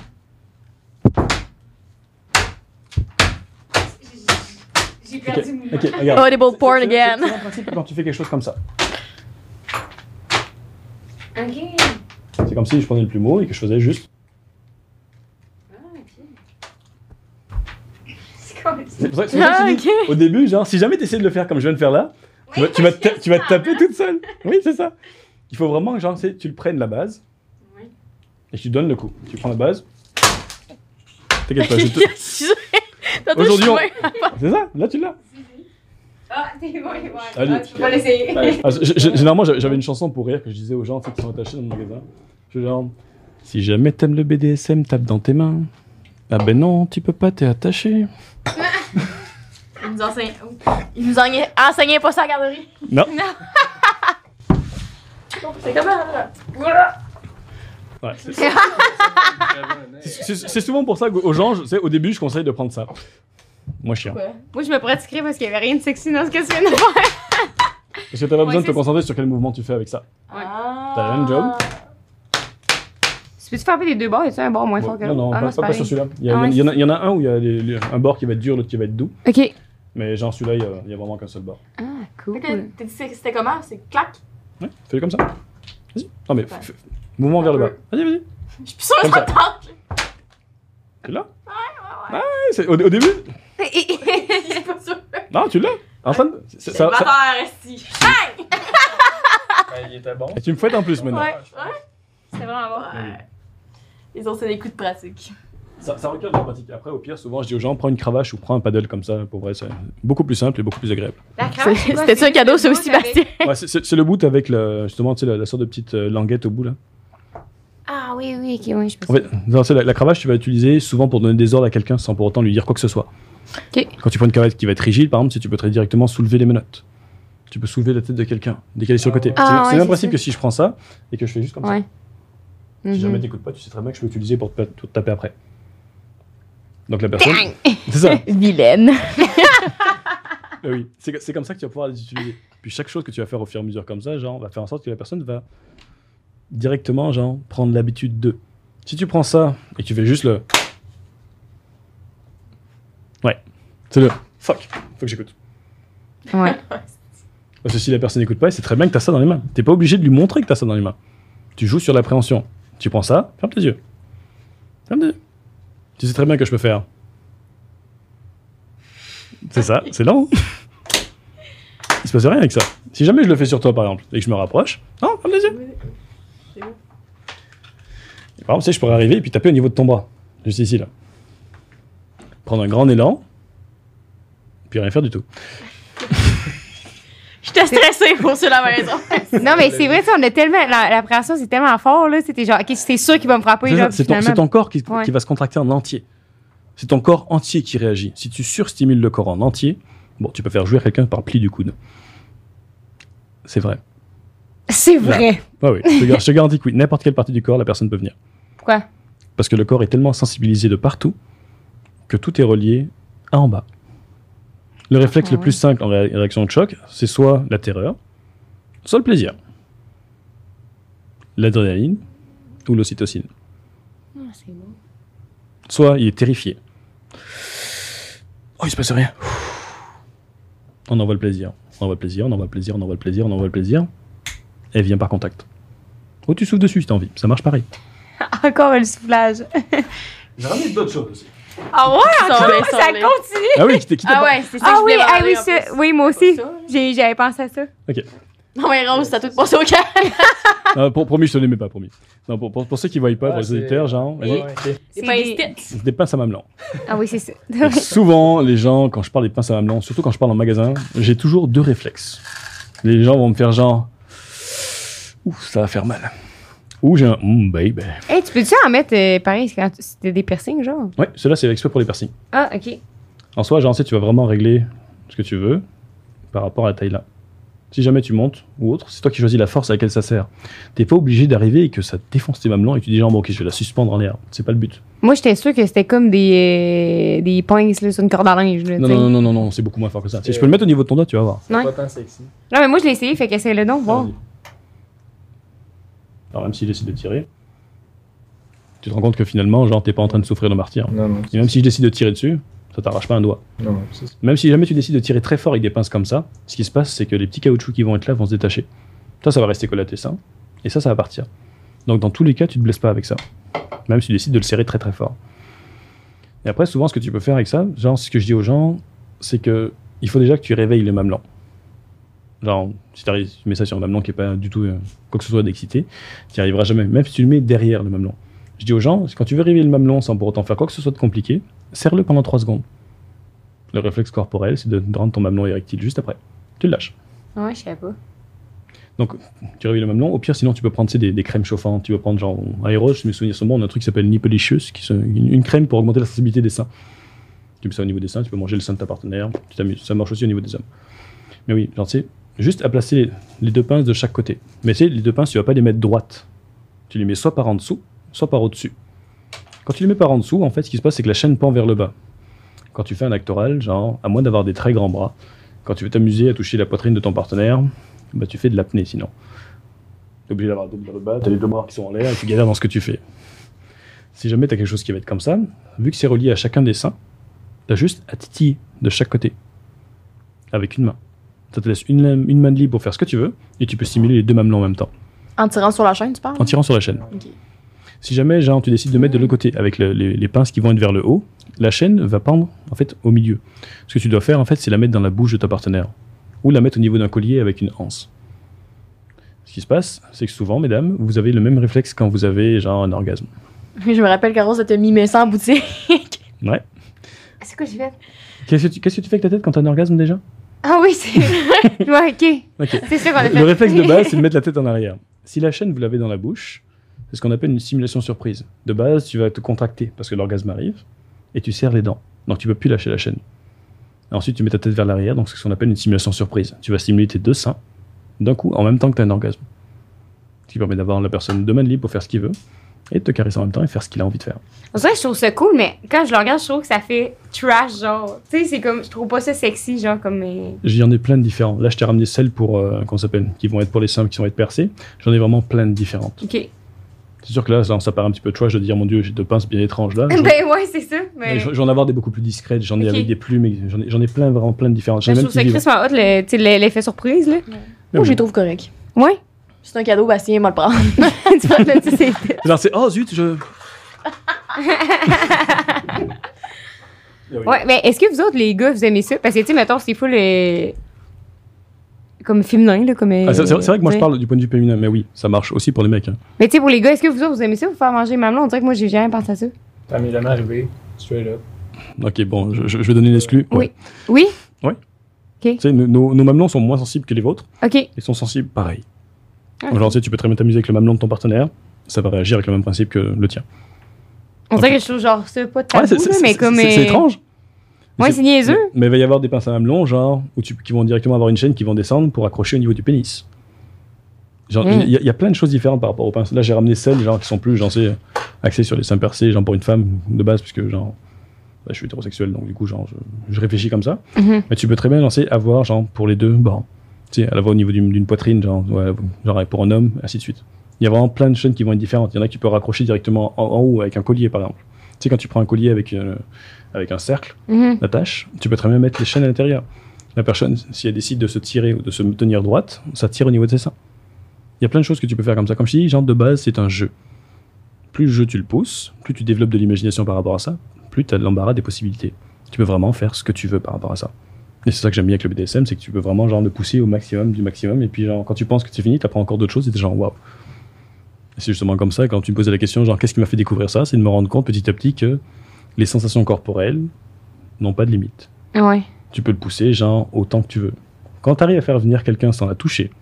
J'ai perdu mon Ok, regarde. Audible porn C'est again. le principe quand tu fais quelque chose comme ça. Ok. C'est comme si je prenais le plumeau et que je faisais juste. C'est comme C'est pour ça que je te dis, Ok. au début, genre, si jamais tu essaies de le faire comme je viens de faire là, tu vas te taper toute seule. Oui, c'est ça. Il faut vraiment que genre, tu le prennes la base Oui. et tu donnes le coup. Tu prends la base. T'inquiète pas, Aujourd'hui, c'est ça, là tu l'as. Ah, t'es bon, ouais. Allez. Ah, tu peux pas l'essayer. Ah, généralement, j'avais une chanson pour rire que je disais aux gens qui sont attachés dans le magasin. Je dis genre, si jamais t'aimes le BDSM, tape dans tes mains. Ah ben non, tu peux pas, t'es attaché. Il nous enseignait pas ça à la garderie. Non. C'est comment, là? Ouais, c'est souvent pour ça qu'aux gens, au début, je conseille de prendre ça. Moi, chien. Ouais. Moi, je me pratiquerais parce qu'il y avait rien de sexy dans ce que tu viens de faire. Parce que t'as pas besoin de te c'est concentrer sur quel mouvement tu fais avec ça. Ah. T'as le même job. Tu peux-tu faire les deux bords? Y a-tu un bord moins fort que Non, l'autre? non, Ah, pas sur celui-là. Il y, Ah ouais, il y en a un où il y a un bord qui va être dur, l'autre qui va être doux. Ok. Mais genre celui-là, il y a vraiment qu'un seul bord. Ah, cool. T'as dit c'était comment? C'est clac? Ouais, fais-le comme ça. Vas-y. Non mais, mouvement vers le bas. Vas-y, vas-y. Je suis plus sûre que Comme ça ça. tente. Tu l'as? Ouais, au début? Je suis pas sûre. Non, tu l'as. En train de... C'est le batteur, esti. Il était bon. Et tu me fouettes en plus maintenant. Ouais. C'est vraiment bon. Ouais. Les autres, c'est des coups de pratique. Ça requiert de la pratique. Après, au pire, souvent, je dis aux gens, prends une cravache ou prends un paddle comme ça. Pour vrai, c'est beaucoup plus simple et beaucoup plus agréable. La cravache, c'est quoi? C'était-tu un cadeau, ça le aussi, bout avec- Bastien? Ouais, c'est le bout avec justement, tu sais, la sorte de petite languette au bout là. Ah oui, oui, ok, oui, je peux En fait, non, c'est la cravache, tu vas l'utiliser souvent pour donner des ordres à quelqu'un sans pour autant lui dire quoi que ce soit. Ok. Quand tu prends une cravache qui va être rigide, par exemple, tu peux très directement soulever les menottes. Tu peux soulever la tête de quelqu'un, dès qu'elle est sur le côté. Ah, C'est ouais, le même c'est principe ça. que si je prends ça et que je fais juste comme ça. Ouais. Si jamais Mhm. t'écoutes pas, tu sais très bien que je peux l'utiliser pour te taper après. Donc la personne. C'est ça. Vilaine. Oui, c'est comme ça que tu vas pouvoir les utiliser. Puis chaque chose que tu vas faire au fur et à mesure comme ça, genre, va faire en sorte que la personne va directement, genre, prendre l'habitude de. Si tu prends ça et que tu fais juste le. Ouais, c'est le. Fuck, faut que j'écoute. Ouais. Parce que si la personne n'écoute pas, c'est très bien que t'as ça dans les mains. T'es pas obligé de lui montrer que t'as ça dans les mains. Tu joues sur l'appréhension. Tu prends ça, ferme tes yeux. Ferme tes yeux. Tu sais très bien que je peux faire. C'est ça, c'est lent. Il se passe rien avec ça. Si jamais je le fais sur toi, par exemple, et que je me rapproche, non, ferme les yeux. C'est bon. Et par exemple, tu sais, je pourrais arriver et puis taper au niveau de ton bras. Juste ici, là. Prendre un grand élan, puis rien faire du tout. J'étais stressée pour ceux à la maison. Non, mais c'est vrai, ça, on a tellement. L'appréhension, c'est tellement fort, là. C'était genre, ok, c'est sûr qu'il va me frapper, C'est là. ça, c'est finalement. ton corps qui Ouais. va se contracter en entier. C'est ton corps entier qui réagit. Si tu surstimules le corps en entier, bon, tu peux faire jouer quelqu'un par pli du coude. C'est vrai. C'est vrai. Ouais, oui. Je te garantis que oui, n'importe quelle partie du corps, la personne peut venir. Pourquoi? Parce que le corps est tellement sensibilisé de partout que tout est relié à en bas. Le réflexe le plus simple en réaction de choc, c'est soit la terreur, soit le plaisir. L'adrénaline ou l'ocytocine. Ah, c'est bon. Soit il est terrifié. Oh, il se passe rien. On envoie le plaisir. On envoie le plaisir, on envoie le plaisir, on envoie le plaisir, on envoie le plaisir. Et vient par contact. Oh, tu souffles dessus si t'as envie. Ça marche pareil. Encore le soufflage. J'ai ramené d'autres choses aussi. Ah ouais, encore? Sorlez, Ça sorlez. continue. Ah oui, qui Ah ouais, c'est ça que Ah je oui, voulais ah parler oui, en ça. plus. Oui, moi aussi. Ça, là. J'avais pensé à ça. Ok. Non, mais Rose, t'as tout passé au calme. Promis, je te l'aimais pas, promis. Non, pour ceux qui ne voient pas, Ah, pour les c'est- auditeurs, genre, vas-y. Ouais, ok. C'est pas des- des C'est des pinces à mamelon. Ah oui, c'est ça. Et souvent, les gens, quand je parle des pinces à mamelon, surtout quand je parle en magasin, j'ai toujours deux réflexes. Les gens vont me faire genre, ouf, ça va faire mal. Ou j'ai un baby. Hey, tu peux-tu en mettre pareil quand c'était des piercings, genre? Ouais, celui-là, c'est exprès pour les piercings. Ah, ok. En soi, genre, tu sais, tu vas vraiment régler ce que tu veux par rapport à la taille là. Si jamais tu montes ou autre, c'est toi qui choisis la force à laquelle ça sert. T'es pas obligé d'arriver et que ça défonce tes mamelons et tu dis genre, bon, ok, je vais la suspendre en l'air. C'est pas le but. Moi, j'étais sûre que c'était comme des pinces là, sur une corde à linge. Là, Non, tu sais. non, c'est beaucoup moins fort que ça. Tu sais, je peux le mettre au niveau de ton doigt, tu vas voir. C'est Ouais. pas tant sexy. Non, mais moi, je l'ai essayé, fait qu'essaye le donc, bon. Alors même si je décide de tirer, tu te rends compte que finalement, genre, t'es pas en train de souffrir de martyr. Non. Et même si je décide de tirer dessus, ça t'arrache pas un doigt. Non, c'est ça. Même si jamais tu décides de tirer très fort avec des pinces comme ça, ce qui se passe, c'est que les petits caoutchoucs qui vont être là vont se détacher. Ça va rester collé à tes seins, et ça va partir. Donc dans tous les cas, tu te blesses pas avec ça. Même si tu décides de le serrer très très fort. Et après, souvent, ce que tu peux faire avec ça, genre, ce que je dis aux gens, c'est que il faut déjà que tu réveilles le mamelon. Genre, si tu mets ça sur un mamelon qui n'est pas du tout quoi que ce soit d'excité, tu n'y arriveras jamais, même si tu le mets derrière le mamelon. Je dis aux gens, quand tu veux réveiller le mamelon sans pour autant faire quoi que ce soit de compliqué, serre-le pendant 3 secondes. Le réflexe corporel, c'est de rendre ton mamelon érectile juste après. Tu le lâches. Ouais, je savais pas. Donc, tu réveilles le mamelon. Au pire, sinon, tu peux prendre des crèmes chauffantes. Tu peux prendre, genre, Aéros, je me souviens ce moment, on a un truc qui s'appelle Nipplicious, une crème pour augmenter la sensibilité des seins. Tu mets ça au niveau des seins, tu peux manger le sein de ta partenaire, tu t'amuses. Ça marche aussi au niveau des hommes. Mais oui, genre, tu sais, juste à placer les 2 pinces de chaque côté. Mais tu sais, les 2 pinces, tu vas pas les mettre droites. Tu les mets soit par en dessous, soit par au-dessus. Quand tu les mets par en dessous, en fait, ce qui se passe, c'est que la chaîne pend vers le bas. Quand tu fais un acte oral, genre, à moins d'avoir des très grands bras, quand tu veux t'amuser à toucher la poitrine de ton partenaire, bah, tu fais de l'apnée sinon. Tu es obligé d'avoir le dos vers le bas, tu as les 2 bras qui sont en l'air et tu galères dans ce que tu fais. Si jamais tu as quelque chose qui va être comme ça, vu que c'est relié à chacun des seins, tu as juste à titiller de chaque côté, avec une main. Ça te laisse une main de libre pour faire ce que tu veux, et tu peux stimuler les 2 mamelons en même temps. En tirant sur la chaîne, tu parles? En tirant sur la chaîne. Ok. Si jamais genre, tu décides de mettre de l'autre côté, avec les pinces qui vont être vers le haut, la chaîne va pendre en fait, au milieu. Ce que tu dois faire, en fait, c'est la mettre dans la bouche de ta partenaire, ou la mettre au niveau d'un collier avec une anse. Ce qui se passe, c'est que souvent, mesdames, vous avez le même réflexe quand vous avez genre un orgasme. Je me rappelle qu'Aros était mimé ça en boutique. Ouais. C'est quoi j'ai fait? Qu'est-ce que tu fais avec ta tête quand tu as un orgasme déjà? Ah oui, c'est. Ouais, ok. C'est ça qu'on a fait. Le réflexe de base, c'est de mettre la tête en arrière. Si la chaîne, vous l'avez dans la bouche, c'est ce qu'on appelle une stimulation surprise. De base, tu vas te contracter parce que l'orgasme arrive et tu serres les dents. Donc tu ne peux plus lâcher la chaîne. Ensuite, tu mets ta tête vers l'arrière, donc c'est ce qu'on appelle une stimulation surprise. Tu vas stimuler tes 2 seins d'un coup, en même temps que tu as un orgasme. Ce qui permet d'avoir la personne de main libre pour faire ce qu'il veut et de te caresser en même temps et faire ce qu'il a envie de faire. En vrai, je trouve ça cool, mais quand je le regarde, je trouve que ça fait trash, genre. Tu sais, c'est comme. Je trouve pas ça sexy, genre, comme. J'en ai plein de différents. Là, je t'ai ramené celles pour, qu'on s'appelle, qui vont être pour les seins, qui vont être percées. J'en ai vraiment plein de différentes. Ok. C'est sûr que là, ça paraît un petit peu trash de dire, mon Dieu, j'ai 2 pinces bien étranges là. Ben ouais, c'est ça. Mais... J'en ai avoir des beaucoup plus discrètes, j'en ai Ok. avec des plumes, j'en ai plein, vraiment plein de différentes. Je trouve ça crissement hot, l'effet surprise, là. Moi, je les trouve corrects. Ouais. C'est un cadeau, Bastien, moi le prendre. Tu vois, là, tu sais. Genre, c'est, oh zut, Ouais, mais est-ce que vous autres, les gars, vous aimez ça? Parce que, tu sais, mettons, c'est full. Comme féminin, là, comme. Ah, c'est vrai que moi je parle du point de vue féminin, mais oui, ça marche aussi pour les mecs. Hein. Mais tu sais, pour les gars, est-ce que vous autres, vous aimez ça, vous faire manger mamelon? On dirait que moi, j'ai jamais pensé à ça. Ça m'est jamais arrivé. Straight up. Ok, bon, je vais donner l'exclu. Oui. Oui? Ouais. Ok. Tu sais, nos mamelons sont moins sensibles que les vôtres. Ok. Ils sont sensibles pareil. Ah. Genre, tu sais, tu peux très bien t'amuser avec le mamelon de ton partenaire, ça va réagir avec le même principe que le tien. On dirait que je trouve genre ça pas tabou, Ouais, là, mais comme. c'est étrange. Ouais, c'est niaiseux. Mais il va y avoir des pinces à mamelon, genre, qui vont directement avoir une chaîne qui vont descendre pour accrocher au niveau du pénis. Genre, il y a plein de choses différentes par rapport aux pinces. Là, j'ai ramené celles, genre, qui sont plus, genre, c'est axées sur les seins percés, genre, pour une femme de base, puisque, genre, bah, je suis hétérosexuel, donc du coup, genre, je réfléchis comme ça. Mhm. Mais tu peux très bien lancer avoir, genre, pour les deux bords. Tu sais, à la fois au niveau d'une poitrine, genre, ouais, genre, pour un homme, ainsi de suite. Il y a vraiment plein de chaînes qui vont être différentes. Il y en a qui peuvent raccrocher directement en haut avec un collier, par exemple. Tu sais, quand tu prends un collier avec un cercle, Mhm. d'attache, tu peux très bien mettre les chaînes à l'intérieur. La personne, si elle décide de se tirer ou de se tenir droite, ça tire au niveau de ses seins. Il y a plein de choses que tu peux faire comme ça. Comme je dis, genre de base, c'est un jeu. Plus le jeu tu le pousses, plus tu développes de l'imagination par rapport à ça, plus tu as de l'embarras des possibilités. Tu peux vraiment faire ce que tu veux par rapport à ça. Et c'est ça que j'aime bien avec le BDSM, c'est que tu peux vraiment genre le pousser au maximum du maximum, et puis genre quand tu penses que c'est fini, tu apprends encore d'autres choses, et t'es genre waouh. Et c'est justement comme ça, quand tu me posais la question, genre qu'est-ce qui m'a fait découvrir ça, c'est de me rendre compte petit à petit que les sensations corporelles n'ont pas de limite. Ouais. Tu peux le pousser, genre, autant que tu veux. Quand tu arrives à faire venir quelqu'un sans la toucher,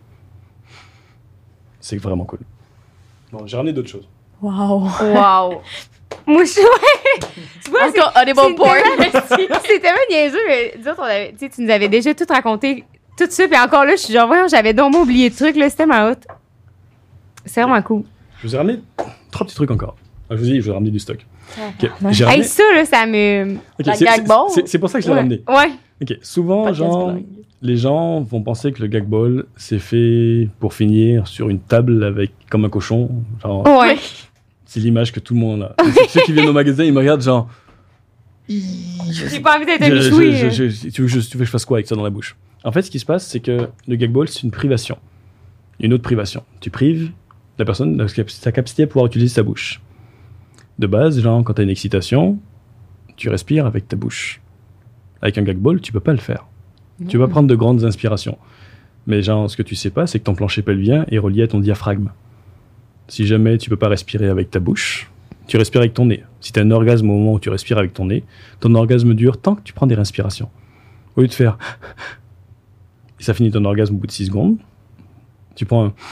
c'est vraiment cool. Bon, j'ai ramené d'autres choses. Wow. Wow. Moi, je. Ouais. Tu vois, Encore audible porn. c'est tellement niaiseux. Mais nous autres, tu sais, tu nous avais déjà tout raconté, tout ça, puis encore là, je suis genre, voyons, j'avais donc oublié le truc, là, c'était ma haute. C'est vraiment cool. Je vous ai ramené 3 petits trucs encore. Je vous ai dit, je vous ai ramené du stock. Okay. Hey, ça, là, ça me. Ok, La gag ball. c'est pour ça que je l'ai ramené. Ouais. Ok, souvent, Podcast genre, blague. les gens vont penser que le gag ball, c'est fait pour finir sur une table avec comme un cochon. Genre, Ouais. c'est l'image que tout le monde a. Ceux qui viennent au magasin, ils me regardent genre... J'ai pas envie d'être un tu michoui. veux que je fasse quoi avec ça dans la bouche? En fait, ce qui se passe, c'est que le gag ball, c'est une privation. Une autre privation. Tu prives la personne de sa capacité à pouvoir utiliser sa bouche. De base, genre, quand tu as une excitation, tu respires avec ta bouche. Avec un gag ball, tu peux pas le faire. Tu vas prendre de grandes inspirations. Mais genre, ce que tu sais pas, c'est que ton plancher pelvien est relié à ton diaphragme. Si jamais tu peux pas respirer avec ta bouche, tu respires avec ton nez. Si tu as un orgasme au moment où tu respires avec ton nez, ton orgasme dure tant que tu prends des respirations. Au lieu de faire... Et ça finit ton orgasme au bout de 6 secondes, tu prends un...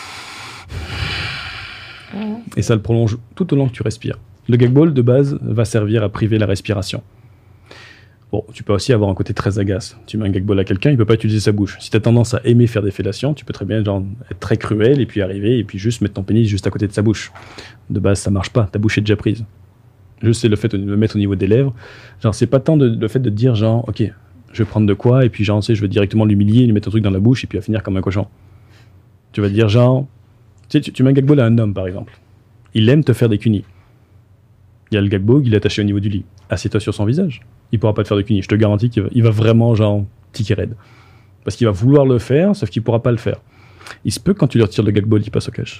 Et ça le prolonge tout au long que tu respires. Le gag ball, de base, va servir à priver la respiration. Bon, tu peux aussi avoir un côté très agace. Tu mets un gag ball à quelqu'un, il peut pas utiliser sa bouche. Si tu as tendance à aimer faire des fellations, tu peux très bien genre, être très cruel et puis arriver et puis juste mettre ton pénis juste à côté de sa bouche. De base, ça marche pas, ta bouche est déjà prise. Juste c'est le fait de le mettre au niveau des lèvres. Genre, c'est pas tant le fait de dire genre, ok, je vais prendre de quoi et puis genre, tu sais, je vais directement l'humilier, lui mettre un truc dans la bouche et puis il va finir comme un cochon. Tu vas dire genre, tu sais, tu mets un gag ball à un homme par exemple. Il aime te faire des cunis. Il y a le gag ball, il est attaché au niveau du lit. Assieds-toi sur son visage. Il pourra pas te faire de cunis. Je te garantis qu'il va vraiment genre tiquer raide. Parce qu'il va vouloir le faire, sauf qu'il pourra pas le faire. Il se peut que quand tu lui retires le gag ball, il passe au cash.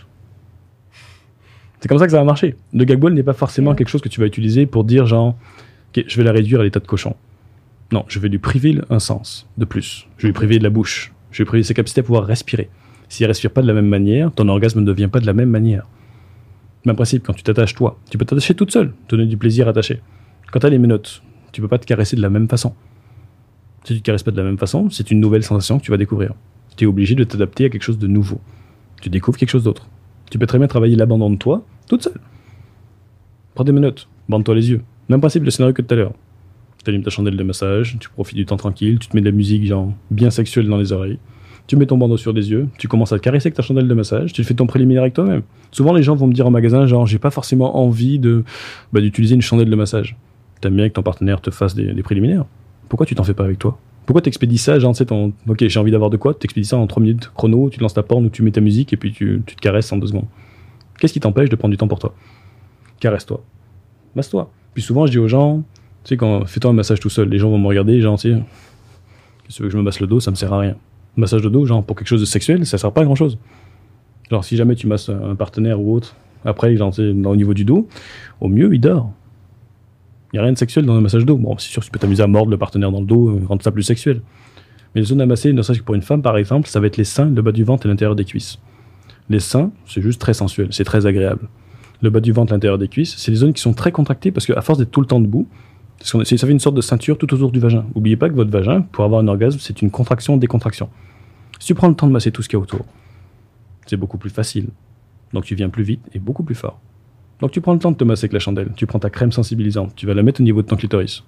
C'est comme ça que ça va marcher. Le gag ball n'est pas forcément quelque chose que tu vas utiliser pour dire genre, ok, je vais la réduire à l'état de cochon. Non, je vais lui priver un sens de plus. Je vais lui priver de la bouche. Je vais lui priver ses capacités à pouvoir respirer. S'il ne respire pas de la même manière, ton orgasme ne devient pas de la même manière. Même principe, quand tu t'attaches toi, tu peux t'attacher toute seule, te donner du plaisir attaché. Quand tu as les menottes, tu peux pas te caresser de la même façon. Si tu ne te caresses pas de la même façon, c'est une nouvelle sensation que tu vas découvrir. Tu es obligé de t'adapter à quelque chose de nouveau. Tu découvres quelque chose d'autre. Tu peux très bien travailler l'abandon de toi, toute seule. Prends des menottes, bande-toi les yeux. Même principe, le scénario que tout à l'heure. Tu allumes ta chandelle de massage, tu profites du temps tranquille, tu te mets de la musique genre bien sexuelle dans les oreilles. Tu mets ton bandeau sur les yeux, tu commences à te caresser avec ta chandelle de massage, tu fais ton préliminaire avec toi-même. Souvent, les gens vont me dire en magasin, genre, j'ai pas forcément envie d'utiliser une chandelle de massage. T'aimes bien que ton partenaire te fasse des préliminaires. Pourquoi tu t'en fais pas avec toi? Pourquoi t'expédies ça, genre, tu sais, ok, j'ai envie d'avoir de quoi, t'expédies ça en 3 minutes chrono, tu te lances ta porne ou tu mets ta musique et puis tu te caresses en 2 secondes. Qu'est-ce qui t'empêche de prendre du temps pour toi? Caresse-toi. Masse-toi. Puis souvent, je dis aux gens, tu sais, fais-toi un massage tout seul. Les gens vont me regarder, genre, tu sais, qu'est-ce que tu veux que je me masse le dos, ça me sert à rien. Massage de dos, genre pour quelque chose de sexuel, ça sert pas à grand chose. Genre si jamais tu masses un partenaire ou autre, après, genre, au niveau du dos, au mieux, il dort. Il n'y a rien de sexuel dans un massage de dos. Bon, c'est sûr que tu peux t'amuser à mordre le partenaire dans le dos, rendre ça plus sexuel. Mais les zones à masser, ne serait-ce que pour une femme par exemple, ça va être les seins, le bas du ventre et l'intérieur des cuisses. Les seins, c'est juste très sensuel, c'est très agréable. Le bas du ventre, l'intérieur des cuisses, c'est les zones qui sont très contractées parce qu'à force d'être tout le temps debout, ça fait une sorte de ceinture tout autour du vagin. N'oubliez pas que votre vagin, pour avoir un orgasme, c'est une contraction-décontraction. Si tu prends le temps de masser tout ce qu'il y a autour, c'est beaucoup plus facile. Donc tu viens plus vite et beaucoup plus fort. Donc tu prends le temps de te masser avec la chandelle. Tu prends ta crème sensibilisante. Tu vas la mettre au niveau de ton clitoris.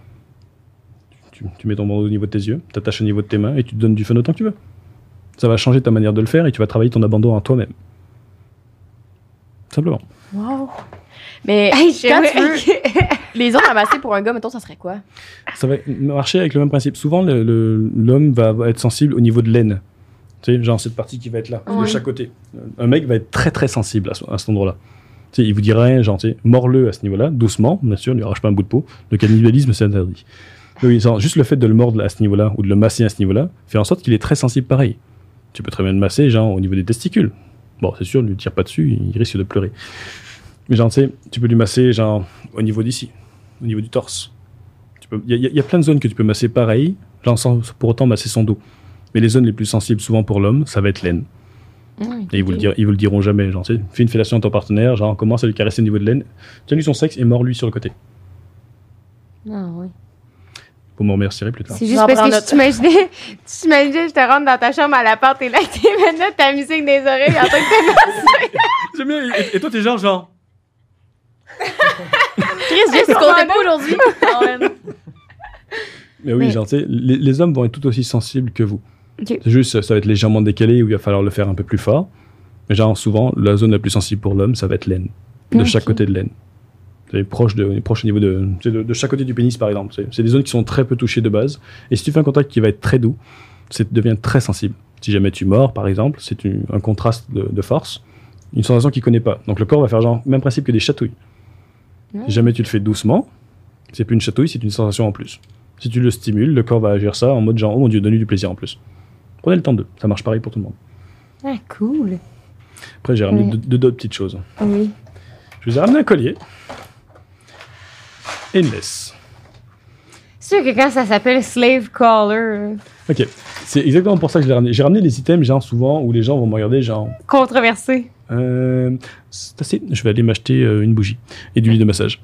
Tu mets ton bandeau au niveau de tes yeux, t'attaches au niveau de tes mains et tu te donnes du fun autant que tu veux. Ça va changer ta manière de le faire et tu vas travailler ton abandon en toi-même. Simplement. Wow. Mais Hey, quand tu veux, ok. les zones à masser pour un gars, mettons, ça serait quoi? Ça va marcher avec le même principe. Souvent, l'homme va être sensible au niveau de l'aine. Tu sais, genre cette partie qui va être là, de Ouais. chaque côté. Un mec va être très très sensible à cet endroit-là. Tu sais, il vous dira rien, genre, tu sais, mords-le à ce niveau-là, doucement, bien sûr, ne lui arrache pas un bout de peau. Le cannibalisme, c'est interdit. Oui, genre, juste le fait de le mordre à ce niveau-là, ou de le masser à ce niveau-là, fait en sorte qu'il est très sensible pareil. Tu peux très bien le masser, genre, au niveau des testicules. Bon, c'est sûr, ne lui tire pas dessus, il risque de pleurer. Mais genre, tu sais, tu peux lui masser, genre, au niveau d'ici, au niveau du torse. Il y a plein de zones que tu peux masser pareil, genre, sans pour autant masser son dos. Mais les zones les plus sensibles, souvent pour l'homme, ça va être l'aine. Et ils vous le diront jamais, genre, tu sais, fais une fellation à ton partenaire, genre, commence à lui caresser au niveau de l'aine, tiens-lui son sexe et mords-lui sur le côté. Ah, oui. Vous me remercierez plus tard. C'est juste J'en parce prends que note. tu t'imaginais, je te rentre dans ta chambre à la porte et là, t'es maintenant ta musique des oreilles en train de te J'aime bien, et toi, t'es genre... Chris, juste, tu comptais pas aujourd'hui. Ah ouais. Mais oui, Mais- genre, tu sais, les hommes vont être tout aussi sensibles que vous. Ok. C'est juste, ça va être légèrement décalé où il va falloir le faire un peu plus fort. Mais genre, souvent, la zone la plus sensible pour l'homme, ça va être l'aine. De chaque Ok. côté de l'aine. C'est proche au niveau de chaque côté du pénis, par exemple. C'est des zones qui sont très peu touchées de base. Et si tu fais un contact qui va être très doux, ça devient très sensible. Si jamais tu mords, par exemple, c'est un contraste de force, une sensation qu'il ne connaît pas. Donc le corps va faire genre même principe que des chatouilles. Si jamais tu le fais doucement, c'est plus une chatouille, c'est une sensation en plus. Si tu le stimules, le corps va agir ça en mode genre, oh mon Dieu, donne-lui du plaisir en plus. Prenez le temps de. Ça marche pareil pour tout le monde. Ah, cool. Après, j'ai ramené deux petites choses. Oui. Je vous ai ramené un collier et une laisse. C'est sûr que quand ça s'appelle Slave Caller, Ok, c'est exactement pour ça que je l'ai ramené. J'ai ramené les items, genre souvent, où les gens vont me regarder, genre. controversé. C'est assez. Je vais aller m'acheter une bougie et du lit de massage.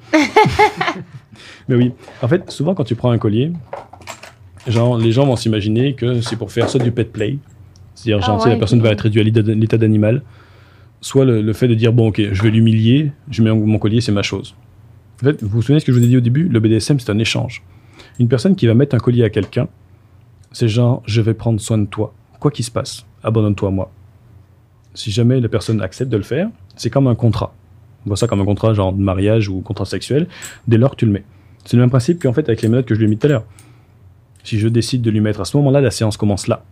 Mais oui, en fait, souvent quand tu prends un collier, genre les gens vont s'imaginer que c'est pour faire soit du pet play, c'est-à-dire genre tu sais, la personne va être réduite à l'état d'animal, soit le fait de dire bon ok, je vais l'humilier, je mets mon collier, c'est ma chose. En fait, vous vous souvenez ce que je vous ai dit au début, le BDSM c'est un échange. Une personne qui va mettre un collier à quelqu'un, c'est genre je vais prendre soin de toi, quoi qu'il se passe, abandonne-toi à moi. Si jamais la personne accepte de le faire, c'est comme un contrat. On voit ça comme un contrat genre de mariage ou contrat sexuel, dès lors que tu le mets. C'est le même principe qu'en fait avec les menottes que je lui ai mis tout à l'heure. Si je décide de lui mettre à ce moment-là, la séance commence là.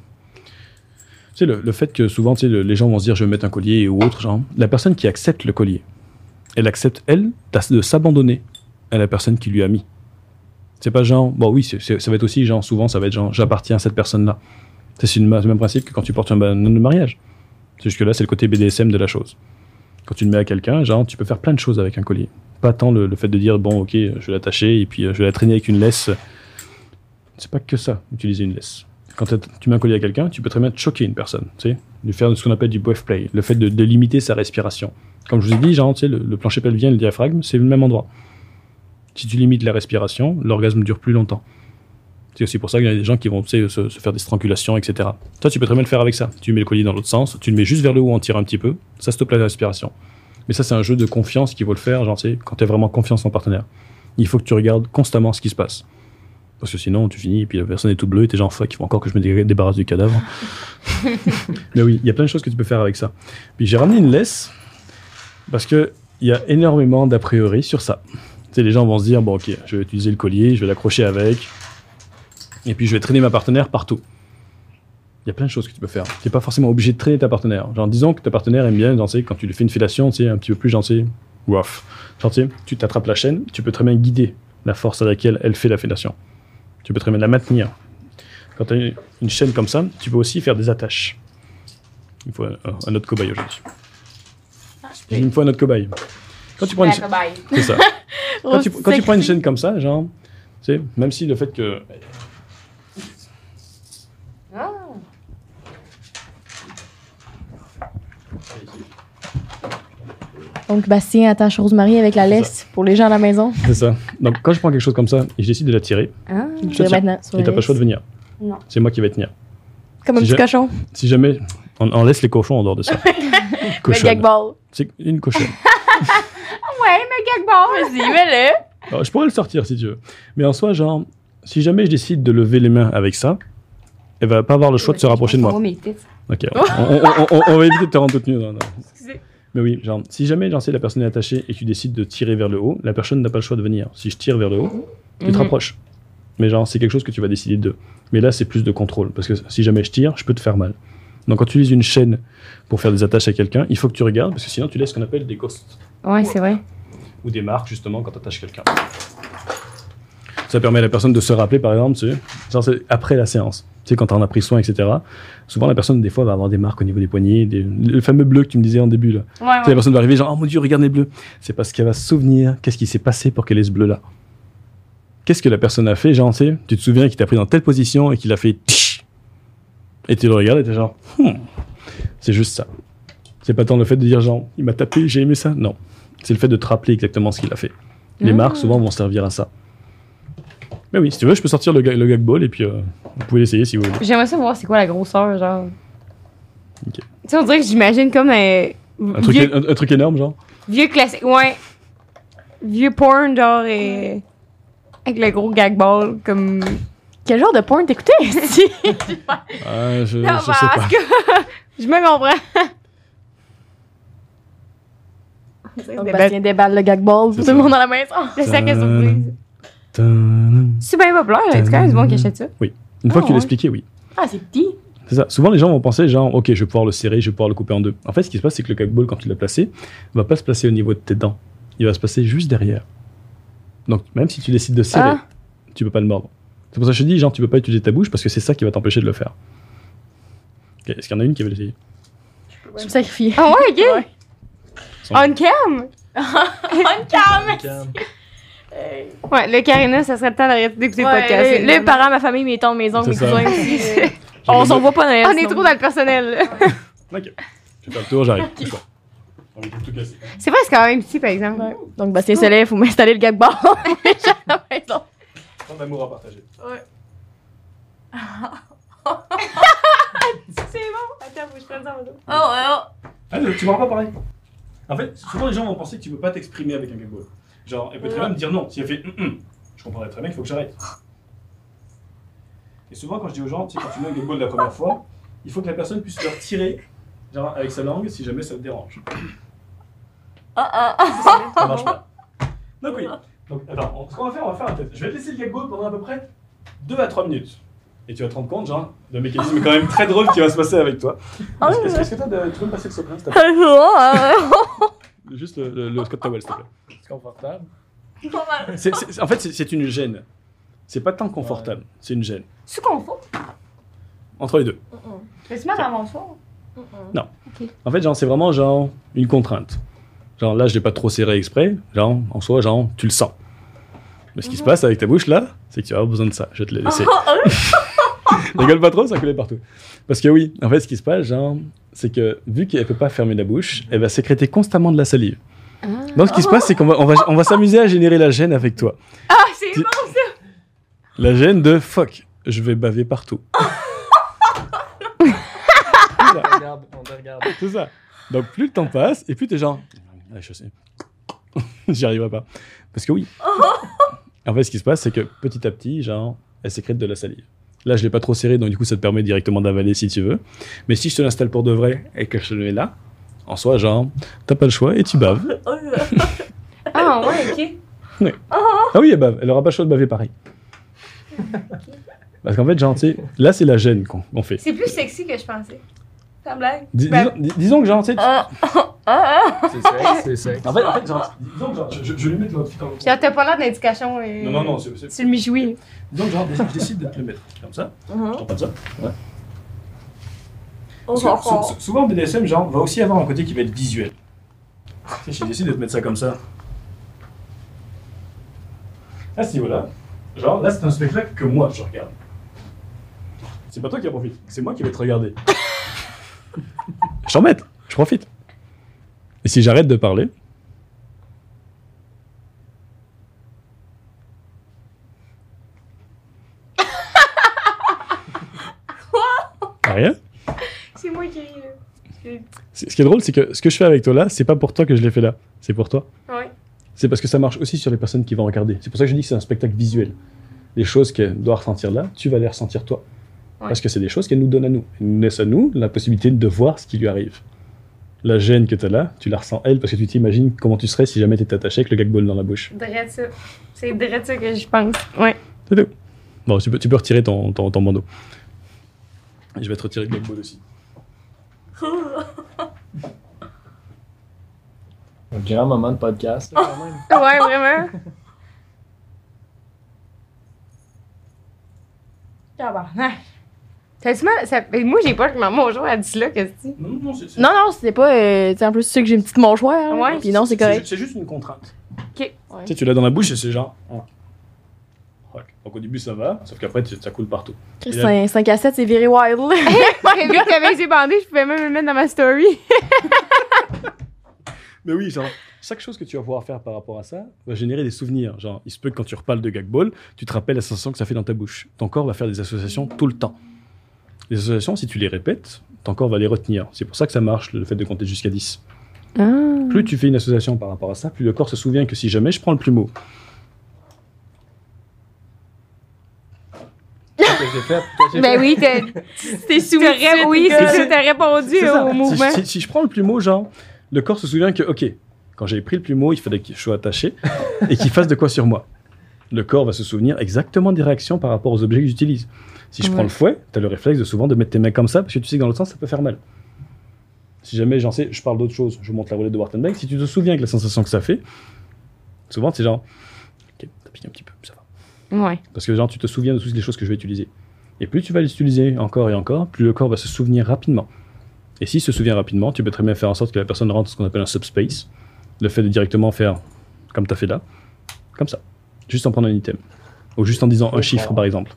Tu sais, le fait que souvent, tu sais, les gens vont se dire je vais mettre un collier ou autre, genre, la personne qui accepte le collier, elle accepte, elle, de s'abandonner à la personne qui lui a mis. C'est pas genre, bon oui, ça va être aussi genre, souvent ça va être genre, j'appartiens à cette personne-là. C'est le même principe que quand tu portes un de mariage. C'est juste que là, c'est le côté BDSM de la chose. Quand tu le mets à quelqu'un, genre, tu peux faire plein de choses avec un collier. Pas tant le fait de dire, bon, ok, je vais l'attacher et puis je vais la traîner avec une laisse. C'est pas que ça, utiliser une laisse. Quand tu mets un collier à quelqu'un, tu peux très bien te choquer une personne, tu sais, lui faire ce qu'on appelle du breath play, le fait de limiter sa respiration. Comme je vous ai dit, genre, tu sais, le plancher pelvien et le diaphragme, c'est le même endroit. Si tu limites la respiration, l'orgasme dure plus longtemps. C'est aussi pour ça qu'il y a des gens qui vont se faire des strangulations, etc. Toi, tu peux très bien le faire avec ça. Tu mets le collier dans l'autre sens, tu le mets juste vers le haut, en tire un petit peu, ça stoppe la respiration. Mais ça, c'est un jeu de confiance qu'il faut le faire, genre, tu sais, quand tu as vraiment confiance en ton partenaire. Il faut que tu regardes constamment ce qui se passe. Parce que sinon, tu finis, et puis la personne est tout bleue, et t'es genre, fuck, il faut encore que je me débarrasse du cadavre. Mais oui, il y a plein de choses que tu peux faire avec ça. Puis j'ai ramené une laisse, parce qu'il y a énormément d'a priori sur ça. Tu sais, les gens vont se dire, bon, ok, je vais utiliser le collier, je vais l'accrocher avec, et puis je vais traîner ma partenaire partout. Il y a plein de choses que tu peux faire. Tu n'es pas forcément obligé de traîner ta partenaire. Genre, disons que ta partenaire aime bien, genre, quand tu lui fais une fellation, tu sais, un petit peu plus, genre, rough. Genre, tu t'attrapes la chaîne, tu peux très bien guider la force à laquelle elle fait la fellation. Tu peux très bien la maintenir. Quand tu as une chaîne comme ça, tu peux aussi faire des attaches. Il faut un autre cobaye aujourd'hui. Il me faut un autre cobaye. Quand tu prends une chaîne... C'est ça. Quand tu prends une chaîne comme ça, genre, tu sais, même si le fait que... Donc, Bastien attache Rosemary avec la laisse pour les gens à la maison. C'est ça. Donc, quand je prends quelque chose comme ça et je décide de la tirer, Tu tires maintenant. Et t'as pas le choix de venir. Non. C'est moi qui vais tenir. Comme un petit cochon. Si jamais... On laisse les cochons en dehors de ça. Le gag ball. C'est une cochonne. Ouais, mais gag ball. Vas-y, mets-le. Alors, je pourrais le sortir si tu veux. Mais en soi, genre, si jamais je décide de lever les mains avec ça, elle va pas avoir le choix de se rapprocher de moi. Ok, on va éviter de te rendre toute nue. Non. Excusez. Mais oui, genre, si jamais genre, la personne est attachée et que tu décides de tirer vers le haut, la personne n'a pas le choix de venir. Si je tire vers le haut, tu te rapproches. Mais genre, c'est quelque chose que tu vas décider de. Mais là, c'est plus de contrôle. Parce que si jamais je tire, je peux te faire mal. Donc, quand tu utilises une chaîne pour faire des attaches à quelqu'un, il faut que tu regardes, parce que sinon, tu laisses ce qu'on appelle des ghosts. Ouais, c'est vrai. Ou des marques, justement, quand tu attaches quelqu'un. Ça permet à la personne de se rappeler, par exemple, tu sais, genre, c'est après la séance. Tu sais, quand tu en as pris soin, etc. Souvent, la personne, des fois, va avoir des marques au niveau des poignets, le fameux bleu que tu me disais en début, là. Ouais, Tu sais, la personne va arriver, genre, oh mon Dieu, regarde les bleus. C'est parce qu'elle va se souvenir qu'est-ce qui s'est passé pour qu'elle ait ce bleu-là. Qu'est-ce que la personne a fait, genre, tu te souviens qu'il t'a pris dans telle position et qu'il a fait tch, et tu le regardes et t'es genre, c'est juste ça. C'est pas tant le fait de dire, genre, il m'a tapé, j'ai aimé ça. Non. C'est le fait de te rappeler exactement ce qu'il a fait. Les marques, souvent, vont servir à ça. Mais oui, si tu veux, je peux sortir le gag ball et puis vous pouvez l'essayer si vous voulez. J'aimerais ça voir c'est quoi la grosseur, genre. Ok. Tu sais, on dirait que j'imagine comme Un truc énorme, genre. vieux classique, ouais. Vieux porn, genre, et... avec le gros gag ball, comme... Quel genre de porn t'écoutais? Ah, je Non, sais pas. parce que je me comprends. Donc, Bastien déballe le gag ball pour C'est tout ça. le monde dans la maison. Le sac à surprise. Tadam. C'est bien populaire, il y a quand même du monde qui achète ça. Une fois que tu ouais. l'expliquais, oui. Ah, c'est petit. C'est ça. Souvent, les gens vont penser, genre, ok, je vais pouvoir le serrer, je vais pouvoir le couper en deux. En fait, ce qui se passe, c'est que le gagball, quand tu l'as placé, va pas se placer au niveau de tes dents. Il va se placer juste derrière. Donc, même si tu décides de serrer, tu peux pas le mordre. C'est pour ça que je te dis, genre, tu peux pas utiliser ta bouche parce que c'est ça qui va t'empêcher de le faire. Ok, est-ce qu'il y en a une qui veut l'essayer? Je vais me sacrifier. Ah ouais, ok. Ouais. On cam? On calme. Calme. Ouais, le Karina, ça serait le temps d'arrêter d'écouter le podcast. Les parents, ma famille, mes tantes, mes oncles, mes C'est ça. cousins aussi. On s'en voit pas Noël. On est sinon. trop dans le personnel. Là. Ok. Je vais faire le tour, j'arrive. Bouge pas. J'ai envie de tout casser. C'est vrai, c'est quand même petit, par exemple. Ouais. Donc, Bastien se lève, faut m'installer le gag bar. À la maison. Tant d'amour à partager. C'est bon. Attends, faut que je prenne ça en photo. Oh, Tu m'en pas pareil. En fait, souvent les gens vont penser que tu peux pas t'exprimer avec un gagball. Genre, elle peut très bien me dire non. Si elle fait je comprendrais très bien qu'il faut que j'arrête. Et souvent, quand je dis aux gens, tu sais, quand tu mets un gagball la première fois, il faut que la personne puisse le retirer, genre avec sa langue, si jamais ça te dérange. Ça marche pas. Donc oui. Donc, attends, ce qu'on va faire un test. Je vais te laisser le gagball pendant à peu près 2 à 3 minutes. Et tu vas te rendre compte, genre, d'un mécanisme quand même très drôle qui va se passer avec toi. Est-ce que tu peux me passer le soprin, s'il te plaît? Juste le Scott Towel, s'il te plaît. C'est confortable. En fait, c'est une gêne. C'est pas tant confortable, c'est une gêne. C'est qu'on faut. Entre les deux. Peux-tu mettre dans mon soir? En fait, genre, c'est vraiment genre une contrainte. Genre là, je l'ai pas trop serré exprès. Genre, en soi, genre, tu le sens. Mais ce qui se passe avec ta bouche là, c'est que tu vas avoir besoin de ça. Je vais te le laisser. Rigole pas trop, ça coulait partout. Parce que oui, en fait, ce qui se passe, genre, c'est que vu qu'elle peut pas fermer la bouche, elle va sécréter constamment de la salive. Donc, ce qui se passe, c'est qu'on va s'amuser à générer la gêne avec toi. Ah, c'est Tu- bon ça! La gêne de fuck, je vais baver partout. On te regarde. C'est ça. Donc, plus le temps passe, et plus t'es genre, ah, je sais, j'y arriverai pas. Parce que oui. En fait, ce qui se passe, c'est que petit à petit, genre, elle sécrète de la salive. Là, je l'ai pas trop serré, donc du coup, ça te permet directement d'avaler si tu veux. Mais si je te l'installe pour de vrai et que je te le mets là, en soi, genre, t'as pas le choix et tu baves. Ah, ouais, ok. Ah oui, elle bave. Elle aura pas le choix de baver pareil. Parce qu'en fait, genre, tu sais, là, c'est la gêne qu'on fait. C'est plus sexy que je pensais. Ta blague? Disons que, genre, tu sais, C'est sec. en fait, genre, disons que, genre, je lui mets de l'autre fille Puis t'as pas l'air d'indication. Non, C'est le michoui. Donc, genre, je décide de te le mettre comme ça. Je t'en pas de ça. Ouais. Oh, Parce que souvent, BDSM, genre, va aussi avoir un côté qui va être visuel. Tu sais, je décide de te mettre ça comme ça. À ce niveau-là, genre, là, c'est un spectacle que moi, je regarde. C'est pas toi qui en profite, c'est moi qui vais te regarder. Je t'en mette, je profite. Et si j'arrête de parler... Rien. C'est moi qui. Ce qui est drôle, c'est que ce que je fais avec toi là, c'est pas pour toi que je l'ai fait là, c'est pour toi. Ouais. C'est parce que ça marche aussi sur les personnes qui vont regarder. C'est pour ça que je dis que c'est un spectacle visuel. Les choses qu'elle doit ressentir là, tu vas les ressentir toi. Ouais. Parce que c'est des choses qu'elle nous donne à nous. Elle nous laisse à nous la possibilité de voir ce qui lui arrive. La gêne que tu as là, tu la ressens elle parce que tu t'imagines comment tu serais si jamais tu étais attaché avec le gagball dans la bouche. Drette ça. C'est drette ça que je pense. Ouais. C'est tout. Bon, tu peux retirer ton bandeau. Et je vais te retirer le gagball aussi. Un grand moment de podcast, là, quand même. Ouais, vraiment. Tabarnak. T'as-tu mal? Moi, j'ai peur que ma mâchoire a dit là, qu'est-ce que tu dis? Non, c'est Non, c'était pas. Tu sais, en plus, tu sais que j'ai une petite mâchoire. Hein, Ouais. Puis non, c'est correct. C'est juste une contrainte. Ok. Ouais. Tu sais, tu l'as dans la bouche et c'est genre. Donc au début ça va, sauf qu'après ça coule partout. 5 à 7, c'est very wild. J'ai vu que t'avais essayé bandé, je pouvais même le mettre dans ma story. Mais oui, genre, chaque chose que tu vas pouvoir faire par rapport à ça va générer des souvenirs. Genre, il se peut que quand tu reparles de gagball, tu te rappelles la sensation que ça fait dans ta bouche. Ton corps va faire des associations tout le temps. Les associations, si tu les répètes, ton corps va les retenir. C'est pour ça que ça marche, le fait de compter jusqu'à 10. Plus tu fais une association par rapport à ça, plus le corps se souvient que si jamais je prends le plumeau, Qu'est-ce que j'ai fait? Qu'est-ce que j'ai Ben fait? oui, t'es soumis. Oui, c'est ça, t'as répondu c'est ça. au mouvement. Si je prends le plumeau, genre, le corps se souvient que, ok, Quand j'ai pris le plumeau, il fallait que je sois attaché et qu'il fasse de quoi sur moi. Le corps va se souvenir exactement des réactions par rapport aux objets que j'utilise. Si je prends le fouet, tu as le réflexe de souvent de mettre tes mains comme ça parce que tu sais que dans l'autre sens, ça peut faire mal. Si jamais j'en sais, je parle d'autre chose, je monte la roulette de Wartenberg, si tu te souviens que la sensation que ça fait, souvent c'est genre, ok, t'as piqué un petit peu, ça va. Ouais. Parce que genre, tu te souviens de toutes les choses que je vais utiliser. Et plus tu vas les utiliser encore et encore, plus le corps va se souvenir rapidement. Et s'il se souvient rapidement, tu peux très bien faire en sorte que la personne rentre ce qu'on appelle un subspace. Le fait de directement faire comme tu as fait là, comme ça, juste en prenant un item. Ou juste en disant un chiffre, par exemple.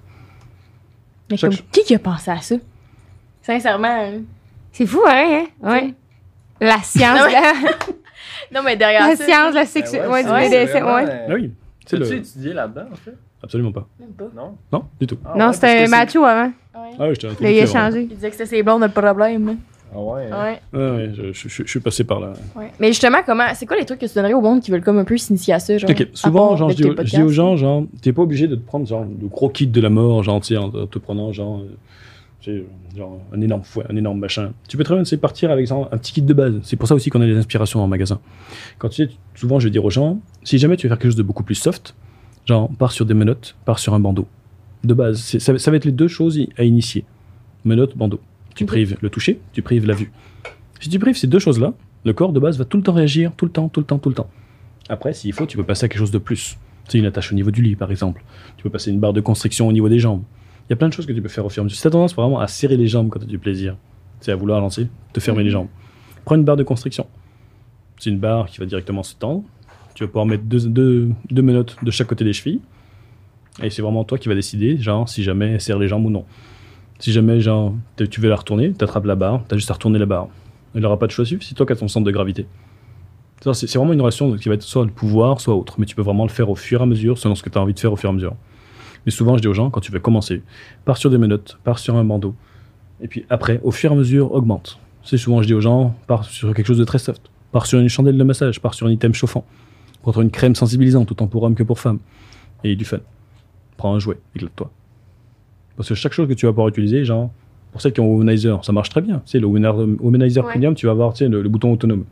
Mais Chaque comme, qui a pensé à ça? Sincèrement. Hein? C'est fou, hein? Ouais. La science, Non, mais- Non, mais derrière la ça. science, la Ben sexualité, ouais, du c'est BDSM, vraiment, ouais. Ah oui, c'est T'as-tu le... étudié là-dedans, en fait? Absolument pas. Même pas. Non? Non, du tout. Ah Non, ouais, c'était parce que macho avant. Ouais. Ah oui, je t'ai Là, introduit. il a avant. changé. Il disait que c'était ses blondes le problème. Là. Ah ouais. Ouais. Ah ouais, je suis passé par là. Ouais. Mais justement, c'est quoi les trucs que tu donnerais au monde qui veulent comme un peu s'initier à ça? Genre, Ok, à souvent, part genre, je d'écouter le dis aux podcast? gens, genre, t'es pas obligé de te prendre, genre, le gros kit de la mort, genre, tu sais, en te prenant, genre, tu sais, genre, un énorme fouet, un énorme machin. Tu peux très bien, tu sais, partir avec, genre, un petit kit de base. C'est pour ça aussi qu'on a des inspirations en magasin. Quand tu sais, souvent, je vais dire aux gens, si jamais tu veux faire quelque chose de beaucoup plus soft, genre, pars sur des menottes, pars sur un bandeau. De base, ça va être les deux choses à initier. Menottes, bandeau. Tu Ok. prives le toucher, tu prives la vue. Si tu prives ces deux choses-là, le corps de base va tout le temps réagir, tout le temps. Après, s'il faut, tu peux passer à quelque chose de plus. C'est une attache au niveau du lit, par exemple. Tu peux passer une barre de constriction au niveau des jambes. Il y a plein de choses que tu peux faire au fur et à mesure. Si tu as tendance vraiment à serrer les jambes quand tu as du plaisir, c'est à vouloir lancer, te fermer les jambes. Prends une barre de constriction. C'est une barre qui va directement se tendre. Tu vas pouvoir mettre deux menottes de chaque côté des chevilles. Et c'est vraiment toi qui vas décider, genre, si jamais elle serre les jambes ou non. Si jamais, genre, tu veux la retourner, tu attrapes la barre, tu as juste à retourner la barre. Elle n'aura pas de choix dessus, c'est toi qui as ton centre de gravité. C'est vraiment une relation qui va être soit le pouvoir, soit autre. Mais tu peux vraiment le faire au fur et à mesure, selon ce que tu as envie de faire au fur et à mesure. Mais souvent, je dis aux gens, quand tu veux commencer, pars sur des menottes, pars sur un bandeau. Et puis après, au fur et à mesure, augmente. C'est souvent, je dis aux gens, pars sur quelque chose de très soft. Pars sur une chandelle de massage, pars sur un item chauffant. Prends une crème sensibilisante, autant pour hommes que pour femmes. Et du fun. Prends un jouet, éclate-toi. Parce que chaque chose que tu vas pouvoir utiliser, genre, pour celles qui ont Womanizer, ça marche très bien. Tu sais, le Womanizer Ouais. Premium, tu vas avoir, tu sais, le bouton autonome.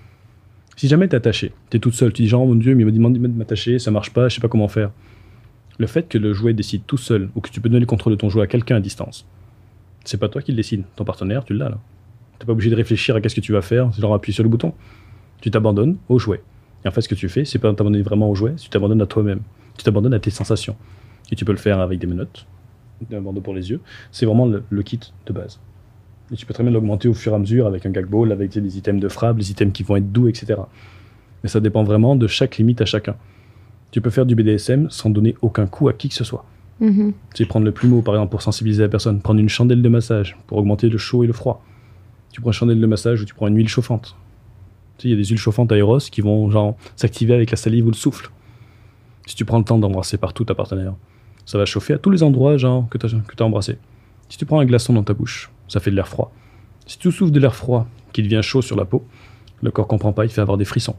Si jamais t'es attaché, t'es toute seule, tu dis genre, oh mon Dieu, mais il m'a demandé de m'attacher, ça marche pas, je sais pas comment faire. Le fait que le jouet décide tout seul, ou que tu peux donner le contrôle de ton jouet à quelqu'un à distance, c'est pas toi qui le décide. Ton partenaire, tu l'as là. T'es pas obligé de réfléchir à qu'est-ce que tu vas faire, c'est genre appuyer sur le bouton. Tu t'abandonnes au jouet. Et en fait, ce que tu fais, c'est pas t'abandonner vraiment au jouet, tu t'abandonnes à toi-même. Tu t'abandonnes à tes sensations. Et tu peux le faire avec des menottes, un bandeau pour les yeux. C'est vraiment le kit de base. Et tu peux très bien l'augmenter au fur et à mesure avec un gag ball, avec des items de frappe, des items qui vont être doux, etc. Mais ça dépend vraiment de chaque limite à chacun. Tu peux faire du BDSM sans donner aucun coup à qui que ce soit. Mhm. Tu sais, prendre le plumeau, par exemple, pour sensibiliser la personne. Prendre une chandelle de massage pour augmenter le chaud et le froid. Tu prends une chandelle de massage ou tu prends une huile chauffante. Tu sais, il y a des huiles chauffantes à Eros qui vont genre s'activer avec la salive ou le souffle. Si tu prends le temps d'embrasser partout ta partenaire, ça va chauffer à tous les endroits genre que tu as embrassé. Si tu prends un glaçon dans ta bouche, ça fait de l'air froid. Si tu souffles de l'air froid qui devient chaud sur la peau, le corps comprend pas, il te fait avoir des frissons.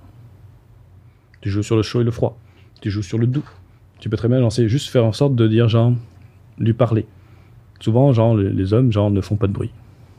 Tu joues sur le chaud et le froid. Tu joues sur le doux. Tu peux très bien lancer, juste faire en sorte de dire genre, lui parler. Souvent, genre, les hommes, genre, ne font pas de bruit.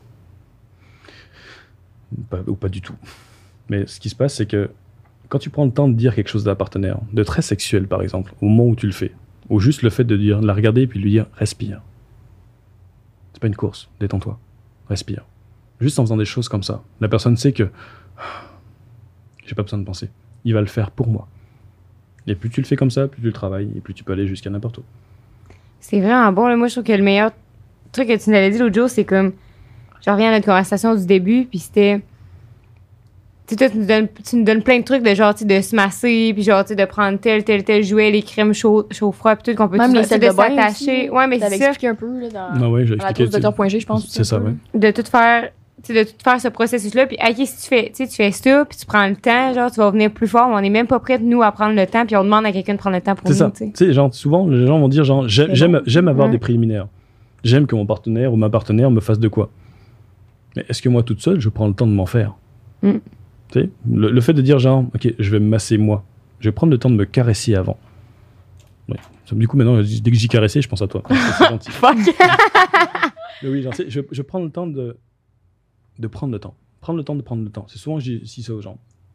Ou pas du tout. Mais ce qui se passe, c'est que quand tu prends le temps de dire quelque chose à la partenaire, de très sexuel par exemple, au moment où tu le fais, ou juste le fait de dire, la regarder et puis lui dire, respire. C'est pas une course, détends-toi, respire. Juste en faisant des choses comme ça, la personne sait que j'ai pas besoin de penser. Il va le faire pour moi. Et plus tu le fais comme ça, plus tu le travailles, et plus tu peux aller jusqu'à n'importe où. C'est vraiment bon. Là. Moi, je trouve que le meilleur truc que tu nous avais dit l'autre jour, c'est comme. Je reviens à notre conversation du début, puis c'était. Tu sais, toi, tu nous donnes plein de trucs de genre, tu sais, de se masser, puis genre, tu sais, de prendre tel jouet, les crèmes chaud-froid, puis tout, qu'on peut Même les utiliser, selles de de bain s'attacher. aussi, Ouais, mais T'avais c'est ça. expliqué un peu là, dans Ah ouais, j'ai dans la expliqué. tour de Dr. G, je pense. C'est ça, ouais. De tout faire. Tu sais, de tout faire ce processus-là, puis ok, si tu fais ça, puis tu prends le temps, genre, tu vas venir plus fort, mais on n'est même pas prêts, nous, à prendre le temps, puis on demande à quelqu'un de prendre le temps pour C'est nous, ça. tu sais. Tu sais, genre, souvent, les gens vont dire, genre, j'aime avoir Ouais. des préliminaires. J'aime que mon partenaire ou ma partenaire me fasse de quoi. Mais est-ce que moi, toute seule, je prends le temps de m'en faire? Mm. Tu sais, le fait de dire, genre, ok, je vais me masser moi. Je vais prendre le temps de me caresser avant. Ouais. Du coup, maintenant, dès que j'y caressais, je pense à toi. C'est gentil. Fuck! Mais oui, genre, tu sais, je prends le temps de prendre le temps. Prendre le temps de prendre le temps. C'est souvent, je dis ça aux gens.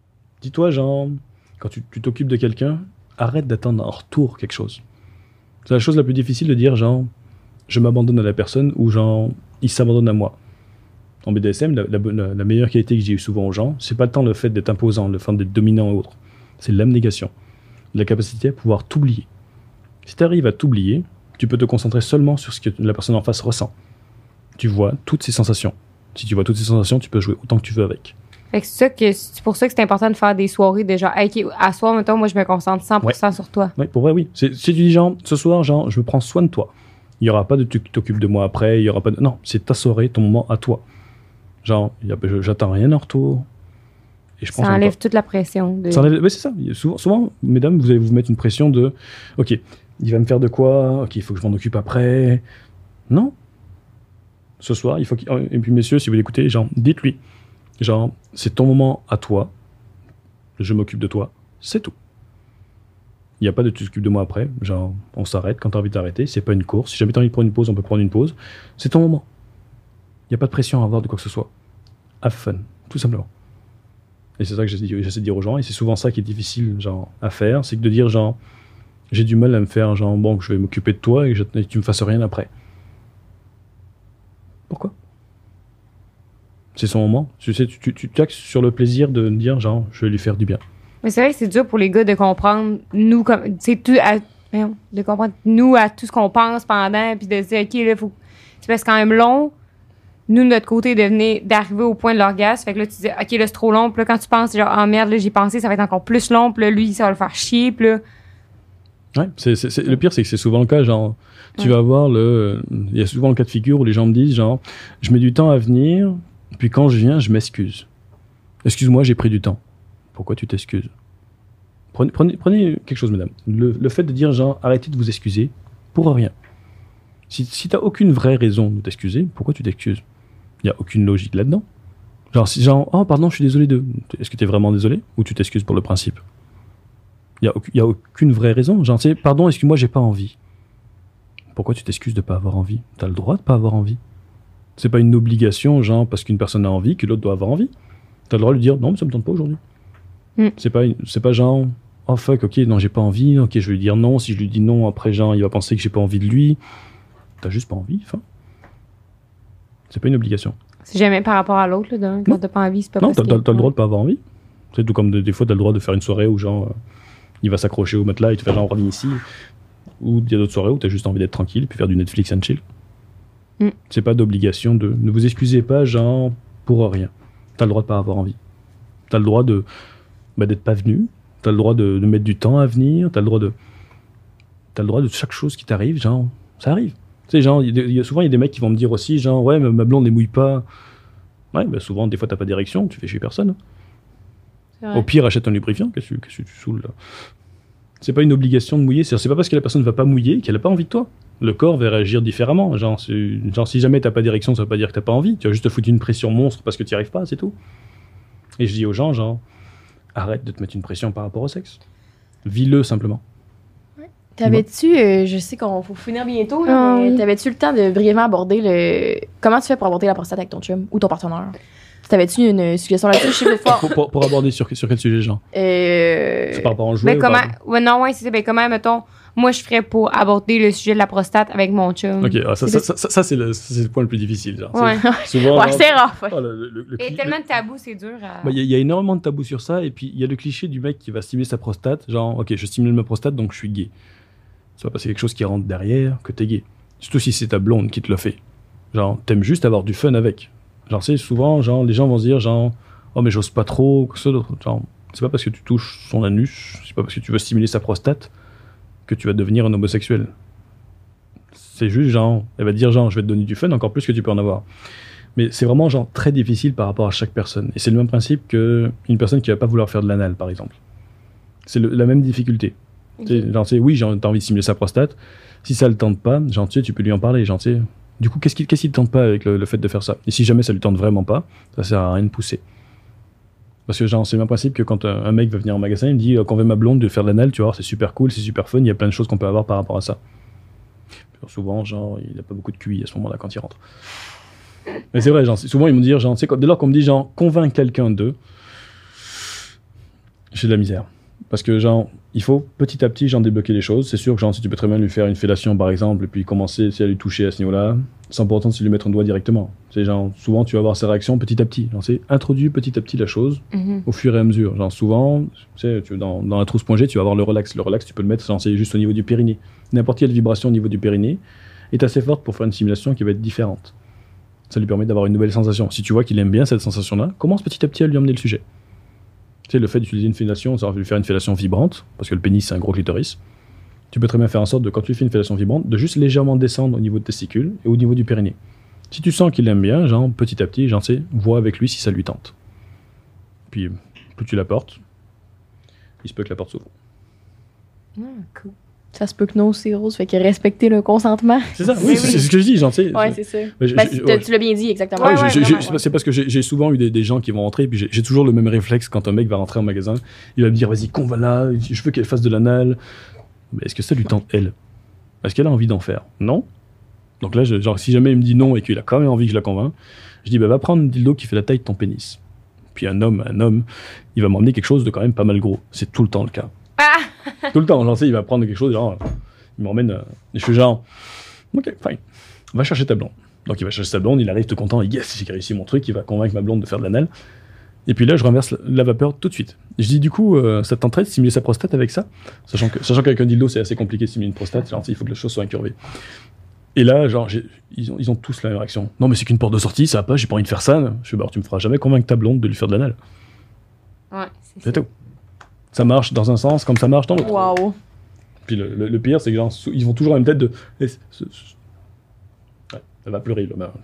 Dis-toi, genre, quand tu t'occupes de quelqu'un, arrête d'attendre en retour quelque chose. C'est la chose la plus difficile de dire, genre, je m'abandonne à la personne ou genre, il s'abandonne à moi. En BDSM, la meilleure qualité que j'ai eu souvent aux gens, c'est pas tant le fait d'être imposant, le fait d'être dominant et autres. C'est l'abnégation. La capacité à pouvoir t'oublier. Si tu arrives à t'oublier, tu peux te concentrer seulement sur ce que la personne en face ressent. Tu vois toutes ses sensations. Si tu vois toutes ces sensations, tu peux jouer autant que tu veux avec. Fait que c'est pour ça que c'est important de faire des soirées de genre, hey, OK, à soir, mettons, moi, je me concentre 100% sur toi. Oui, pour vrai, oui. Si tu dis, genre, ce soir, genre, je prends soin de toi. Il n'y aura pas de tu t'occupes de moi après, il y aura pas de... Non, c'est ta soirée, ton moment à toi. Genre, j'attends rien en retour. Et je Ça enlève toute la pression. Ça enlève... Oui, c'est ça. Souvent, mesdames, vous allez vous mettre une pression de, OK, il va me faire de quoi? OK, il faut que je m'en occupe après. Non. Ce soir, il faut qu'il... Et puis, messieurs, si vous l'écoutez, genre, dites-lui. Genre, c'est ton moment à toi. Je m'occupe de toi. C'est tout. Il n'y a pas de tu t'occupes de moi après. Genre, on s'arrête quand tu as envie d'arrêter. C'est pas une course. Si jamais tu as envie de prendre une pause, on peut prendre une pause. C'est ton moment. Il n'y a pas de pression à avoir de quoi que ce soit. Have fun. Tout simplement. Et c'est ça que j'essaie de dire aux gens. Et c'est souvent ça qui est difficile, genre, à faire. C'est que de dire, genre, j'ai du mal à me faire, genre, bon, que je vais m'occuper de toi et que tu me fasses rien après. Pourquoi? C'est son moment. Tu sais, tu taxes sur le plaisir de dire, genre, je vais lui faire du bien. Mais c'est vrai que c'est dur pour les gars de comprendre, nous, comme, c'est tout, de comprendre, nous, à tout ce qu'on pense pendant, puis de se dire, OK, là, faut. C'est parce que c'est quand même long. Nous, de notre côté, d'arriver au point de l'orgasme. Fait que là, tu dis, OK, là, c'est trop long. Puis là, quand tu penses, genre, oh merde, là, j'ai pensé, ça va être encore plus long. Puis là, lui, ça va le faire chier. Puis là. Ouais, le pire, c'est que c'est souvent le cas, genre, tu vas voir il y a souvent le cas de figure où les gens me disent, genre, je mets du temps à venir, puis quand je viens, je m'excuse. Excuse-moi, j'ai pris du temps. Pourquoi tu t'excuses? Prenez quelque chose, madame. Le fait de dire, genre, arrêtez de vous excuser pour rien. Si t'as aucune vraie raison de t'excuser, pourquoi tu t'excuses? Il n'y a aucune logique là-dedans. Genre, oh, pardon, je suis désolé de... Est-ce que t'es vraiment désolé? Ou tu t'excuses pour le principe? Il y a aucune vraie raison. Genre, tu sais, pardon, excuse-moi, j'ai pas envie. Pourquoi tu t'excuses de pas avoir envie? T'as le droit de pas avoir envie. C'est pas une obligation, genre, parce qu'une personne a envie, que l'autre doit avoir envie. T'as le droit de lui dire, non, mais ça me tente pas aujourd'hui. C'est pas genre, oh fuck, ok, non, j'ai pas envie, ok, je vais lui dire non. Si je lui dis non, après, genre, il va penser que j'ai pas envie de lui. T'as juste pas envie, enfin. C'est pas une obligation. C'est jamais par rapport à l'autre, là, quand t'as pas envie, c'est pas non, parce t'as le droit de pas avoir envie. C'est tout comme des fois, t'as le droit de faire une soirée où, genre, il va s'accrocher au matelas et te faire genre, on revient ici. Ou il y a d'autres soirées où t'as juste envie d'être tranquille puis faire du Netflix and chill. C'est pas d'obligation de... Ne vous excusez pas, genre, pour rien. T'as le droit de pas avoir envie. T'as le droit de... d'être pas venu. T'as le droit de mettre du temps à venir. T'as le droit de chaque chose qui t'arrive, genre, ça arrive. Tu sais, genre, souvent, il y a des mecs qui vont me dire aussi, genre, ouais, mais ma blonde ne mouille pas. Ouais, bah souvent, des fois, t'as pas d'érection, tu fais chier personne. Au pire, achète un lubrifiant, qu'est-ce que tu saoules, là? C'est pas une obligation de mouiller, c'est pas parce que la personne ne va pas mouiller qu'elle a pas envie de toi. Le corps va réagir différemment. Genre si jamais t'as pas d'érection, ça veut pas dire que t'as pas envie. Tu vas juste te foutre une pression monstre parce que t'y arrives pas, c'est tout. Et je dis aux gens, genre, arrête de te mettre une pression par rapport au sexe. Vis-le simplement. T'avais-tu, je sais qu'on faut finir bientôt, là, mais t'avais-tu le temps de brièvement aborder comment tu fais pour aborder la prostate avec ton chum ou ton partenaire? T'avais-tu une suggestion là-dessus? Je sais pas. Pour aborder sur quel sujet, genre? C'est par rapport au jouet? Mais c'est ça. Ben, comment, mettons, moi, je ferais pour aborder le sujet de la prostate avec mon chum? Ok, ça c'est le point le plus difficile, genre. Ouais, souvent, ouais, c'est rare. Ouais. Il y a tellement de tabous, c'est dur à... Il y a énormément de tabous sur ça, et puis il y a le cliché du mec qui va stimuler sa prostate, genre, ok, je stimule ma prostate, donc je suis gay. C'est pas parce qu'il y a quelque chose qui rentre derrière que t'es gay. Surtout si c'est ta blonde qui te le fait. Genre, t'aimes juste avoir du fun avec. Genre, c'est souvent, genre, les gens vont se dire, genre, oh, mais j'ose pas trop, que ça d'autre. Genre, c'est pas parce que tu touches son anus, c'est pas parce que tu veux stimuler sa prostate que tu vas devenir un homosexuel. C'est juste, genre, elle va te dire, genre, je vais te donner du fun, encore plus que tu peux en avoir. Mais c'est vraiment, genre, très difficile par rapport à chaque personne. Et c'est le même principe qu'une personne qui va pas vouloir faire de l'anal, par exemple. C'est la même difficulté. Okay. Genre, oui, t'as envie de stimuler sa prostate. Si ça le tente pas, genre, tu sais, tu peux lui en parler, genre, tu sais. Du coup, qu'est-ce qui ne tente pas avec le fait de faire ça? Et si jamais ça lui tente vraiment pas, ça sert à rien de pousser. Parce que genre, c'est le même principe que quand un mec va venir en magasin, il me dit qu'on veut ma blonde de faire de l'anal, tu vois, c'est super cool, c'est super fun, il y a plein de choses qu'on peut avoir par rapport à ça. Puis souvent, genre, il n'a pas beaucoup de QI à ce moment-là quand il rentre. Mais c'est vrai, genre, souvent ils me disent, genre, tu sais, dès lors qu'on me dit, genre, convaincre quelqu'un d'eux, J'ai de la misère. Parce que, genre, il faut petit à petit, genre, débloquer les choses. C'est sûr que, genre, si tu peux très bien lui faire une fellation, par exemple, et puis commencer à lui toucher à ce niveau-là, sans pour autant lui mettre un doigt directement. C'est genre, souvent, tu vas voir ses réactions petit à petit. Genre, c'est introduit petit à petit la chose, au fur et à mesure. Genre, souvent, tu sais, dans la trousse.g, tu vas avoir le relax. Le relax, tu peux le mettre, c'est juste au niveau du périnée. N'importe quelle vibration au niveau du périnée est assez forte pour faire une simulation qui va être différente. Ça lui permet d'avoir une nouvelle sensation. Si tu vois qu'il aime bien cette sensation-là, commence petit à petit à lui emmener le sujet. Tu sais, le fait d'utiliser une fellation, ça va lui faire une fellation vibrante, parce que le pénis, c'est un gros clitoris. Tu peux très bien faire en sorte de, quand tu fais une fellation vibrante, de juste légèrement descendre au niveau de testicule et au niveau du périnée. Si tu sens qu'il aime bien, genre, petit à petit, genre, vois avec lui si ça lui tente. Puis, plus tu la portes, il se peut que la porte s'ouvre. Cool. Ça se peut que non aussi, Rose, fait que respecter le consentement. C'est ça, oui, c'est ce que je dis, genre, tu sais. Ouais, c'est ça. Tu l'as bien dit, exactement. Ouais, c'est parce que j'ai souvent eu des gens qui vont rentrer, puis j'ai toujours le même réflexe quand un mec va rentrer en magasin. Il va me dire, vas-y, qu'on va là, je veux qu'elle fasse de l'anal. Mais est-ce que ça lui tente, elle? Est-ce qu'elle a envie d'en faire? Non? Donc là, genre, si jamais il me dit non et qu'il a quand même envie que je la convainc, je dis, bah, va prendre un dildo qui fait la taille de ton pénis. Puis un homme, il va m'emmener quelque chose de quand même pas mal gros. C'est tout le temps le cas. Tout le temps, genre, il va prendre quelque chose, genre, il m'emmène, je fais genre, ok, fine, va chercher ta blonde. Donc il va chercher sa blonde, il arrive tout content, il dit, yes, j'ai réussi mon truc, il va convaincre ma blonde de faire de l'anal. Et puis là, je renverse la vapeur tout de suite. Je dis, du coup, ça te tenterait de stimuler sa prostate avec ça? Sachant qu'avec un dildo, c'est assez compliqué de stimuler une prostate, genre, il faut que la chose soit incurvée. Et là, genre, ils ont tous la même réaction. Non, mais c'est qu'une porte de sortie, ça va pas, j'ai pas envie de faire ça. Je fais, bah, tu me feras jamais convaincre ta blonde de lui faire de l'anal. Ouais, c'est tout. Ça marche dans un sens comme ça marche dans l'autre. Waouh. Puis le pire, c'est que genre, ils vont toujours la même tête de. Ouais, elle va pleurer, là.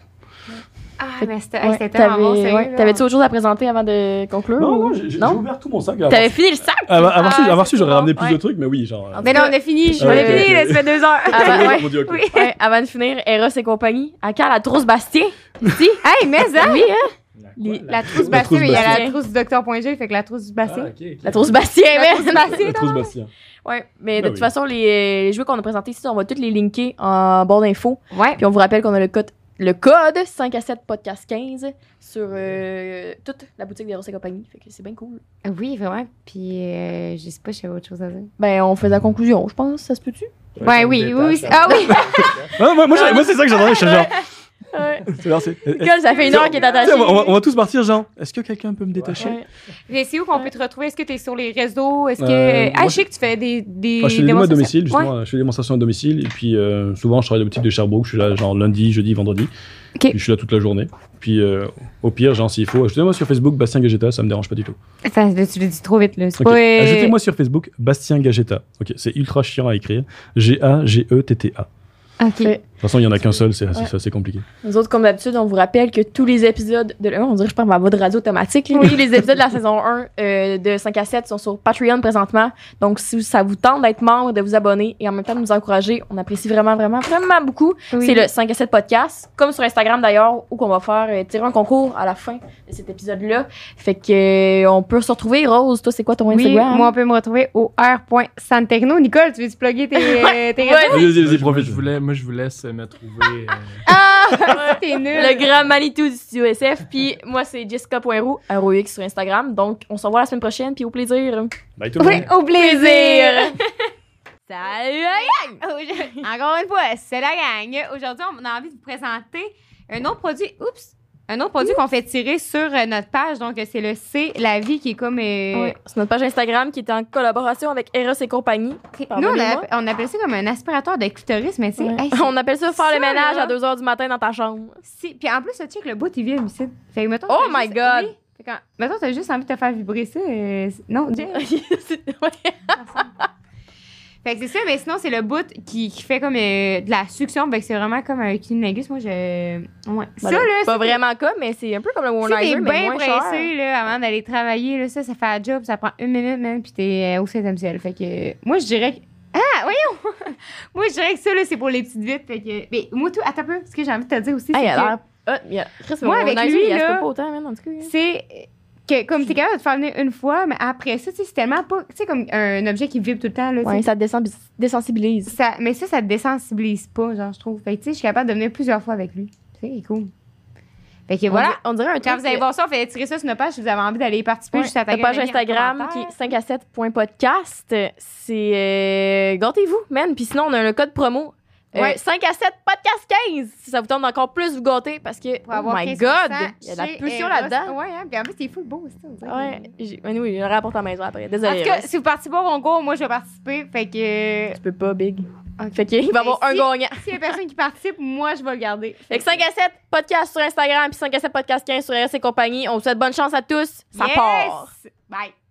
Ah, mais c'était tellement bon, sérieux. T'avais-tu autre chose à présenter avant de conclure? Non, j'ai ouvert tout mon sac. T'avais fini le sac? Avoir su, j'aurais ramené plus de trucs, mais oui, genre. Mais non, on a fini. On a fini, ça fait 2 heures. Avant de finir, Eros et compagnie. À quand la trousse Bastien? Si. Hey, mais ça! Oui, hein? La trousse Bastien, mais il y a la trousse du Docteur.g, fait que la trousse du Bastien. La trousse Bastien, mais. La trousse Bastien. Ouais, mais de toute façon, les jeux qu'on a présentés ici, on va tous les linker en barre d'infos. Ouais. Puis on vous rappelle qu'on a le code 5 à 7 podcast 15 sur toute la boutique d'Eros et compagnie. Fait que c'est bien cool. Oui, vraiment. Puis je sais pas si j'avais autre chose à dire. Ben, on faisait la conclusion, je pense. Ça se peut-tu? Ouais, oui. Ah oui! Moi, c'est ça que j'entendais. Je suis genre. Ouais. Genre, ça fait 1 heure qu'il est attaché. On va tous partir, genre, est-ce que quelqu'un peut me détacher? Ouais. C'est où qu'on peut te retrouver? Est-ce que tu es sur les réseaux? Est-ce que. Je sais que tu fais des je fais des démos à domicile, justement. Je fais des démonstrations à domicile. Et puis, souvent, je travaille à la boutique de Sherbrooke. Je suis là, genre, lundi, jeudi, vendredi. Okay. Puis, je suis là toute la journée. Puis, au pire, genre, s'il faut, ajoutez-moi sur Facebook Bastien Gagetta, ça me dérange pas du tout. Tu le dis trop vite, là. Okay. Ajoutez-moi sur Facebook Bastien Gagetta. Ok, c'est ultra chiant à écrire. G-A-G-E-T-T-A. OK. De toute façon, il n'y en a qu'un seul, c'est assez compliqué. Nous autres, comme d'habitude, on vous rappelle que tous les épisodes de on dirait que je parle ma voix de radio automatique. Tous les épisodes de la saison 1 de 5 à 7 sont sur Patreon présentement. Donc, si ça vous tente d'être membre, de vous abonner et en même temps de nous encourager, on apprécie vraiment, vraiment, vraiment beaucoup. Oui. C'est le 5 à 7 podcast, comme sur Instagram d'ailleurs, où on va faire tirer un concours à la fin de cet épisode-là. Fait que on peut se retrouver. Rose, toi, c'est quoi ton Instagram? Moi, on peut me retrouver au r.santechno. Nicole, tu veux-tu plugger tes réseaux? Vas-y, profite. Moi, je vous laisse me trouver. T'es nul. Le grand Manitou du studio SF. Puis moi, c'est Jessica.roux, ROX sur Instagram. Donc, on se revoit la semaine prochaine. Puis au plaisir. Bye tout le monde. Oui, au plaisir. Salut la gang! Encore une fois, c'est la gang. Aujourd'hui, on a envie de vous présenter un autre produit. Un autre produit qu'on fait tirer sur notre page. Donc, c'est le C La Vie qui est comme. Oui, c'est notre page Instagram qui est en collaboration avec Eros et compagnie. Nous, on appelle ça comme un aspirateur de clitoris, mais tu sais. Ouais. Hey, on appelle ça faire le ménage à 2 h du matin dans ta chambre. Puis en plus, tu sais que le bout, il vient ici. Fait que, mettons, oh my God! Oui. Mettons, t'as juste envie de te faire vibrer ça. Non, Jay. Fait que c'est ça, mais sinon, c'est le bout qui fait comme de la succion. Fait que c'est vraiment comme un cunnilingus. Moi, Ouais. Ça, là. C'est pas vraiment comme, mais c'est un peu comme le womanizer, mais moins cher. Si t'es bien pressé, là, avant d'aller travailler, là, ça fait un job. Ça prend 1 minute, même, puis t'es au 7e ciel. Fait que moi, je dirais que. Ah, voyons! Moi, je dirais que ça, là, c'est pour les petites vites. Fait que. Mais moi, tout, attends un peu. Ce que j'ai envie de te dire aussi, c'est que. Moi, avec lui, là, pas autant, même, en tout cas. C'est. Que, comme t'es capable de te faire venir une fois, mais après ça, c'est tellement pas. Tu sais, comme un objet qui vibre tout le temps. Là, ouais, ça te désensibilise. Mais ça te désensibilise pas, genre, je trouve. Fait que, tu sais, je suis capable de venir plusieurs fois avec lui. C'est cool. Fait que voilà. On dirait un Quand truc. vous allez voir ça, on fait tirer ça sur notre page si vous avez envie d'aller participer. Ouais, Juste à la page Instagram qui est 5à7.podcast. C'est gâtez-vous, man. Puis sinon, on a le code promo. 5 à 7 podcast 15 si ça vous tente encore plus vous gâter parce que Pour avoir oh my 15% god, il y a de la chez pulsion Eros. là-dedans. Ouais, hein, puis en plus, c'est full beau, ça. Ouais, oui, je le rapporte à la maison après. En Désolé. tout cas, si vous participez au concours, moi, je vais participer. Fait que. Tu peux pas, Big. Fait qu'il va y avoir un gagnant. S'il y a personne qui participe, moi, je vais le garder. Fait que 5 à 7 podcast sur Instagram puis 5 à 7 podcast 15 sur RS et compagnie. On vous souhaite bonne chance à tous. Ça part. Bye.